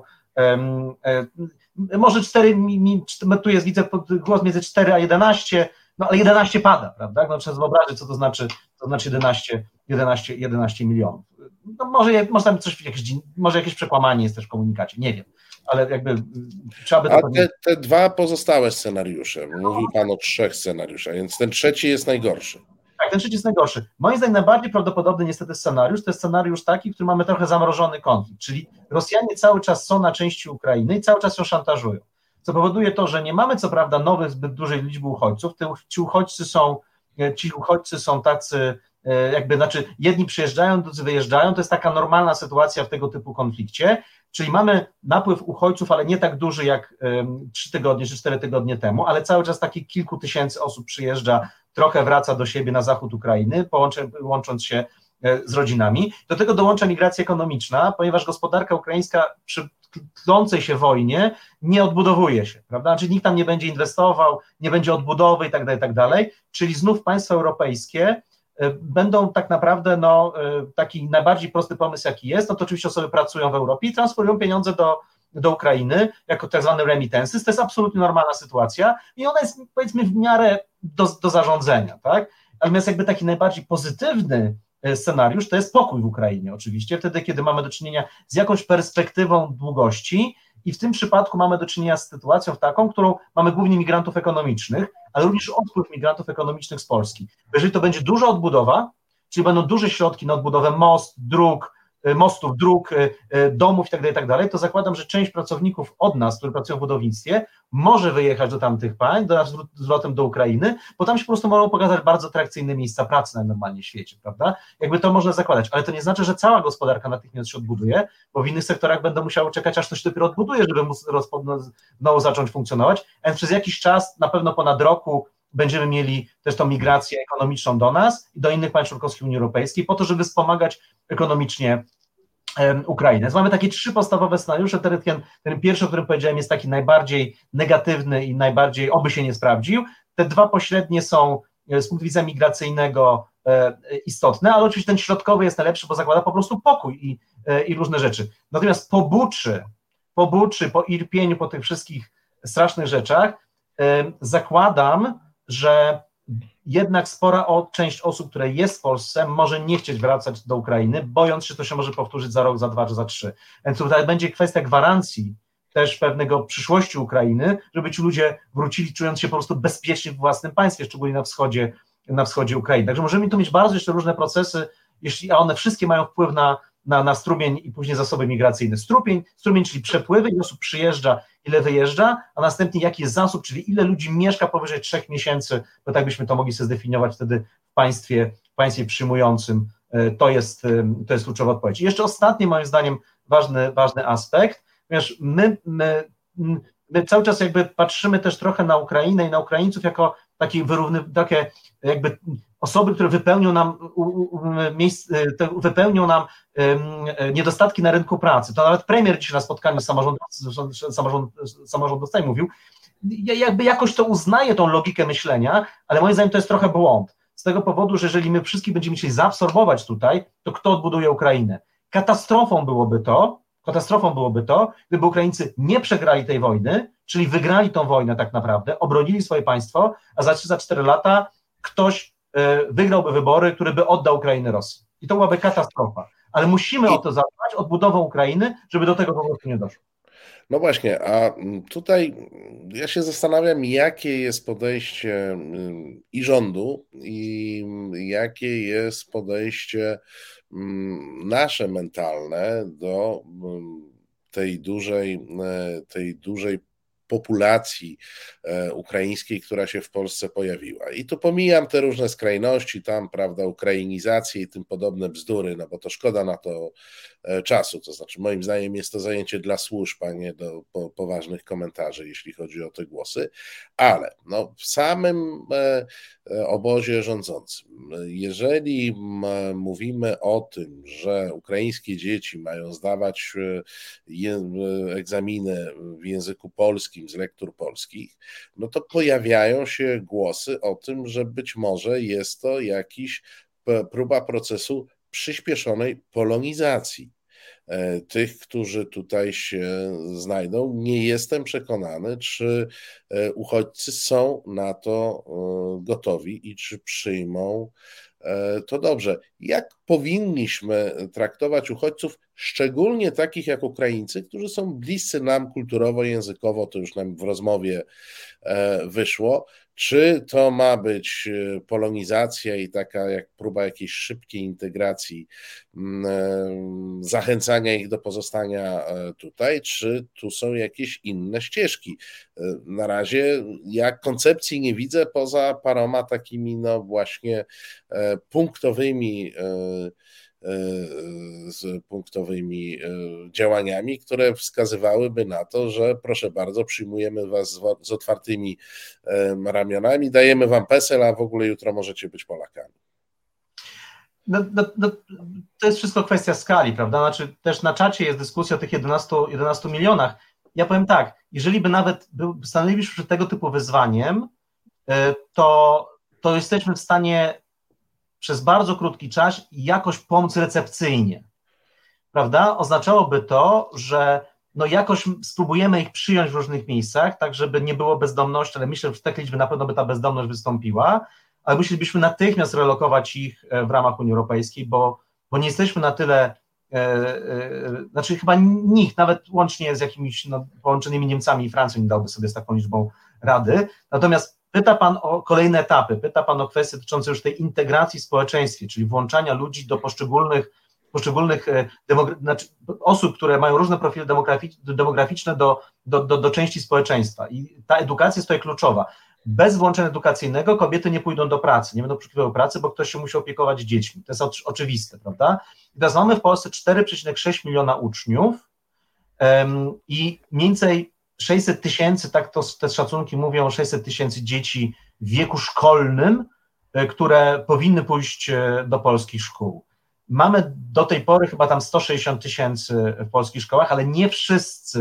może 4, tu jest, widzę głos między 4 a 11, no ale 11 pada, prawda? No, trzeba wyobrazić, co to znaczy 11 milionów. No może tam może jakieś przekłamanie jest też w komunikacie, nie wiem, ale jakby trzeba by to powiedzieć. Te 2 pozostałe scenariusze, mówił Pan o 3 scenariuszach, więc ten 3 jest najgorszy. Tak, ten 3 jest najgorszy. Moim zdaniem najbardziej prawdopodobny niestety scenariusz to jest scenariusz taki, w którym mamy trochę zamrożony konflikt, czyli Rosjanie cały czas są na części Ukrainy i cały czas ją szantażują, co powoduje to, że nie mamy co prawda nowych, zbyt dużej liczby uchodźców, ci uchodźcy są tacy jakby, znaczy jedni przyjeżdżają, drudzy wyjeżdżają, to jest taka normalna sytuacja w tego typu konflikcie, czyli mamy napływ uchodźców, ale nie tak duży jak 3 tygodnie czy 4 tygodnie temu, ale cały czas takich kilku tysięcy osób przyjeżdża, trochę wraca do siebie na zachód Ukrainy, łącząc się z rodzinami. Do tego dołącza migracja ekonomiczna, ponieważ gospodarka ukraińska przy tlącej się wojnie nie odbudowuje się, prawda? Znaczy nikt tam nie będzie inwestował, nie będzie odbudowy i tak dalej, czyli znów państwa europejskie będą tak naprawdę, taki najbardziej prosty pomysł jaki jest, no to oczywiście osoby pracują w Europie i transferują pieniądze do Ukrainy jako tak zwane remittances, to jest absolutnie normalna sytuacja i ona jest powiedzmy w miarę do zarządzania, tak? Natomiast jakby taki najbardziej pozytywny scenariusz to jest pokój w Ukrainie oczywiście, wtedy kiedy mamy do czynienia z jakąś perspektywą długości i w tym przypadku mamy do czynienia z sytuacją taką, którą mamy głównie migrantów ekonomicznych, ale również odpływ migrantów ekonomicznych z Polski. Jeżeli to będzie duża odbudowa, czyli będą duże środki na odbudowę mostów, dróg, domów i tak dalej, to zakładam, że część pracowników od nas, którzy pracują w budownictwie, może wyjechać do tamtych państw, do nas zwrotem do Ukrainy, bo tam się po prostu mogą pokazać bardzo atrakcyjne miejsca pracy najnormalniej w świecie, prawda? Jakby to można zakładać, ale to nie znaczy, że cała gospodarka natychmiast się odbuduje, bo w innych sektorach będą musiały czekać, aż to się dopiero odbuduje, żeby móc znowu zacząć funkcjonować, a przez jakiś czas, na pewno ponad roku, będziemy mieli też tą migrację ekonomiczną do nas i do innych państw członkowskich Unii Europejskiej po to, żeby wspomagać ekonomicznie Ukrainę. Więc mamy takie 3 podstawowe scenariusze. Ten pierwszy, o którym powiedziałem, jest taki najbardziej negatywny i najbardziej oby się nie sprawdził. Te 2 pośrednie są z punktu widzenia migracyjnego istotne, ale oczywiście ten środkowy jest najlepszy, bo zakłada po prostu pokój i różne rzeczy. Natomiast po Buczy, po Irpieniu, po tych wszystkich strasznych rzeczach zakładam, że jednak spora część osób, które jest w Polsce, może nie chcieć wracać do Ukrainy, bojąc się, że to się może powtórzyć za rok, za 2 czy za 3. Więc tutaj będzie kwestia gwarancji też pewnego przyszłości Ukrainy, żeby ci ludzie wrócili, czując się po prostu bezpiecznie w własnym państwie, szczególnie na wschodzie Ukrainy. Także możemy tu mieć bardzo jeszcze różne procesy, a one wszystkie mają wpływ na strumień i później zasoby migracyjne. Strumień, czyli przepływy, ile osób przyjeżdża, ile wyjeżdża, a następnie jaki jest zasób, czyli ile ludzi mieszka powyżej 3 miesięcy, bo tak byśmy to mogli sobie zdefiniować wtedy w państwie przyjmującym. To jest kluczowa odpowiedź. I jeszcze ostatni, moim zdaniem, ważny aspekt, ponieważ my cały czas jakby patrzymy też trochę na Ukrainę i na Ukraińców jako takie jakby osoby, które wypełnią nam niedostatki na rynku pracy. To nawet premier dzisiaj na spotkaniu z samorządowcami mówił, jakby jakoś to uznaje tą logikę myślenia, ale moim zdaniem to jest trochę błąd. Z tego powodu, że jeżeli my wszystkich będziemy chcieli zaabsorbować tutaj, to kto odbuduje Ukrainę? Katastrofą byłoby to, gdyby Ukraińcy nie przegrali tej wojny, czyli wygrali tą wojnę tak naprawdę, obronili swoje państwo, a za 3-4 lata ktoś wygrałby wybory, który by oddał Ukrainę Rosji. I to byłaby katastrofa. Ale musimy o to zadbać, odbudową Ukrainy, żeby do tego po prostu nie doszło. No właśnie, a tutaj ja się zastanawiam, jakie jest podejście i rządu, i jakie jest podejście nasze mentalne do tej dużej populacji ukraińskiej, która się w Polsce pojawiła. I tu pomijam te różne skrajności, tam, prawda, ukrainizację i tym podobne bzdury, no bo to szkoda na to czasu, to znaczy moim zdaniem jest to zajęcie dla służb, a nie do poważnych komentarzy, jeśli chodzi o te głosy, ale no, w samym obozie rządzącym, jeżeli mówimy o tym, że ukraińskie dzieci mają zdawać egzaminy w języku polskim z lektur polskich, no to pojawiają się głosy o tym, że być może jest to jakiś próba procesu przyspieszonej polonizacji tych, którzy tutaj się znajdą. Nie jestem przekonany, czy uchodźcy są na to gotowi i czy przyjmą to dobrze. Jak powinniśmy traktować uchodźców, szczególnie takich jak Ukraińcy, którzy są bliscy nam kulturowo, językowo, to już nam w rozmowie wyszło, czy to ma być polonizacja i taka jak próba jakiejś szybkiej integracji, zachęcania ich do pozostania tutaj, czy tu są jakieś inne ścieżki? Na razie ja koncepcji nie widzę poza paroma takimi no właśnie punktowymi działaniami, które wskazywałyby na to, że proszę bardzo, przyjmujemy was z otwartymi ramionami, dajemy wam PESEL, a w ogóle jutro możecie być Polakami. No, to jest wszystko kwestia skali, prawda? Znaczy też na czacie jest dyskusja o tych 11 milionach. Ja powiem tak, jeżeli by nawet stanęlibyśmy przed tego typu wyzwaniem, to jesteśmy w stanie przez bardzo krótki czas jakoś pomóc recepcyjnie, prawda? Oznaczałoby to, że no jakoś spróbujemy ich przyjąć w różnych miejscach, tak żeby nie było bezdomności, ale myślę, że w tej liczbie na pewno by ta bezdomność wystąpiła, ale musielibyśmy natychmiast relokować ich w ramach Unii Europejskiej, bo nie jesteśmy na tyle, znaczy chyba nikt, nawet łącznie z jakimiś połączonymi Niemcami i Francją nie dałby sobie z taką liczbą rady, natomiast pyta Pan o kolejne etapy, pyta Pan o kwestie dotyczące już tej integracji w społeczeństwie, czyli włączania ludzi do poszczególnych osób, które mają różne profile demograficzne do części społeczeństwa. I ta edukacja jest tutaj kluczowa. Bez włączenia edukacyjnego kobiety nie pójdą do pracy, nie będą poszukiwały pracy, bo ktoś się musi opiekować dziećmi. To jest oczywiste, prawda? I teraz mamy w Polsce 4,6 miliona uczniów i mniej więcej 600 tysięcy, tak to te szacunki mówią, 600 tysięcy dzieci w wieku szkolnym, które powinny pójść do polskich szkół. Mamy do tej pory chyba tam 160 tysięcy w polskich szkołach, ale nie wszyscy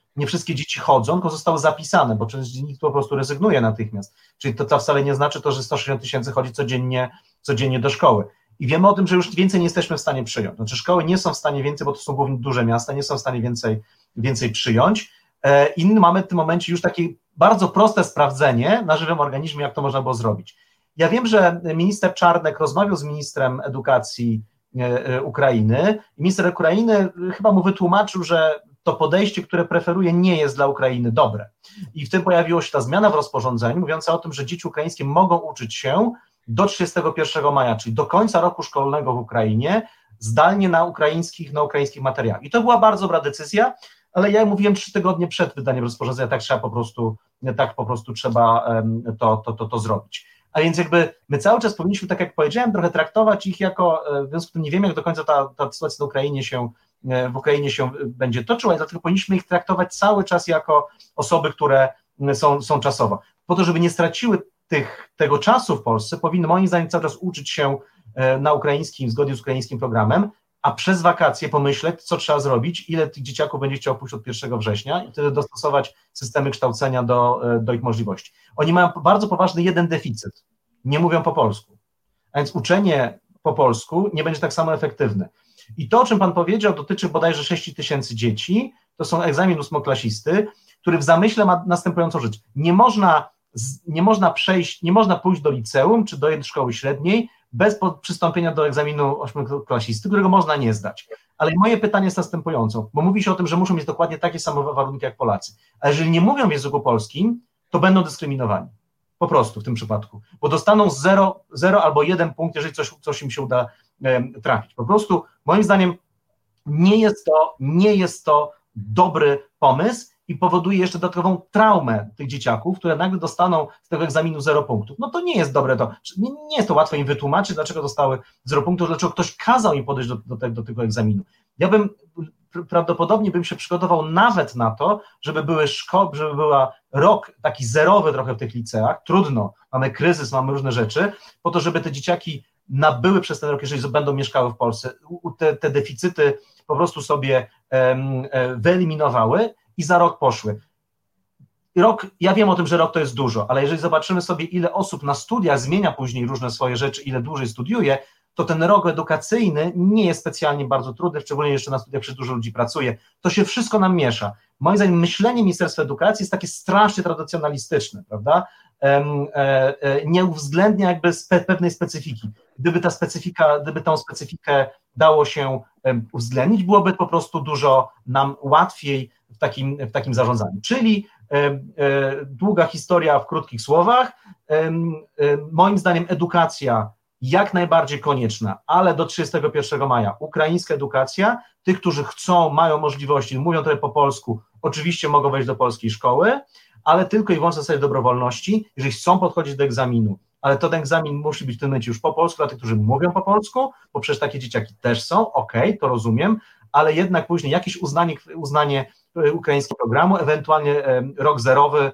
nie wszystkie dzieci chodzą, tylko zostały zapisane, bo nikt po prostu rezygnuje natychmiast. Czyli to wcale nie znaczy to, że 160 tysięcy chodzi codziennie do szkoły. I wiemy o tym, że już więcej nie jesteśmy w stanie przyjąć. Znaczy szkoły nie są w stanie więcej, bo to są głównie duże miasta, nie są w stanie więcej przyjąć. I mamy w tym momencie już takie bardzo proste sprawdzenie na żywym organizmie, jak to można było zrobić. Ja wiem, że minister Czarnek rozmawiał z ministrem edukacji Ukrainy i minister Ukrainy chyba mu wytłumaczył, że to podejście, które preferuje, nie jest dla Ukrainy dobre. I w tym pojawiła się ta zmiana w rozporządzeniu, mówiąca o tym, że dzieci ukraińskie mogą uczyć się do 31 maja, czyli do końca roku szkolnego w Ukrainie, zdalnie na ukraińskich materiałach. I to była bardzo dobra decyzja, ale ja mówiłem 3 tygodnie przed wydaniem rozporządzenia, tak po prostu trzeba to zrobić. A więc jakby my cały czas powinniśmy, tak jak powiedziałem, trochę traktować ich jako, w związku z tym nie wiemy, jak do końca ta sytuacja w Ukrainie się będzie toczyła, i dlatego powinniśmy ich traktować cały czas jako osoby, które są czasowo. Po to, żeby nie straciły tego czasu w Polsce, powinny moim zdaniem cały czas uczyć się na ukraińskim, zgodnie z ukraińskim programem, a przez wakacje pomyśleć, co trzeba zrobić, ile tych dzieciaków będzie chciał pójść od 1 września i wtedy dostosować systemy kształcenia do ich możliwości. Oni mają bardzo poważny jeden deficyt. Nie mówią po polsku. A więc uczenie po polsku nie będzie tak samo efektywne. I to, o czym pan powiedział, dotyczy bodajże 6 tysięcy dzieci. To są egzamin 8-klasisty, który w zamyśle ma następującą rzecz. Nie można pójść do liceum czy do szkoły średniej bez przystąpienia do egzaminu 8-klasisty, którego można nie zdać. Ale moje pytanie jest następujące, bo mówi się o tym, że muszą mieć dokładnie takie same warunki jak Polacy. A jeżeli nie mówią w języku polskim, to będą dyskryminowani. Po prostu w tym przypadku. Bo dostaną 0 albo 1 punkt, jeżeli coś im się uda trafić. Po prostu moim zdaniem nie jest to dobry pomysł i powoduje jeszcze dodatkową traumę tych dzieciaków, które nagle dostaną z tego egzaminu 0 punktów. No to nie jest dobre, nie jest to łatwo im wytłumaczyć, dlaczego dostały 0 punktów, dlaczego ktoś kazał im podejść do tego egzaminu. Prawdopodobnie bym się przygotował nawet na to, żeby była rok taki zerowy trochę w tych liceach, trudno, mamy kryzys, mamy różne rzeczy, po to, żeby te dzieciaki nabyły przez ten rok, jeżeli będą mieszkały w Polsce, te deficyty po prostu sobie wyeliminowały i za rok poszły. Ja wiem o tym, że rok to jest dużo, ale jeżeli zobaczymy sobie, ile osób na studiach zmienia później różne swoje rzeczy, ile dłużej studiuje, to ten rok edukacyjny nie jest specjalnie bardzo trudny, szczególnie jeszcze na studiach przecież dużo ludzi pracuje. To się wszystko nam miesza. Moim zdaniem myślenie Ministerstwa Edukacji jest takie strasznie tradycjonalistyczne, prawda? Nie uwzględnia jakby pewnej specyfiki. Gdyby tą specyfikę dało się uwzględnić, byłoby po prostu dużo nam łatwiej w takim zarządzaniu. Czyli długa historia w krótkich słowach. Moim zdaniem edukacja jak najbardziej konieczna, ale do 31 maja ukraińska edukacja, tych, którzy chcą, mają możliwości, mówią trochę po polsku, oczywiście mogą wejść do polskiej szkoły, ale tylko i wyłącznie na zasadzie dobrowolności, jeżeli chcą podchodzić do egzaminu, ale ten egzamin musi być w tym momencie już po polsku, dla tych, którzy mówią po polsku, bo przecież takie dzieciaki też są, to rozumiem, ale jednak później jakieś uznanie ukraińskiego programu, ewentualnie rok zerowy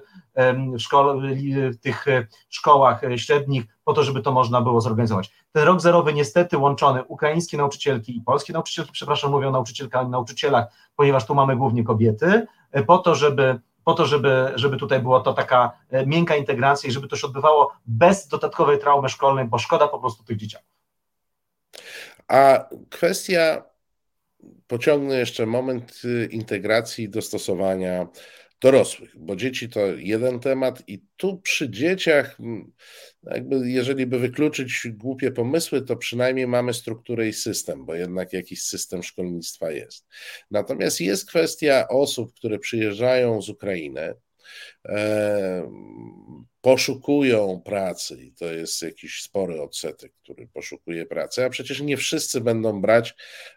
w tych szkołach średnich, po to, żeby to można było zorganizować. Ten rok zerowy niestety łączony ukraińskie nauczycielki i polskie nauczycielki, przepraszam, mówią nauczycielkami, nauczycielach, ponieważ tu mamy głównie kobiety, po to, żeby tutaj była to taka miękka integracja i żeby to się odbywało bez dodatkowej traumy szkolnej, bo szkoda po prostu tych dzieciaków. A kwestia, pociągnę jeszcze moment integracji i dostosowania dorosłych, bo dzieci to jeden temat i tu przy dzieciach, jakby jeżeli by wykluczyć głupie pomysły, to przynajmniej mamy strukturę i system, bo jednak jakiś system szkolnictwa jest. Natomiast jest kwestia osób, które przyjeżdżają z Ukrainy, poszukują pracy i to jest jakiś spory odsetek, który poszukuje pracy, a przecież nie wszyscy będą brać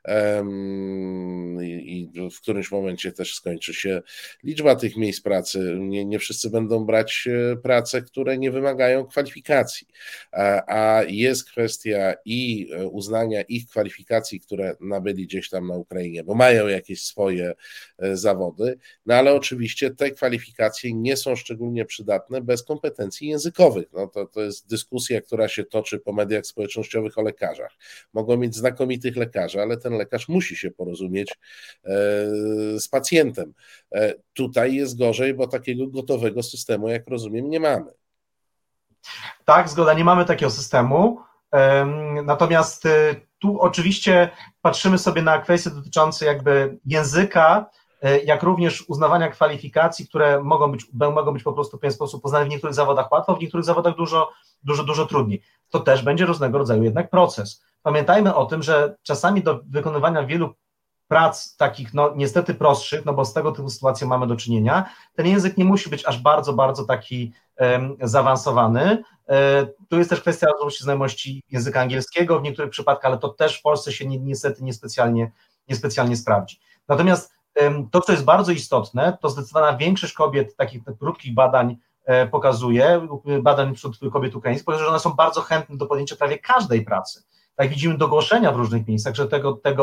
i w którymś momencie też skończy się liczba tych miejsc pracy. Nie wszyscy będą brać prace, które nie wymagają kwalifikacji, a jest kwestia i uznania ich kwalifikacji, które nabyli gdzieś tam na Ukrainie, bo mają jakieś swoje zawody, no ale oczywiście te kwalifikacje nie są szczególnie przydatne bez kompetencji kompetencji językowych. No to jest dyskusja, która się toczy po mediach społecznościowych o lekarzach. Mogą mieć znakomitych lekarzy, ale ten lekarz musi się porozumieć z pacjentem. Tutaj jest gorzej, bo takiego gotowego systemu, jak rozumiem, nie mamy. Tak, zgoda, nie mamy takiego systemu. Natomiast tu oczywiście patrzymy sobie na kwestie dotyczące jakby języka, jak również uznawania kwalifikacji, które mogą być po prostu w pewien sposób poznane w niektórych zawodach łatwo, w niektórych zawodach dużo trudniej. To też będzie różnego rodzaju jednak proces. Pamiętajmy o tym, że czasami do wykonywania wielu prac takich, no niestety prostszych, no bo z tego typu sytuacją mamy do czynienia, ten język nie musi być aż bardzo taki zaawansowany. Tu jest też kwestia znajomości języka angielskiego w niektórych przypadkach, ale to też w Polsce się niestety niespecjalnie sprawdzi. Natomiast to, co jest bardzo istotne, to zdecydowana większość kobiet, takich krótkich badań pokazuje, badań wśród kobiet ukraińskich, pokazuje, że one są bardzo chętne do podjęcia prawie każdej pracy. Tak widzimy dogłoszenia w różnych miejscach, że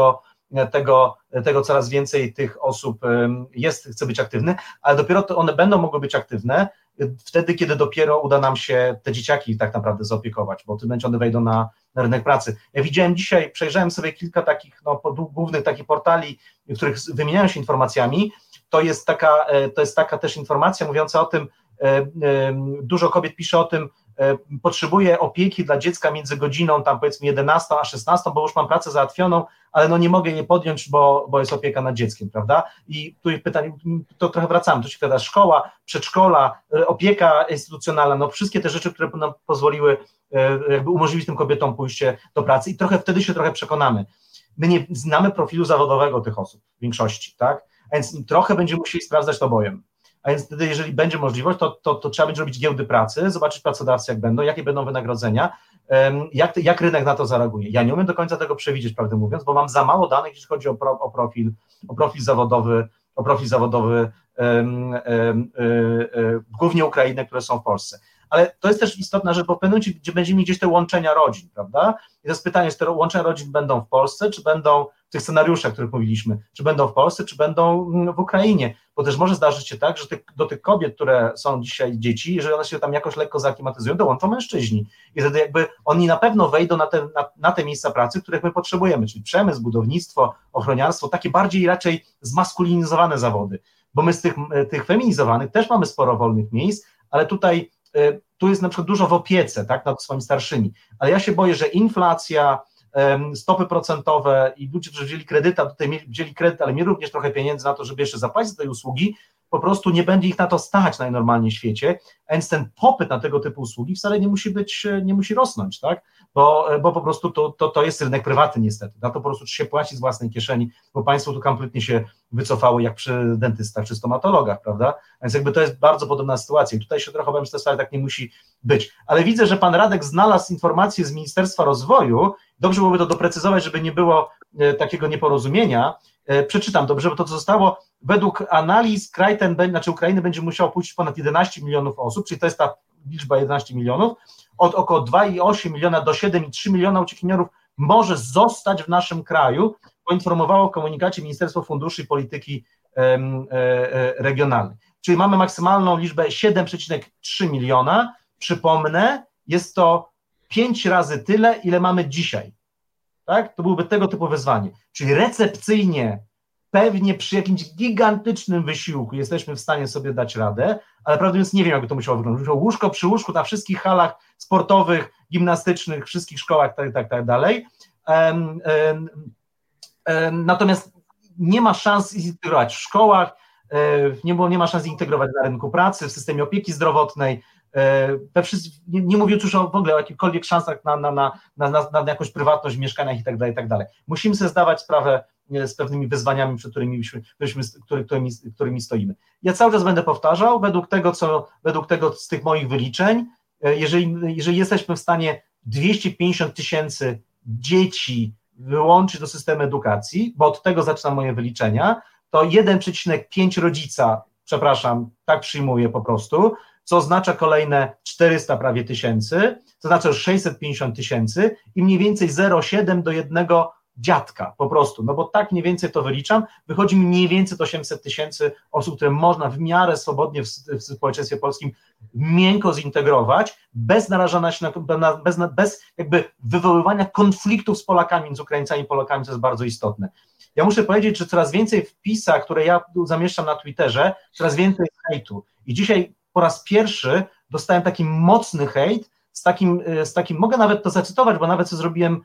tego coraz więcej tych osób chce być aktywny, ale dopiero to one będą mogły być aktywne wtedy, kiedy dopiero uda nam się te dzieciaki tak naprawdę zaopiekować, bo w tym momencie one wejdą na rynek pracy. Ja widziałem dzisiaj, przejrzałem sobie kilka takich głównych takich portali, w których wymieniają się informacjami. To jest taka też informacja mówiąca o tym, dużo kobiet pisze o tym, potrzebuję opieki dla dziecka między godziną tam powiedzmy 11 a 16, bo już mam pracę załatwioną, ale no nie mogę jej podjąć, bo jest opieka nad dzieckiem, prawda? I tu pytanie, to trochę wracamy, tu się pyta szkoła, przedszkola, opieka instytucjonalna, no wszystkie te rzeczy, które nam pozwoliły jakby umożliwić tym kobietom pójście do pracy i wtedy się trochę przekonamy. My nie znamy profilu zawodowego tych osób w większości, tak? A więc trochę będziemy musieli sprawdzać to bojem. A więc wtedy, jeżeli będzie możliwość, to trzeba będzie robić giełdy pracy, zobaczyć pracodawcy, jak będą, jakie będą wynagrodzenia, jak rynek na to zareaguje. Ja nie umiem do końca tego przewidzieć, prawdę mówiąc, bo mam za mało danych, jeśli chodzi o profil zawodowy głównie Ukrainy, które są w Polsce. Ale to jest też istotna rzecz, bo w pewnym momencie, gdzie będziemy mieć gdzieś te łączenia rodzin, prawda? I to jest pytanie, czy te łączenia rodzin będą w Polsce, czy będą w tych scenariuszach, o których mówiliśmy, czy będą w Polsce, czy będą w Ukrainie, bo też może zdarzyć się tak, że do tych kobiet, które są dzisiaj dzieci, jeżeli one się tam jakoś lekko zaaklimatyzują, dołączą mężczyźni i wtedy jakby oni na pewno wejdą na te miejsca pracy, których my potrzebujemy, czyli przemysł, budownictwo, ochroniarstwo, takie bardziej raczej zmaskulinizowane zawody, bo my z tych feminizowanych też mamy sporo wolnych miejsc, ale tu jest na przykład dużo w opiece, tak, nad swoimi starszymi, ale ja się boję, że inflacja, stopy procentowe i ludzie, którzy wzięli kredyt, ale mieli również trochę pieniędzy na to, żeby jeszcze zapłacić za te usługi, po prostu nie będzie ich na to stać najnormalniej w świecie, a więc ten popyt na tego typu usługi wcale nie musi rosnąć, tak, bo po prostu to jest rynek prywatny niestety, na to po prostu się płaci z własnej kieszeni, bo państwo tu kompletnie się wycofało jak przy dentystach czy stomatologach, prawda, a więc jakby to jest bardzo podobna sytuacja i tutaj się trochę obawiam, że to wcale tak nie musi być, ale widzę, że pan Radek znalazł informacje z Ministerstwa Rozwoju, dobrze byłoby to doprecyzować, żeby nie było takiego nieporozumienia, przeczytam dobrze, bo to co zostało, według analiz Ukrainy będzie musiało pójść ponad 11 milionów osób, czyli to jest ta liczba 11 milionów, od około 2,8 miliona do 7,3 miliona uciekinierów może zostać w naszym kraju, poinformowało w komunikacie Ministerstwo Funduszy i Polityki Regionalnej. Czyli mamy maksymalną liczbę 7,3 miliona, przypomnę, jest to 5 razy tyle, ile mamy dzisiaj. Tak? To byłoby tego typu wyzwanie. Czyli recepcyjnie pewnie przy jakimś gigantycznym wysiłku jesteśmy w stanie sobie dać radę, ale prawdę mówiąc nie wiem, jakby to musiało wyglądać. Łóżko przy łóżku na wszystkich halach sportowych, gimnastycznych, wszystkich szkołach, tak dalej. Natomiast nie ma szans zintegrować w szkołach, nie ma szans zintegrować na rynku pracy, w systemie opieki zdrowotnej, nie mówię już w ogóle o jakichkolwiek szansach na jakąś prywatność w mieszkaniach i tak dalej. Musimy sobie zdawać sprawę z pewnymi wyzwaniami, przed którymi stoimy. Ja cały czas będę powtarzał, według tego z tych moich wyliczeń, jeżeli jesteśmy w stanie 250 000 dzieci wyłączyć do systemu edukacji, bo od tego zaczynam moje wyliczenia, to 1,5 rodzica, tak przyjmuję po prostu, co oznacza kolejne 400 prawie tysięcy, to znaczy 650 000 i mniej więcej 0,7 dziadka po prostu, no bo tak mniej więcej to wyliczam, wychodzi mi mniej więcej 800 000 osób, które można w miarę swobodnie w społeczeństwie polskim miękko zintegrować, bez narażania się bez jakby wywoływania konfliktów z Polakami, z Ukraińcami i Polakami, co jest bardzo istotne. Ja muszę powiedzieć, że coraz więcej w wpisach, które ja zamieszczam na Twitterze, coraz więcej hejtu. I dzisiaj po raz pierwszy dostałem taki mocny hejt, z takim, mogę nawet to zacytować, bo nawet co zrobiłem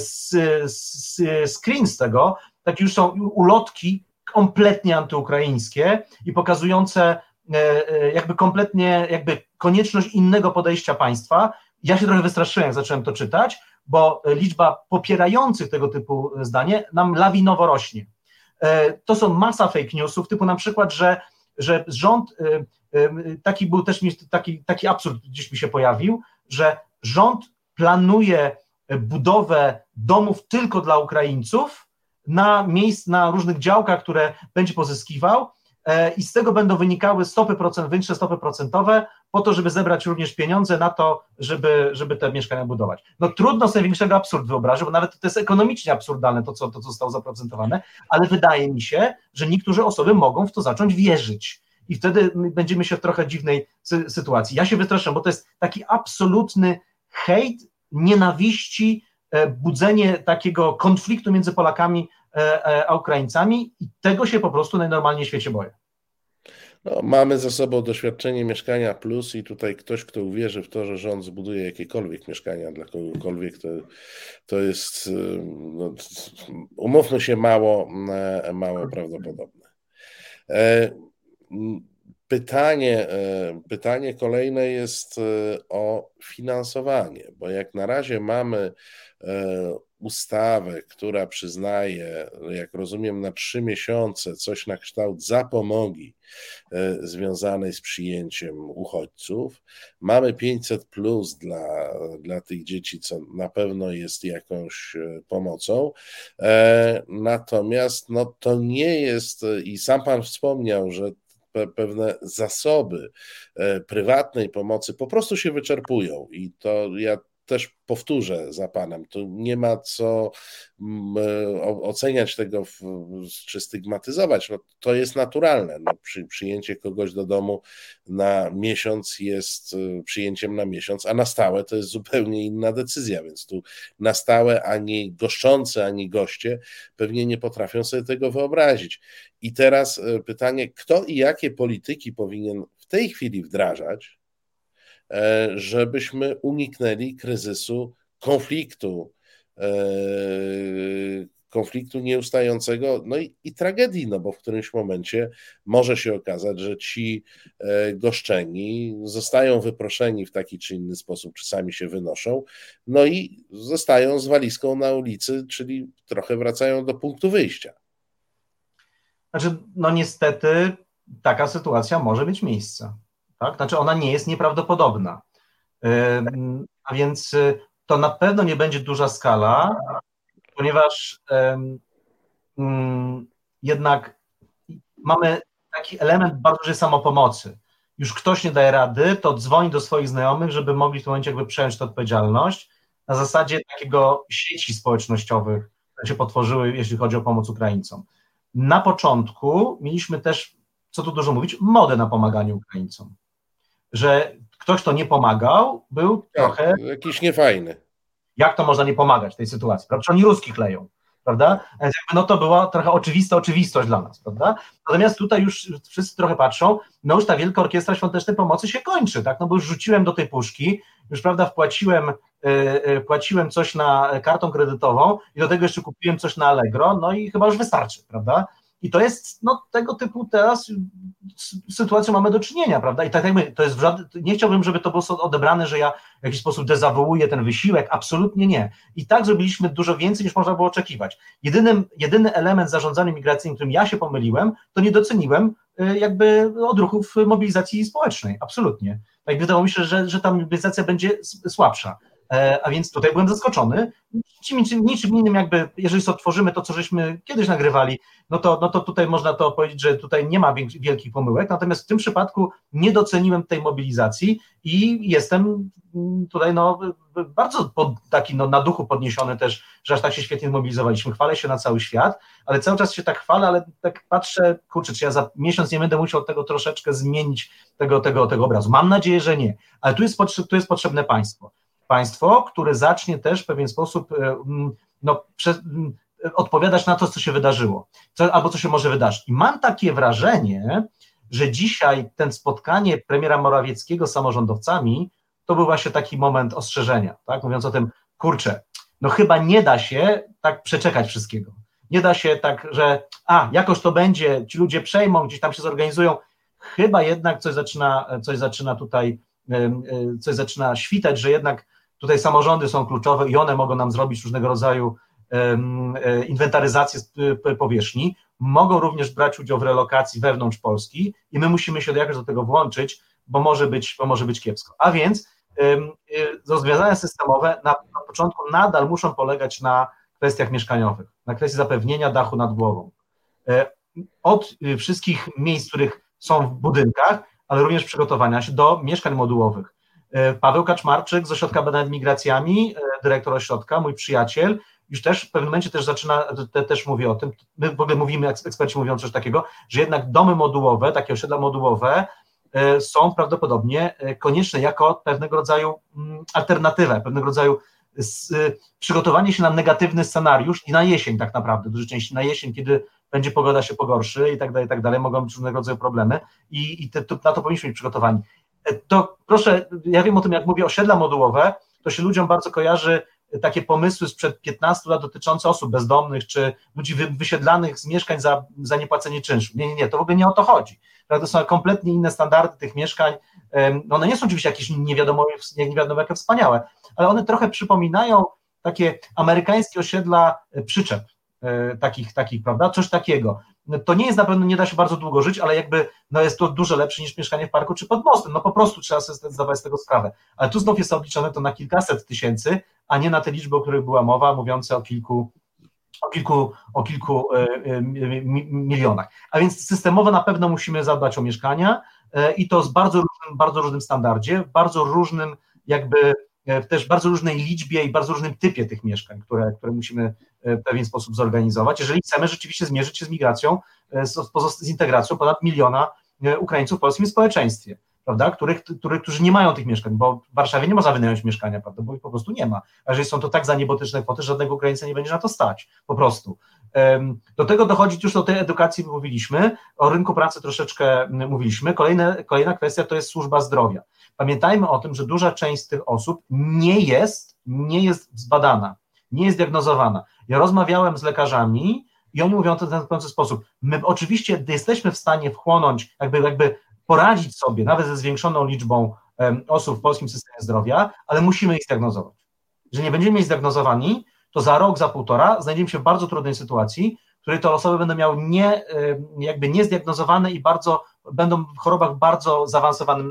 screen z tego, takie już są ulotki kompletnie antyukraińskie i pokazujące jakby kompletnie konieczność innego podejścia państwa. Ja się trochę wystraszyłem, jak zacząłem to czytać, bo liczba popierających tego typu zdanie nam lawinowo rośnie. To są masa fake newsów, typu na przykład, że rząd, taki był też taki absurd gdzieś mi się pojawił, że rząd planuje budowę domów tylko dla Ukraińców na różnych działkach, które będzie pozyskiwał i z tego będą wynikały większe stopy procentowe po to, żeby zebrać również pieniądze na to, żeby te mieszkania budować. No trudno sobie większego absurdu wyobrazić, bo nawet to jest ekonomicznie absurdalne to, co zostało zaprocentowane, ale wydaje mi się, że niektóre osoby mogą w to zacząć wierzyć. I wtedy będziemy się w trochę dziwnej sytuacji. Ja się wystraszyłem, bo to jest taki absolutny hejt, nienawiści, budzenie takiego konfliktu między Polakami a Ukraińcami i tego się po prostu najnormalniej w świecie boję. No, mamy za sobą doświadczenie Mieszkania Plus i tutaj ktoś, kto uwierzy w to, że rząd zbuduje jakiekolwiek mieszkania dla kogokolwiek, to jest, no, umówmy się, mało prawdopodobne. Pytanie kolejne jest o finansowanie, bo jak na razie mamy ustawę, która przyznaje, jak rozumiem, na 3 miesiące coś na kształt zapomogi związanej z przyjęciem uchodźców. Mamy 500+ dla tych dzieci, co na pewno jest jakąś pomocą. Natomiast no, to nie jest, i sam pan wspomniał, że pewne zasoby prywatnej pomocy po prostu się wyczerpują i to ja też powtórzę za panem, tu nie ma co oceniać tego czy stygmatyzować, no, to jest naturalne. No, przyjęcie kogoś do domu na miesiąc jest przyjęciem na miesiąc, a na stałe to jest zupełnie inna decyzja, więc tu na stałe ani goszczący, ani goście pewnie nie potrafią sobie tego wyobrazić. I teraz pytanie, kto i jakie polityki powinien w tej chwili wdrażać, żebyśmy uniknęli kryzysu, konfliktu nieustającego, no i tragedii, no bo w którymś momencie może się okazać, że ci goszczeni zostają wyproszeni w taki czy inny sposób, czy sami się wynoszą, no i zostają z walizką na ulicy, czyli trochę wracają do punktu wyjścia. Znaczy, no niestety taka sytuacja może mieć miejsce. Tak? Znaczy ona nie jest nieprawdopodobna, a więc to na pewno nie będzie duża skala, ponieważ jednak mamy taki element bardzo dużej samopomocy. Już ktoś nie daje rady, to dzwoni do swoich znajomych, żeby mogli w tym momencie jakby przejąć tę odpowiedzialność na zasadzie takiego sieci społecznościowych, które się potworzyły, jeśli chodzi o pomoc Ukraińcom. Na początku mieliśmy też, co tu dużo mówić, modę na pomaganie Ukraińcom. Że ktoś, kto nie pomagał, był trochę... Jakiś niefajny. Jak to można nie pomagać w tej sytuacji? Prawda? Oni ruskich leją, prawda? Więc jakby, no to była trochę oczywista oczywistość dla nas, prawda? Natomiast tutaj już wszyscy trochę patrzą, no już ta Wielka Orkiestra Świątecznej Pomocy się kończy, tak? No bo już rzuciłem do tej puszki, już, prawda, wpłaciłem coś na kartą kredytową i do tego jeszcze kupiłem coś na Allegro, no i chyba już wystarczy, prawda? I to jest, no, tego typu teraz sytuacją mamy do czynienia, prawda? I tak jakby to jest nie chciałbym, żeby to było odebrane, że ja w jakiś sposób dezawuuję ten wysiłek, absolutnie nie. I tak zrobiliśmy dużo więcej, niż można było oczekiwać. Jedyny element zarządzania migracyjnym, którym ja się pomyliłem, to nie doceniłem jakby odruchów mobilizacji społecznej, absolutnie. Tak wydawało mi się, że ta mobilizacja będzie słabsza. A więc tutaj byłem zaskoczony. Niczym innym jakby, jeżeli sobie otworzymy to, co żeśmy kiedyś nagrywali, no to tutaj można to powiedzieć, że tutaj nie ma wielkich pomyłek, natomiast w tym przypadku nie doceniłem tej mobilizacji i jestem tutaj bardzo taki na duchu podniesiony też, że aż tak się świetnie zmobilizowaliśmy. Chwalę się na cały świat, ale cały czas się tak chwalę, ale tak patrzę, kurczę, czy ja za miesiąc nie będę musiał tego troszeczkę zmienić, tego obrazu. Mam nadzieję, że nie, ale tu jest potrzebne państwo. Państwo, które zacznie też w pewien sposób odpowiadać na to, co się wydarzyło, albo co się może wydarzyć. I mam takie wrażenie, że dzisiaj ten spotkanie premiera Morawieckiego z samorządowcami to był właśnie taki moment ostrzeżenia, tak? Mówiąc o tym, kurczę, chyba nie da się tak przeczekać wszystkiego. Nie da się tak, że jakoś to będzie, ci ludzie przejmą, gdzieś tam się zorganizują. Chyba jednak coś zaczyna świtać, że jednak tutaj samorządy są kluczowe i one mogą nam zrobić różnego rodzaju inwentaryzację powierzchni, mogą również brać udział w relokacji wewnątrz Polski i my musimy się jakoś do tego włączyć, bo może być kiepsko. A więc rozwiązania systemowe na początku nadal muszą polegać na kwestiach mieszkaniowych, na kwestii zapewnienia dachu nad głową. Od wszystkich miejsc, których są w budynkach, ale również przygotowania się do mieszkań modułowych. Paweł Kaczmarczyk z Ośrodka Badań nad Migracjami, dyrektor ośrodka, mój przyjaciel, już też w pewnym momencie też mówi o tym, my w ogóle mówimy, eksperci mówią coś takiego, że jednak domy modułowe, takie osiedla modułowe są prawdopodobnie konieczne jako pewnego rodzaju alternatywę, pewnego rodzaju przygotowanie się na negatywny scenariusz i na jesień tak naprawdę, dużej części na jesień, kiedy będzie pogoda się pogorszy i tak dalej, mogą być różnego rodzaju problemy i na to powinniśmy być przygotowani. To proszę, ja wiem o tym, jak mówię osiedla modułowe, to się ludziom bardzo kojarzy takie pomysły sprzed 15 lat dotyczące osób bezdomnych, czy ludzi wysiedlanych z mieszkań za niepłacenie czynszu. Nie, to w ogóle nie o to chodzi. To są kompletnie inne standardy tych mieszkań. One nie są oczywiście jakieś nie wiadomo jakie wspaniałe, ale one trochę przypominają takie amerykańskie osiedla przyczep, takich, prawda, coś takiego. To nie jest na pewno, nie da się bardzo długo żyć, ale jakby jest to dużo lepsze niż mieszkanie w parku czy pod mostem, po prostu trzeba sobie zdawać z tego sprawę. Ale tu znów jest obliczone to na kilkaset tysięcy, a nie na te liczby, o których była mowa, mówiące o kilku milionach. A więc systemowo na pewno musimy zadbać o mieszkania i to w bardzo różnym standardzie, w bardzo różnym też bardzo różnej liczbie i bardzo różnym typie tych mieszkań, które musimy w pewien sposób zorganizować, jeżeli chcemy rzeczywiście zmierzyć się z migracją, z integracją ponad 1 miliona Ukraińców w polskim społeczeństwie, prawda, którzy nie mają tych mieszkań, bo w Warszawie nie można wynająć mieszkania, prawda, bo ich po prostu nie ma, a jeżeli są to tak zaniebotyczne kwoty, żadnego Ukraińca nie będzie na to stać, po prostu. Do tego dochodzi już do tej edukacji, mówiliśmy, o rynku pracy troszeczkę mówiliśmy, kolejna kwestia to jest służba zdrowia. Pamiętajmy o tym, że duża część z tych osób nie jest zbadana, nie jest diagnozowana. Ja rozmawiałem z lekarzami i oni mówią w ten sposób, my oczywiście jesteśmy w stanie wchłonąć, jakby poradzić sobie nawet ze zwiększoną liczbą osób w polskim systemie zdrowia, ale musimy ich zdiagnozować. Jeżeli nie będziemy ich zdiagnozowani, to za rok, za półtora znajdziemy się w bardzo trudnej sytuacji, w której te osoby będą miały niezdiagnozowane i będą w chorobach bardzo zaawansowanym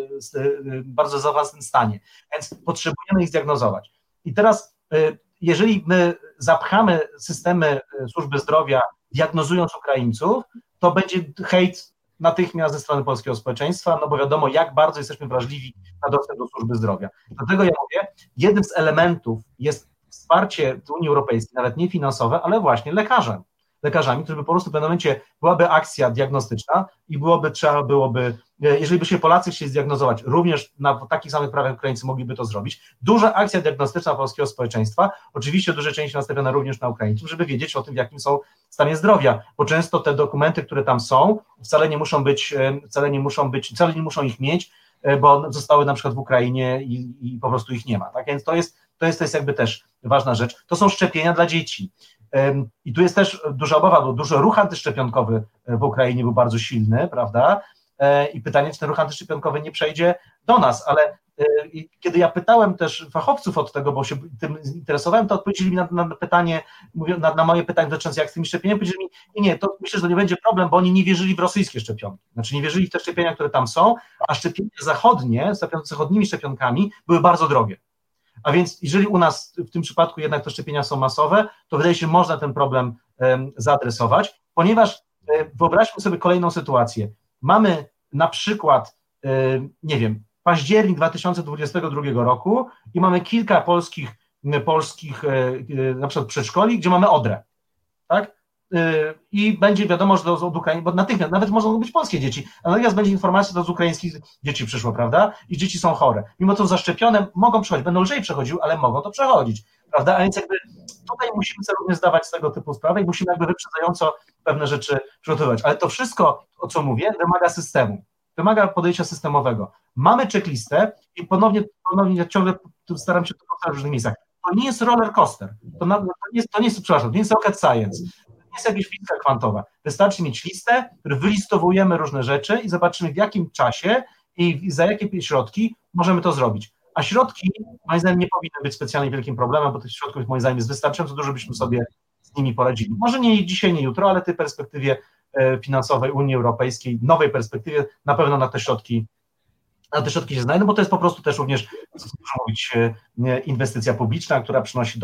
stanie. Więc potrzebujemy ich zdiagnozować. I teraz, jeżeli my zapchamy systemy służby zdrowia, diagnozując Ukraińców, to będzie hejt natychmiast ze strony polskiego społeczeństwa, bo wiadomo, jak bardzo jesteśmy wrażliwi na dostęp do służby zdrowia. Dlatego ja mówię, jednym z elementów jest wsparcie Unii Europejskiej, nawet nie finansowe, ale właśnie lekarzami, którzy by po prostu w pewnym momencie byłaby akcja diagnostyczna i trzeba byłoby, jeżeli by się Polacy chcieli zdiagnozować, również na takich samych prawach Ukraińcy mogliby to zrobić. Duża akcja diagnostyczna polskiego społeczeństwa, oczywiście dużej części nastawiona również na Ukraińców, żeby wiedzieć o tym, w jakim są stanie zdrowia, bo często te dokumenty, które tam są, wcale nie muszą ich mieć, bo zostały na przykład w Ukrainie i po prostu ich nie ma. Tak? Więc to jest jakby też ważna rzecz. To są szczepienia dla dzieci. I tu jest też duża obawa, bo duży ruch antyszczepionkowy w Ukrainie był bardzo silny, prawda? I pytanie, czy ten ruch antyszczepionkowy nie przejdzie do nas, ale kiedy ja pytałem też fachowców od tego, bo się tym interesowałem, to odpowiedzieli mi na pytanie, na moje pytanie dotyczące jak z tymi szczepieniami, powiedzieli mi, nie, to myślę, że to nie będzie problem, bo oni nie wierzyli w rosyjskie szczepionki, znaczy nie wierzyli w te szczepienia, które tam są, a szczepienia zachodnie, z zachodnimi szczepionkami były bardzo drogie. A więc jeżeli u nas w tym przypadku jednak te szczepienia są masowe, to wydaje się, że można ten problem zaadresować, ponieważ wyobraźmy sobie kolejną sytuację. Mamy na przykład, nie wiem, październik 2022 roku i mamy kilka polskich na przykład przedszkoli, gdzie mamy Odrę, tak? I będzie wiadomo, że to od Ukrainy, bo natychmiast, nawet mogą być polskie dzieci, a natychmiast będzie informacja, że to z ukraińskich dzieci przyszło, prawda? I dzieci są chore. Mimo to zaszczepione mogą przechodzić, będą lżej przechodziły, ale mogą to przechodzić, prawda? A więc jakby tutaj musimy sobie również zdawać z tego typu sprawę i musimy jakby wyprzedzająco pewne rzeczy przygotowywać. Ale to wszystko, o co mówię, wymaga systemu, wymaga podejścia systemowego. Mamy checklistę i ponownie ja ciągle staram się to powtarzać w różnych miejscach. To nie jest roller coaster, to nie jest rocket science. Nie jest jakaś fizyka kwantowa. Wystarczy mieć listę, w której wylistowujemy różne rzeczy i zobaczymy, w jakim czasie i za jakie środki możemy to zrobić. A środki, moim zdaniem, nie powinny być specjalnie wielkim problemem, bo tych środków, moim zdaniem, jest wystarczająco dużo, byśmy sobie z nimi poradzili. Może nie dzisiaj, nie jutro, ale w tej perspektywie finansowej Unii Europejskiej, nowej perspektywie, na pewno na te środki się znajdą, bo to jest po prostu też również, co można mówić, inwestycja publiczna, która przynosi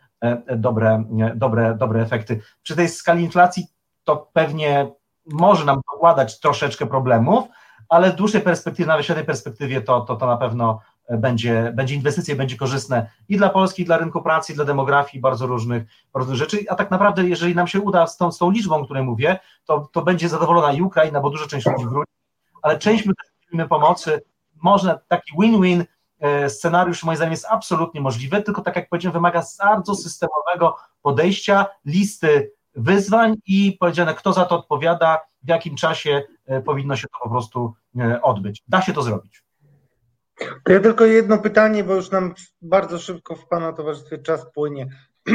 dobre efekty. Przy tej skali inflacji to pewnie może nam dokładać troszeczkę problemów, ale w dłuższej perspektywie, nawet w średniej perspektywie to na pewno będzie inwestycje, będzie korzystne i dla Polski, i dla rynku pracy, i dla demografii, bardzo różnych rzeczy, a tak naprawdę jeżeli nam się uda z tą liczbą, o której mówię, to będzie zadowolona i Ukraina, bo duża część ludzi wróci, ale część my też udzielimy pomocy. Można taki win-win scenariusz, moim zdaniem, jest absolutnie możliwy, tylko tak jak powiedziałem, wymaga bardzo systemowego podejścia, listy wyzwań i powiedziane, kto za to odpowiada, w jakim czasie powinno się to po prostu odbyć. Da się to zrobić. To ja tylko jedno pytanie, bo już nam bardzo szybko w Pana towarzystwie czas płynie.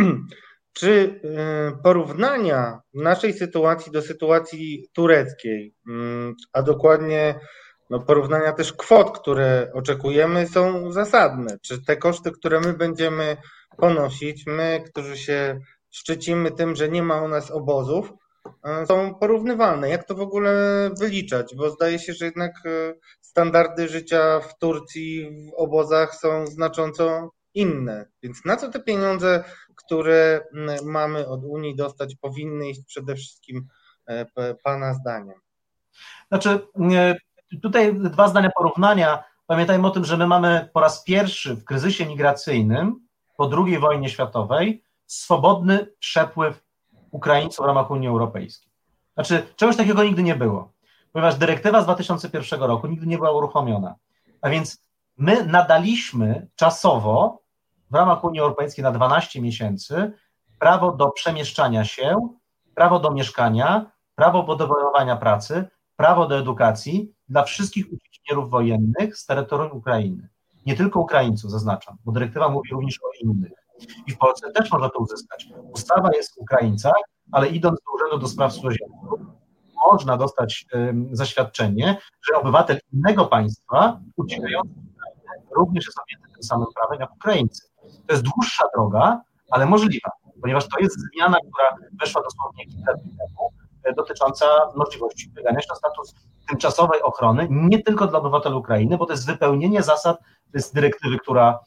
Czy porównania naszej sytuacji do sytuacji tureckiej, a dokładnie porównania też kwot, które oczekujemy, są zasadne? Czy te koszty, które my będziemy ponosić, my, którzy się szczycimy tym, że nie ma u nas obozów, są porównywalne? Jak to w ogóle wyliczać? Bo zdaje się, że jednak standardy życia w Turcji w obozach są znacząco inne. Więc na co te pieniądze, które mamy od Unii dostać, powinny iść przede wszystkim Pana zdaniem? Znaczy, tutaj dwa zdania porównania. Pamiętajmy o tym, że my mamy po raz pierwszy w kryzysie migracyjnym po II wojnie światowej swobodny przepływ Ukraińców w ramach Unii Europejskiej. Znaczy, czegoś takiego nigdy nie było, ponieważ dyrektywa z 2001 roku nigdy nie była uruchomiona. A więc my nadaliśmy czasowo w ramach Unii Europejskiej na 12 miesięcy prawo do przemieszczania się, prawo do mieszkania, prawo do wykonywania pracy, prawo do edukacji dla wszystkich uciekinierów wojennych z terytorium Ukrainy. Nie tylko Ukraińców, zaznaczam, bo dyrektywa mówi również o innych. I w Polsce też można to uzyskać. Ustawa jest w Ukraińcach, ale idąc do Urzędu do Spraw Cudzoziemców, można dostać zaświadczenie, że obywatel innego państwa uciekający z Ukrainy również jest objęty tym samym prawem jak Ukraińcy. To jest dłuższa droga, ale możliwa, ponieważ to jest zmiana, która weszła dosłownie kilka dni temu, dotycząca możliwości ubiegania się o status tymczasowej ochrony, nie tylko dla obywateli Ukrainy, bo to jest wypełnienie zasad z dyrektywy, która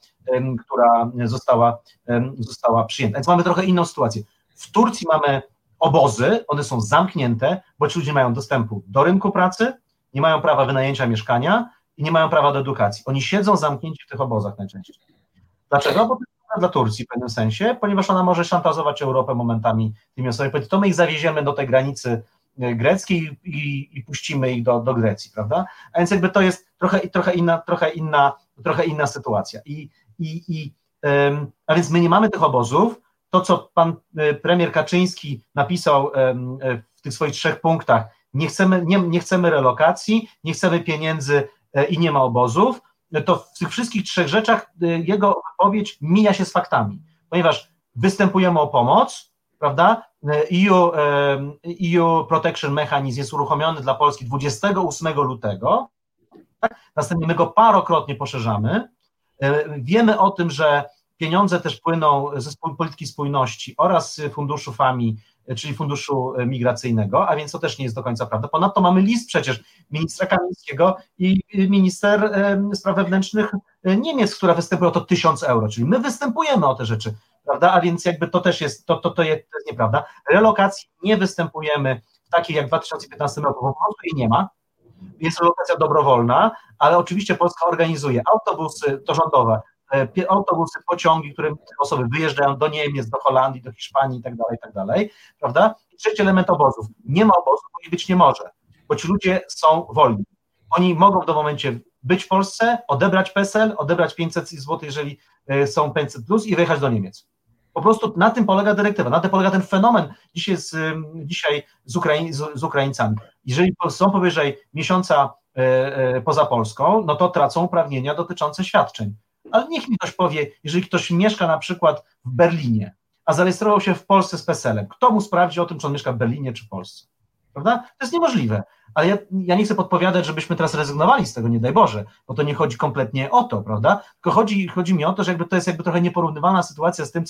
została przyjęta. Więc mamy trochę inną sytuację. W Turcji mamy obozy, one są zamknięte, bo ci ludzie mają dostępu do rynku pracy, nie mają prawa wynajęcia mieszkania i nie mają prawa do edukacji. Oni siedzą zamknięci w tych obozach najczęściej. Dlaczego? Bo to jest dla Turcji w pewnym sensie, ponieważ ona może szantażować Europę momentami tymi osobami. To my ich zawieziemy do tej granicy greckiej i puścimy ich do Grecji, prawda? A więc jakby to jest trochę inna sytuacja. A więc my nie mamy tych obozów. To, co pan premier Kaczyński napisał w tych swoich 3 punktach, nie chcemy relokacji, nie chcemy pieniędzy i nie ma obozów, to w tych wszystkich 3 rzeczach jego wypowiedź mija się z faktami, ponieważ występujemy o pomoc, prawda? EU Protection Mechanism jest uruchomiony dla Polski 28 lutego, tak? Następnie my go parokrotnie poszerzamy. Wiemy o tym, że pieniądze też płyną ze polityki spójności oraz z funduszu FAMI czyli funduszu migracyjnego, a więc to też nie jest do końca prawda. Ponadto mamy list przecież ministra Kamińskiego i minister spraw wewnętrznych Niemiec, która występuje o to 1000 euro, czyli my występujemy o te rzeczy, prawda, a więc jakby to też jest, to jest nieprawda. Relokacji nie występujemy w takiej jak w 2015 roku, bo po prostu jej nie ma. Jest relokacja dobrowolna, ale oczywiście Polska organizuje autobusy, to rządowe, autobusy, pociągi, którym te osoby wyjeżdżają do Niemiec, do Holandii, do Hiszpanii i tak dalej, prawda? I trzeci element obozów. Nie ma obozów, bo ich być nie może, bo ci ludzie są wolni. Oni mogą w tym momencie być w Polsce, odebrać PESEL, odebrać 500 zł, jeżeli są 500+, i wyjechać do Niemiec. Po prostu na tym polega dyrektywa, na tym polega ten fenomen dzisiaj z Ukraińcami. Jeżeli są powyżej miesiąca poza Polską, no to tracą uprawnienia dotyczące świadczeń. Ale niech mi ktoś powie, jeżeli ktoś mieszka na przykład w Berlinie, a zarejestrował się w Polsce z PESEL-em, kto mu sprawdzi o tym, czy on mieszka w Berlinie czy w Polsce? Prawda? To jest niemożliwe. Ale ja nie chcę podpowiadać, żebyśmy teraz rezygnowali z tego, nie daj Boże, bo to nie chodzi kompletnie o to, prawda? Tylko chodzi mi o to, że to jest trochę nieporównywalna sytuacja z tym,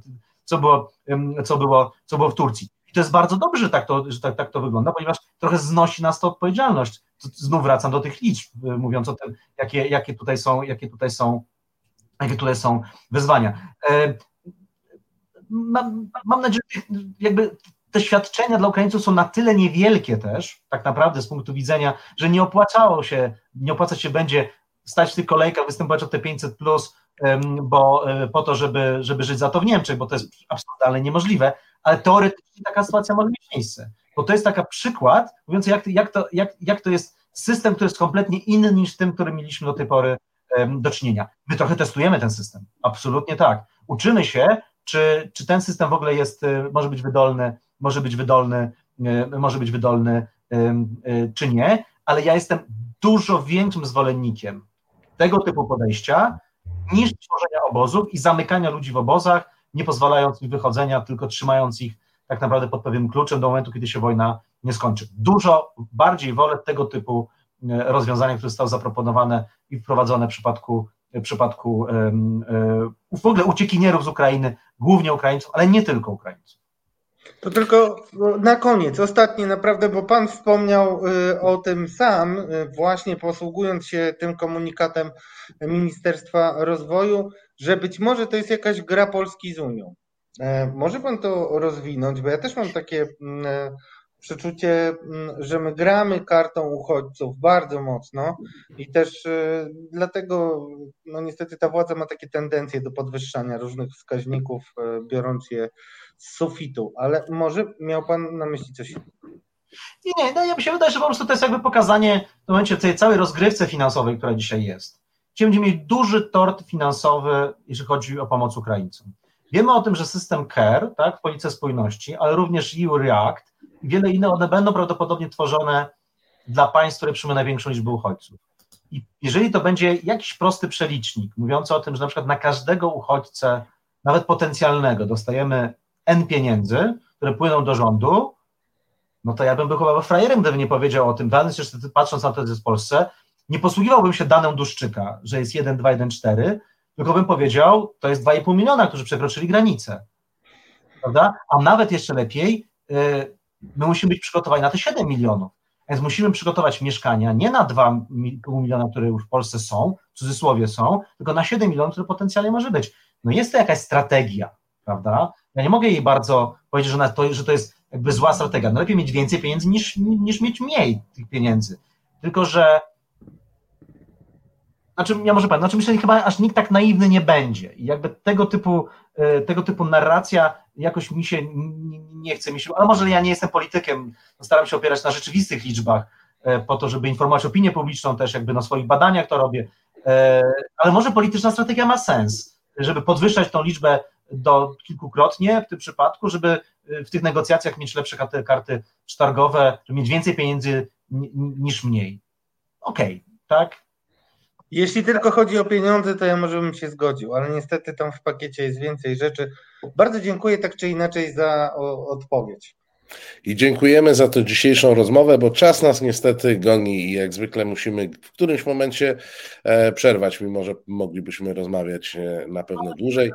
co było w Turcji. I to jest bardzo dobrze, że tak to wygląda, ponieważ trochę znosi nas to odpowiedzialność. Znów wracam do tych liczb, mówiąc o tym, jakie tutaj są wyzwania. Mam nadzieję, że jakby te świadczenia dla Ukraińców są na tyle niewielkie też, tak naprawdę z punktu widzenia, że nie opłaca się będzie stać w tych kolejkach, występować o te 500+, bo po to, żeby żyć za to w Niemczech, bo to jest absurdalnie niemożliwe, ale teoretycznie taka sytuacja może mieć miejsce, bo to jest taki przykład mówiący, jak to jest system, który jest kompletnie inny niż tym, który mieliśmy do tej pory do czynienia. My trochę testujemy ten system, absolutnie tak. Uczymy się, czy ten system w ogóle może być wydolny, czy nie, ale ja jestem dużo większym zwolennikiem tego typu podejścia niż tworzenia obozów i zamykania ludzi w obozach, nie pozwalając im wychodzenia, tylko trzymając ich tak naprawdę pod pewnym kluczem do momentu, kiedy się wojna nie skończy. Dużo bardziej wolę tego typu rozwiązania, które zostały zaproponowane i wprowadzone w przypadku w ogóle uciekinierów z Ukrainy, głównie Ukraińców, ale nie tylko Ukraińców. To tylko na koniec, ostatnie naprawdę, bo Pan wspomniał o tym sam, właśnie posługując się tym komunikatem Ministerstwa Rozwoju, że być może to jest jakaś gra Polski z Unią. Może Pan to rozwinąć, bo ja też mam takie przeczucie, że my gramy kartą uchodźców bardzo mocno i też dlatego no niestety ta władza ma takie tendencje do podwyższania różnych wskaźników, biorąc je z sufitu, ale może miał Pan na myśli coś innego? Nie, no ja mi się wydaje, że po prostu to jest jakby pokazanie w momencie tej całej rozgrywce finansowej, która dzisiaj jest. Gdzie będziemy mieli duży tort finansowy, jeżeli chodzi o pomoc Ukraińcom. Wiemy o tym, że system CARE, tak, Polityce Spójności, ale również EU React i wiele innych, one będą prawdopodobnie tworzone dla państw, które przyjmą największą liczbę uchodźców. I jeżeli to będzie jakiś prosty przelicznik, mówiący o tym, że na przykład na każdego uchodźcę, nawet potencjalnego, dostajemy N pieniędzy, które płyną do rządu, no to ja bym był chyba frajerem, gdybym nie powiedział o tym. Patrząc na to, co jest w Polsce, nie posługiwałbym się daną Duszczyka, że jest 1,2, 1,4, tylko bym powiedział, to jest 2,5 miliona, którzy przekroczyli granicę. Prawda? A nawet jeszcze lepiej, my musimy być przygotowani na te 7 milionów. Więc musimy przygotować mieszkania nie na 2,5 miliona, które już w Polsce są, w cudzysłowie są, tylko na 7 milionów, które potencjalnie może być. No jest to jakaś strategia, prawda? Ja nie mogę jej bardzo powiedzieć, że to jest jakby zła strategia. No lepiej mieć więcej pieniędzy niż mieć mniej tych pieniędzy. Tylko że myślę, że chyba aż nikt tak naiwny nie będzie. I jakby tego typu narracja jakoś mi się nie chce, ale może ja nie jestem politykiem, staram się opierać na rzeczywistych liczbach po to, żeby informować opinię publiczną też jakby na swoich badaniach to robię, ale może polityczna strategia ma sens, żeby podwyższać tą liczbę do kilkukrotnie w tym przypadku, żeby w tych negocjacjach mieć lepsze karty przetargowe, żeby mieć więcej pieniędzy niż mniej. Okej, tak? Jeśli tylko chodzi o pieniądze, to ja może bym się zgodził, ale niestety tam w pakiecie jest więcej rzeczy. Bardzo dziękuję tak czy inaczej za odpowiedź. I dziękujemy za tę dzisiejszą rozmowę, bo czas nas niestety goni i jak zwykle musimy w którymś momencie przerwać, mimo że moglibyśmy rozmawiać na pewno dłużej.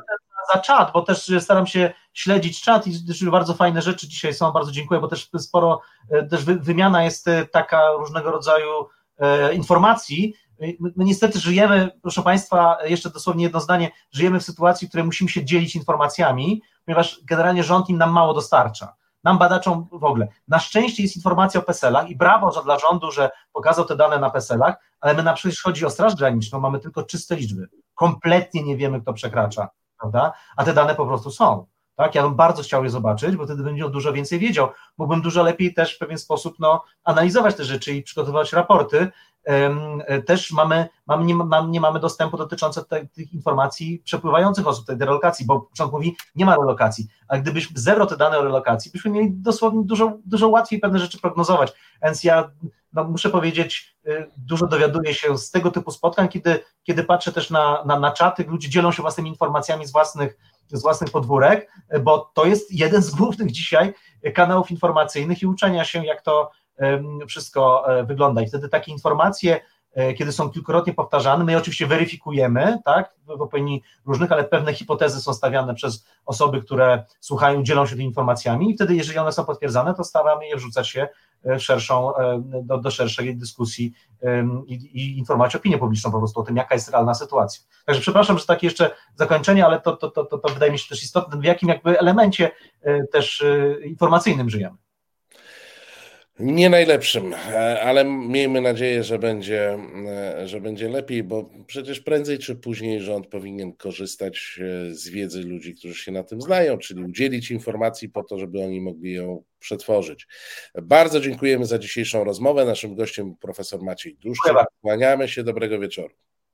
za czat, bo też staram się śledzić czat i bardzo fajne rzeczy dzisiaj są, bardzo dziękuję, bo też sporo, też wymiana jest taka różnego rodzaju informacji. My niestety żyjemy, proszę Państwa, jeszcze dosłownie jedno zdanie, żyjemy w sytuacji, w której musimy się dzielić informacjami, ponieważ generalnie rząd nam mało dostarcza. Nam badaczom w ogóle. Na szczęście jest informacja o PESEL-ach i brawo dla rządu, że pokazał te dane na PESEL-ach, ale my przecież chodzi o Straż Graniczną, mamy tylko czyste liczby. Kompletnie nie wiemy, kto przekracza, prawda? A te dane po prostu są. Tak? Ja bym bardzo chciał je zobaczyć, bo wtedy bym dużo więcej wiedział. Mógłbym dużo lepiej też w pewien sposób analizować te rzeczy i przygotowywać raporty. Też nie mamy dostępu dotyczącego tych informacji przepływających osób, tej relokacji, bo początek mówi, nie ma relokacji, a gdybyś zebrał te dane o relokacji, byśmy mieli dosłownie dużo łatwiej pewne rzeczy prognozować, więc ja muszę powiedzieć, dużo dowiaduję się z tego typu spotkań, kiedy patrzę też na czaty, ludzie dzielą się własnymi informacjami z własnych podwórek, bo to jest jeden z głównych dzisiaj kanałów informacyjnych i uczenia się, jak to wszystko wygląda. I wtedy takie informacje, kiedy są kilkukrotnie powtarzane, my je oczywiście weryfikujemy, tak, w opinii różnych, ale pewne hipotezy są stawiane przez osoby, które słuchają, dzielą się tymi informacjami i wtedy, jeżeli one są potwierdzone, to staramy je wrzucać się do szerszej dyskusji i informować opinię publiczną po prostu o tym, jaka jest realna sytuacja. Także przepraszam, że takie jeszcze zakończenie, ale to wydaje mi się też istotne, w jakim jakby elemencie też informacyjnym żyjemy. Nie najlepszym, ale miejmy nadzieję, że będzie lepiej, bo przecież prędzej czy później rząd powinien korzystać z wiedzy ludzi, którzy się na tym znają, czyli udzielić informacji po to, żeby oni mogli ją przetworzyć. Bardzo dziękujemy za dzisiejszą rozmowę. Naszym gościem był profesor Maciej Duszczyk. Kłaniamy się, dobrego wieczoru.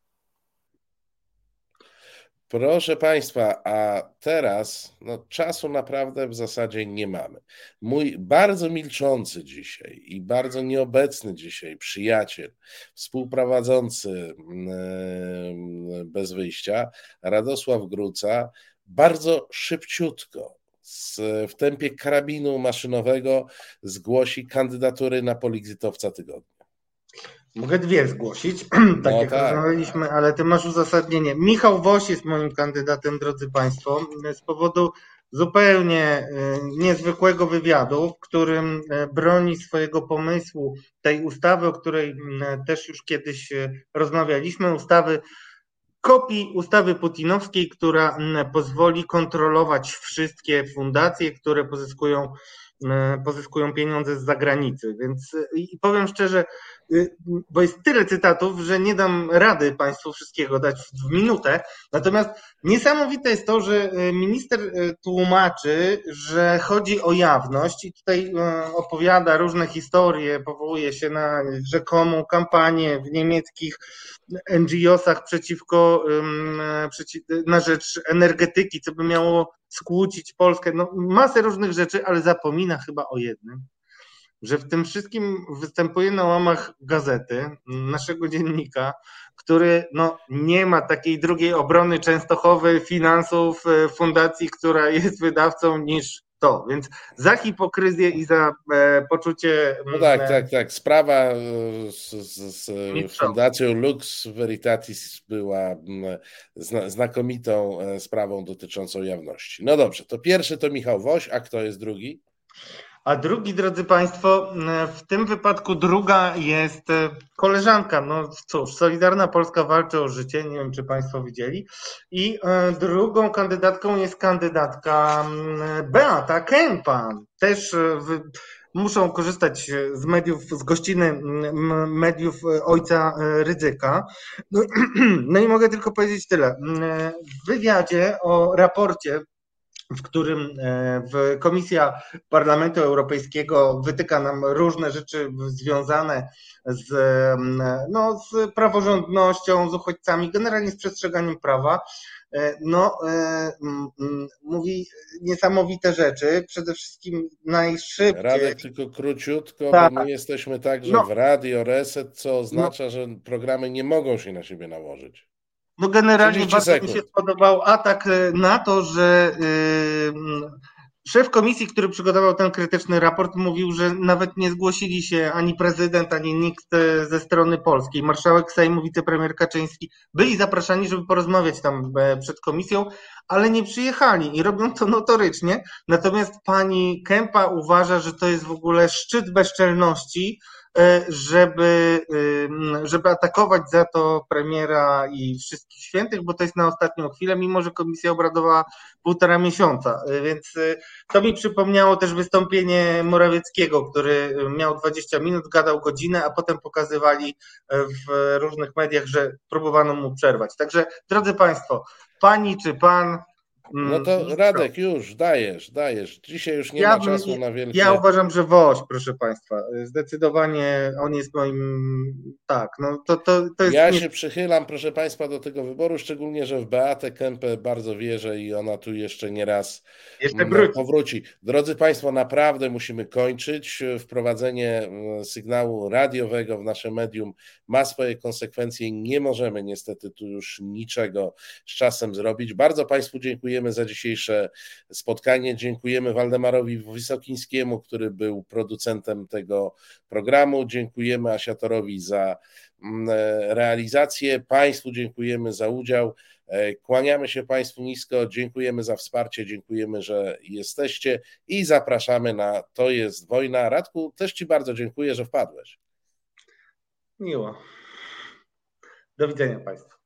Proszę Państwa, a teraz czasu naprawdę w zasadzie nie mamy. Mój bardzo milczący dzisiaj i bardzo nieobecny dzisiaj przyjaciel, współprowadzący Bez Wyjścia, Radosław Gruca, bardzo szybciutko, w tempie karabinu maszynowego zgłosi kandydatury na Politowca Tygodnia. Mogę dwie zgłosić, tak jak rozmawialiśmy, ale ty masz uzasadnienie. Michał Woś jest moim kandydatem, drodzy Państwo, z powodu zupełnie niezwykłego wywiadu, w którym broni swojego pomysłu tej ustawy, o której też już kiedyś rozmawialiśmy, kopii ustawy putinowskiej, która pozwoli kontrolować wszystkie fundacje, które pozyskują pieniądze z zagranicy. Więc i powiem szczerze, bo jest tyle cytatów, że nie dam rady Państwu wszystkiego dać w minutę. Natomiast niesamowite jest to, że minister tłumaczy, że chodzi o jawność i tutaj opowiada różne historie, powołuje się na rzekomą kampanię w niemieckich NGO-sach na rzecz energetyki, co by miało skłócić Polskę. Masę różnych rzeczy, ale zapomina chyba o jednym, że w tym wszystkim występuje na łamach gazety, naszego dziennika, który nie ma takiej drugiej obrony Częstochowy finansów fundacji, która jest wydawcą, niż to. Więc za hipokryzję i za poczucie... Tak. Sprawa z Fundacją Lux Veritatis była znakomitą sprawą dotyczącą jawności. No dobrze, to pierwszy to Michał Woś, a kto jest drugi? A drugi, drodzy Państwo, w tym wypadku druga jest koleżanka. Solidarna Polska walczy o życie, nie wiem, czy Państwo widzieli. I drugą kandydatką jest kandydatka Beata Kempa. Też muszą korzystać z mediów, z gościny mediów ojca Rydzyka. No i mogę tylko powiedzieć tyle. W wywiadzie o raporcie, w którym Komisja Parlamentu Europejskiego wytyka nam różne rzeczy związane z praworządnością, z uchodźcami, generalnie z przestrzeganiem prawa, mówi niesamowite rzeczy, przede wszystkim najszybciej. Radek, tylko króciutko, bo my jesteśmy także w Radio Reset, co oznacza, że programy nie mogą się na siebie nałożyć. Generalnie bardzo mi się spodobał atak na to, że szef komisji, który przygotował ten krytyczny raport, mówił, że nawet nie zgłosili się ani prezydent, ani nikt ze strony polskiej. Marszałek Sejmu, wicepremier Kaczyński byli zapraszani, żeby porozmawiać tam przed komisją, ale nie przyjechali i robią to notorycznie. Natomiast pani Kempa uważa, że to jest w ogóle szczyt bezczelności, żeby atakować za to premiera i wszystkich świętych, bo to jest na ostatnią chwilę, mimo że komisja obradowała 1,5 miesiąca. Więc to mi przypomniało też wystąpienie Morawieckiego, który miał 20 minut, gadał godzinę, a potem pokazywali w różnych mediach, że próbowano mu przerwać. Także, drodzy Państwo, pani czy pan... No to Radek, już dajesz. Dzisiaj już nie ma czasu na wielkie... Ja uważam, że Woś, proszę Państwa. Zdecydowanie on jest moim... Tak, no to jest... Ja się przychylam, proszę Państwa, do tego wyboru, szczególnie, że w Beatę Kempę bardzo wierzę i ona tu jeszcze nie raz powróci. Drodzy Państwo, naprawdę musimy kończyć. Wprowadzenie sygnału radiowego w nasze medium ma swoje konsekwencje. Nie możemy niestety tu już niczego z czasem zrobić. Bardzo Państwu dziękujemy za dzisiejsze spotkanie. Dziękujemy Waldemarowi Wysokińskiemu, który był producentem tego programu. Dziękujemy Asiatorowi za realizację. Państwu dziękujemy za udział. Kłaniamy się Państwu nisko. Dziękujemy za wsparcie. Dziękujemy, że jesteście i zapraszamy na To jest wojna. Radku, też Ci bardzo dziękuję, że wpadłeś. Miło. Do widzenia Państwu.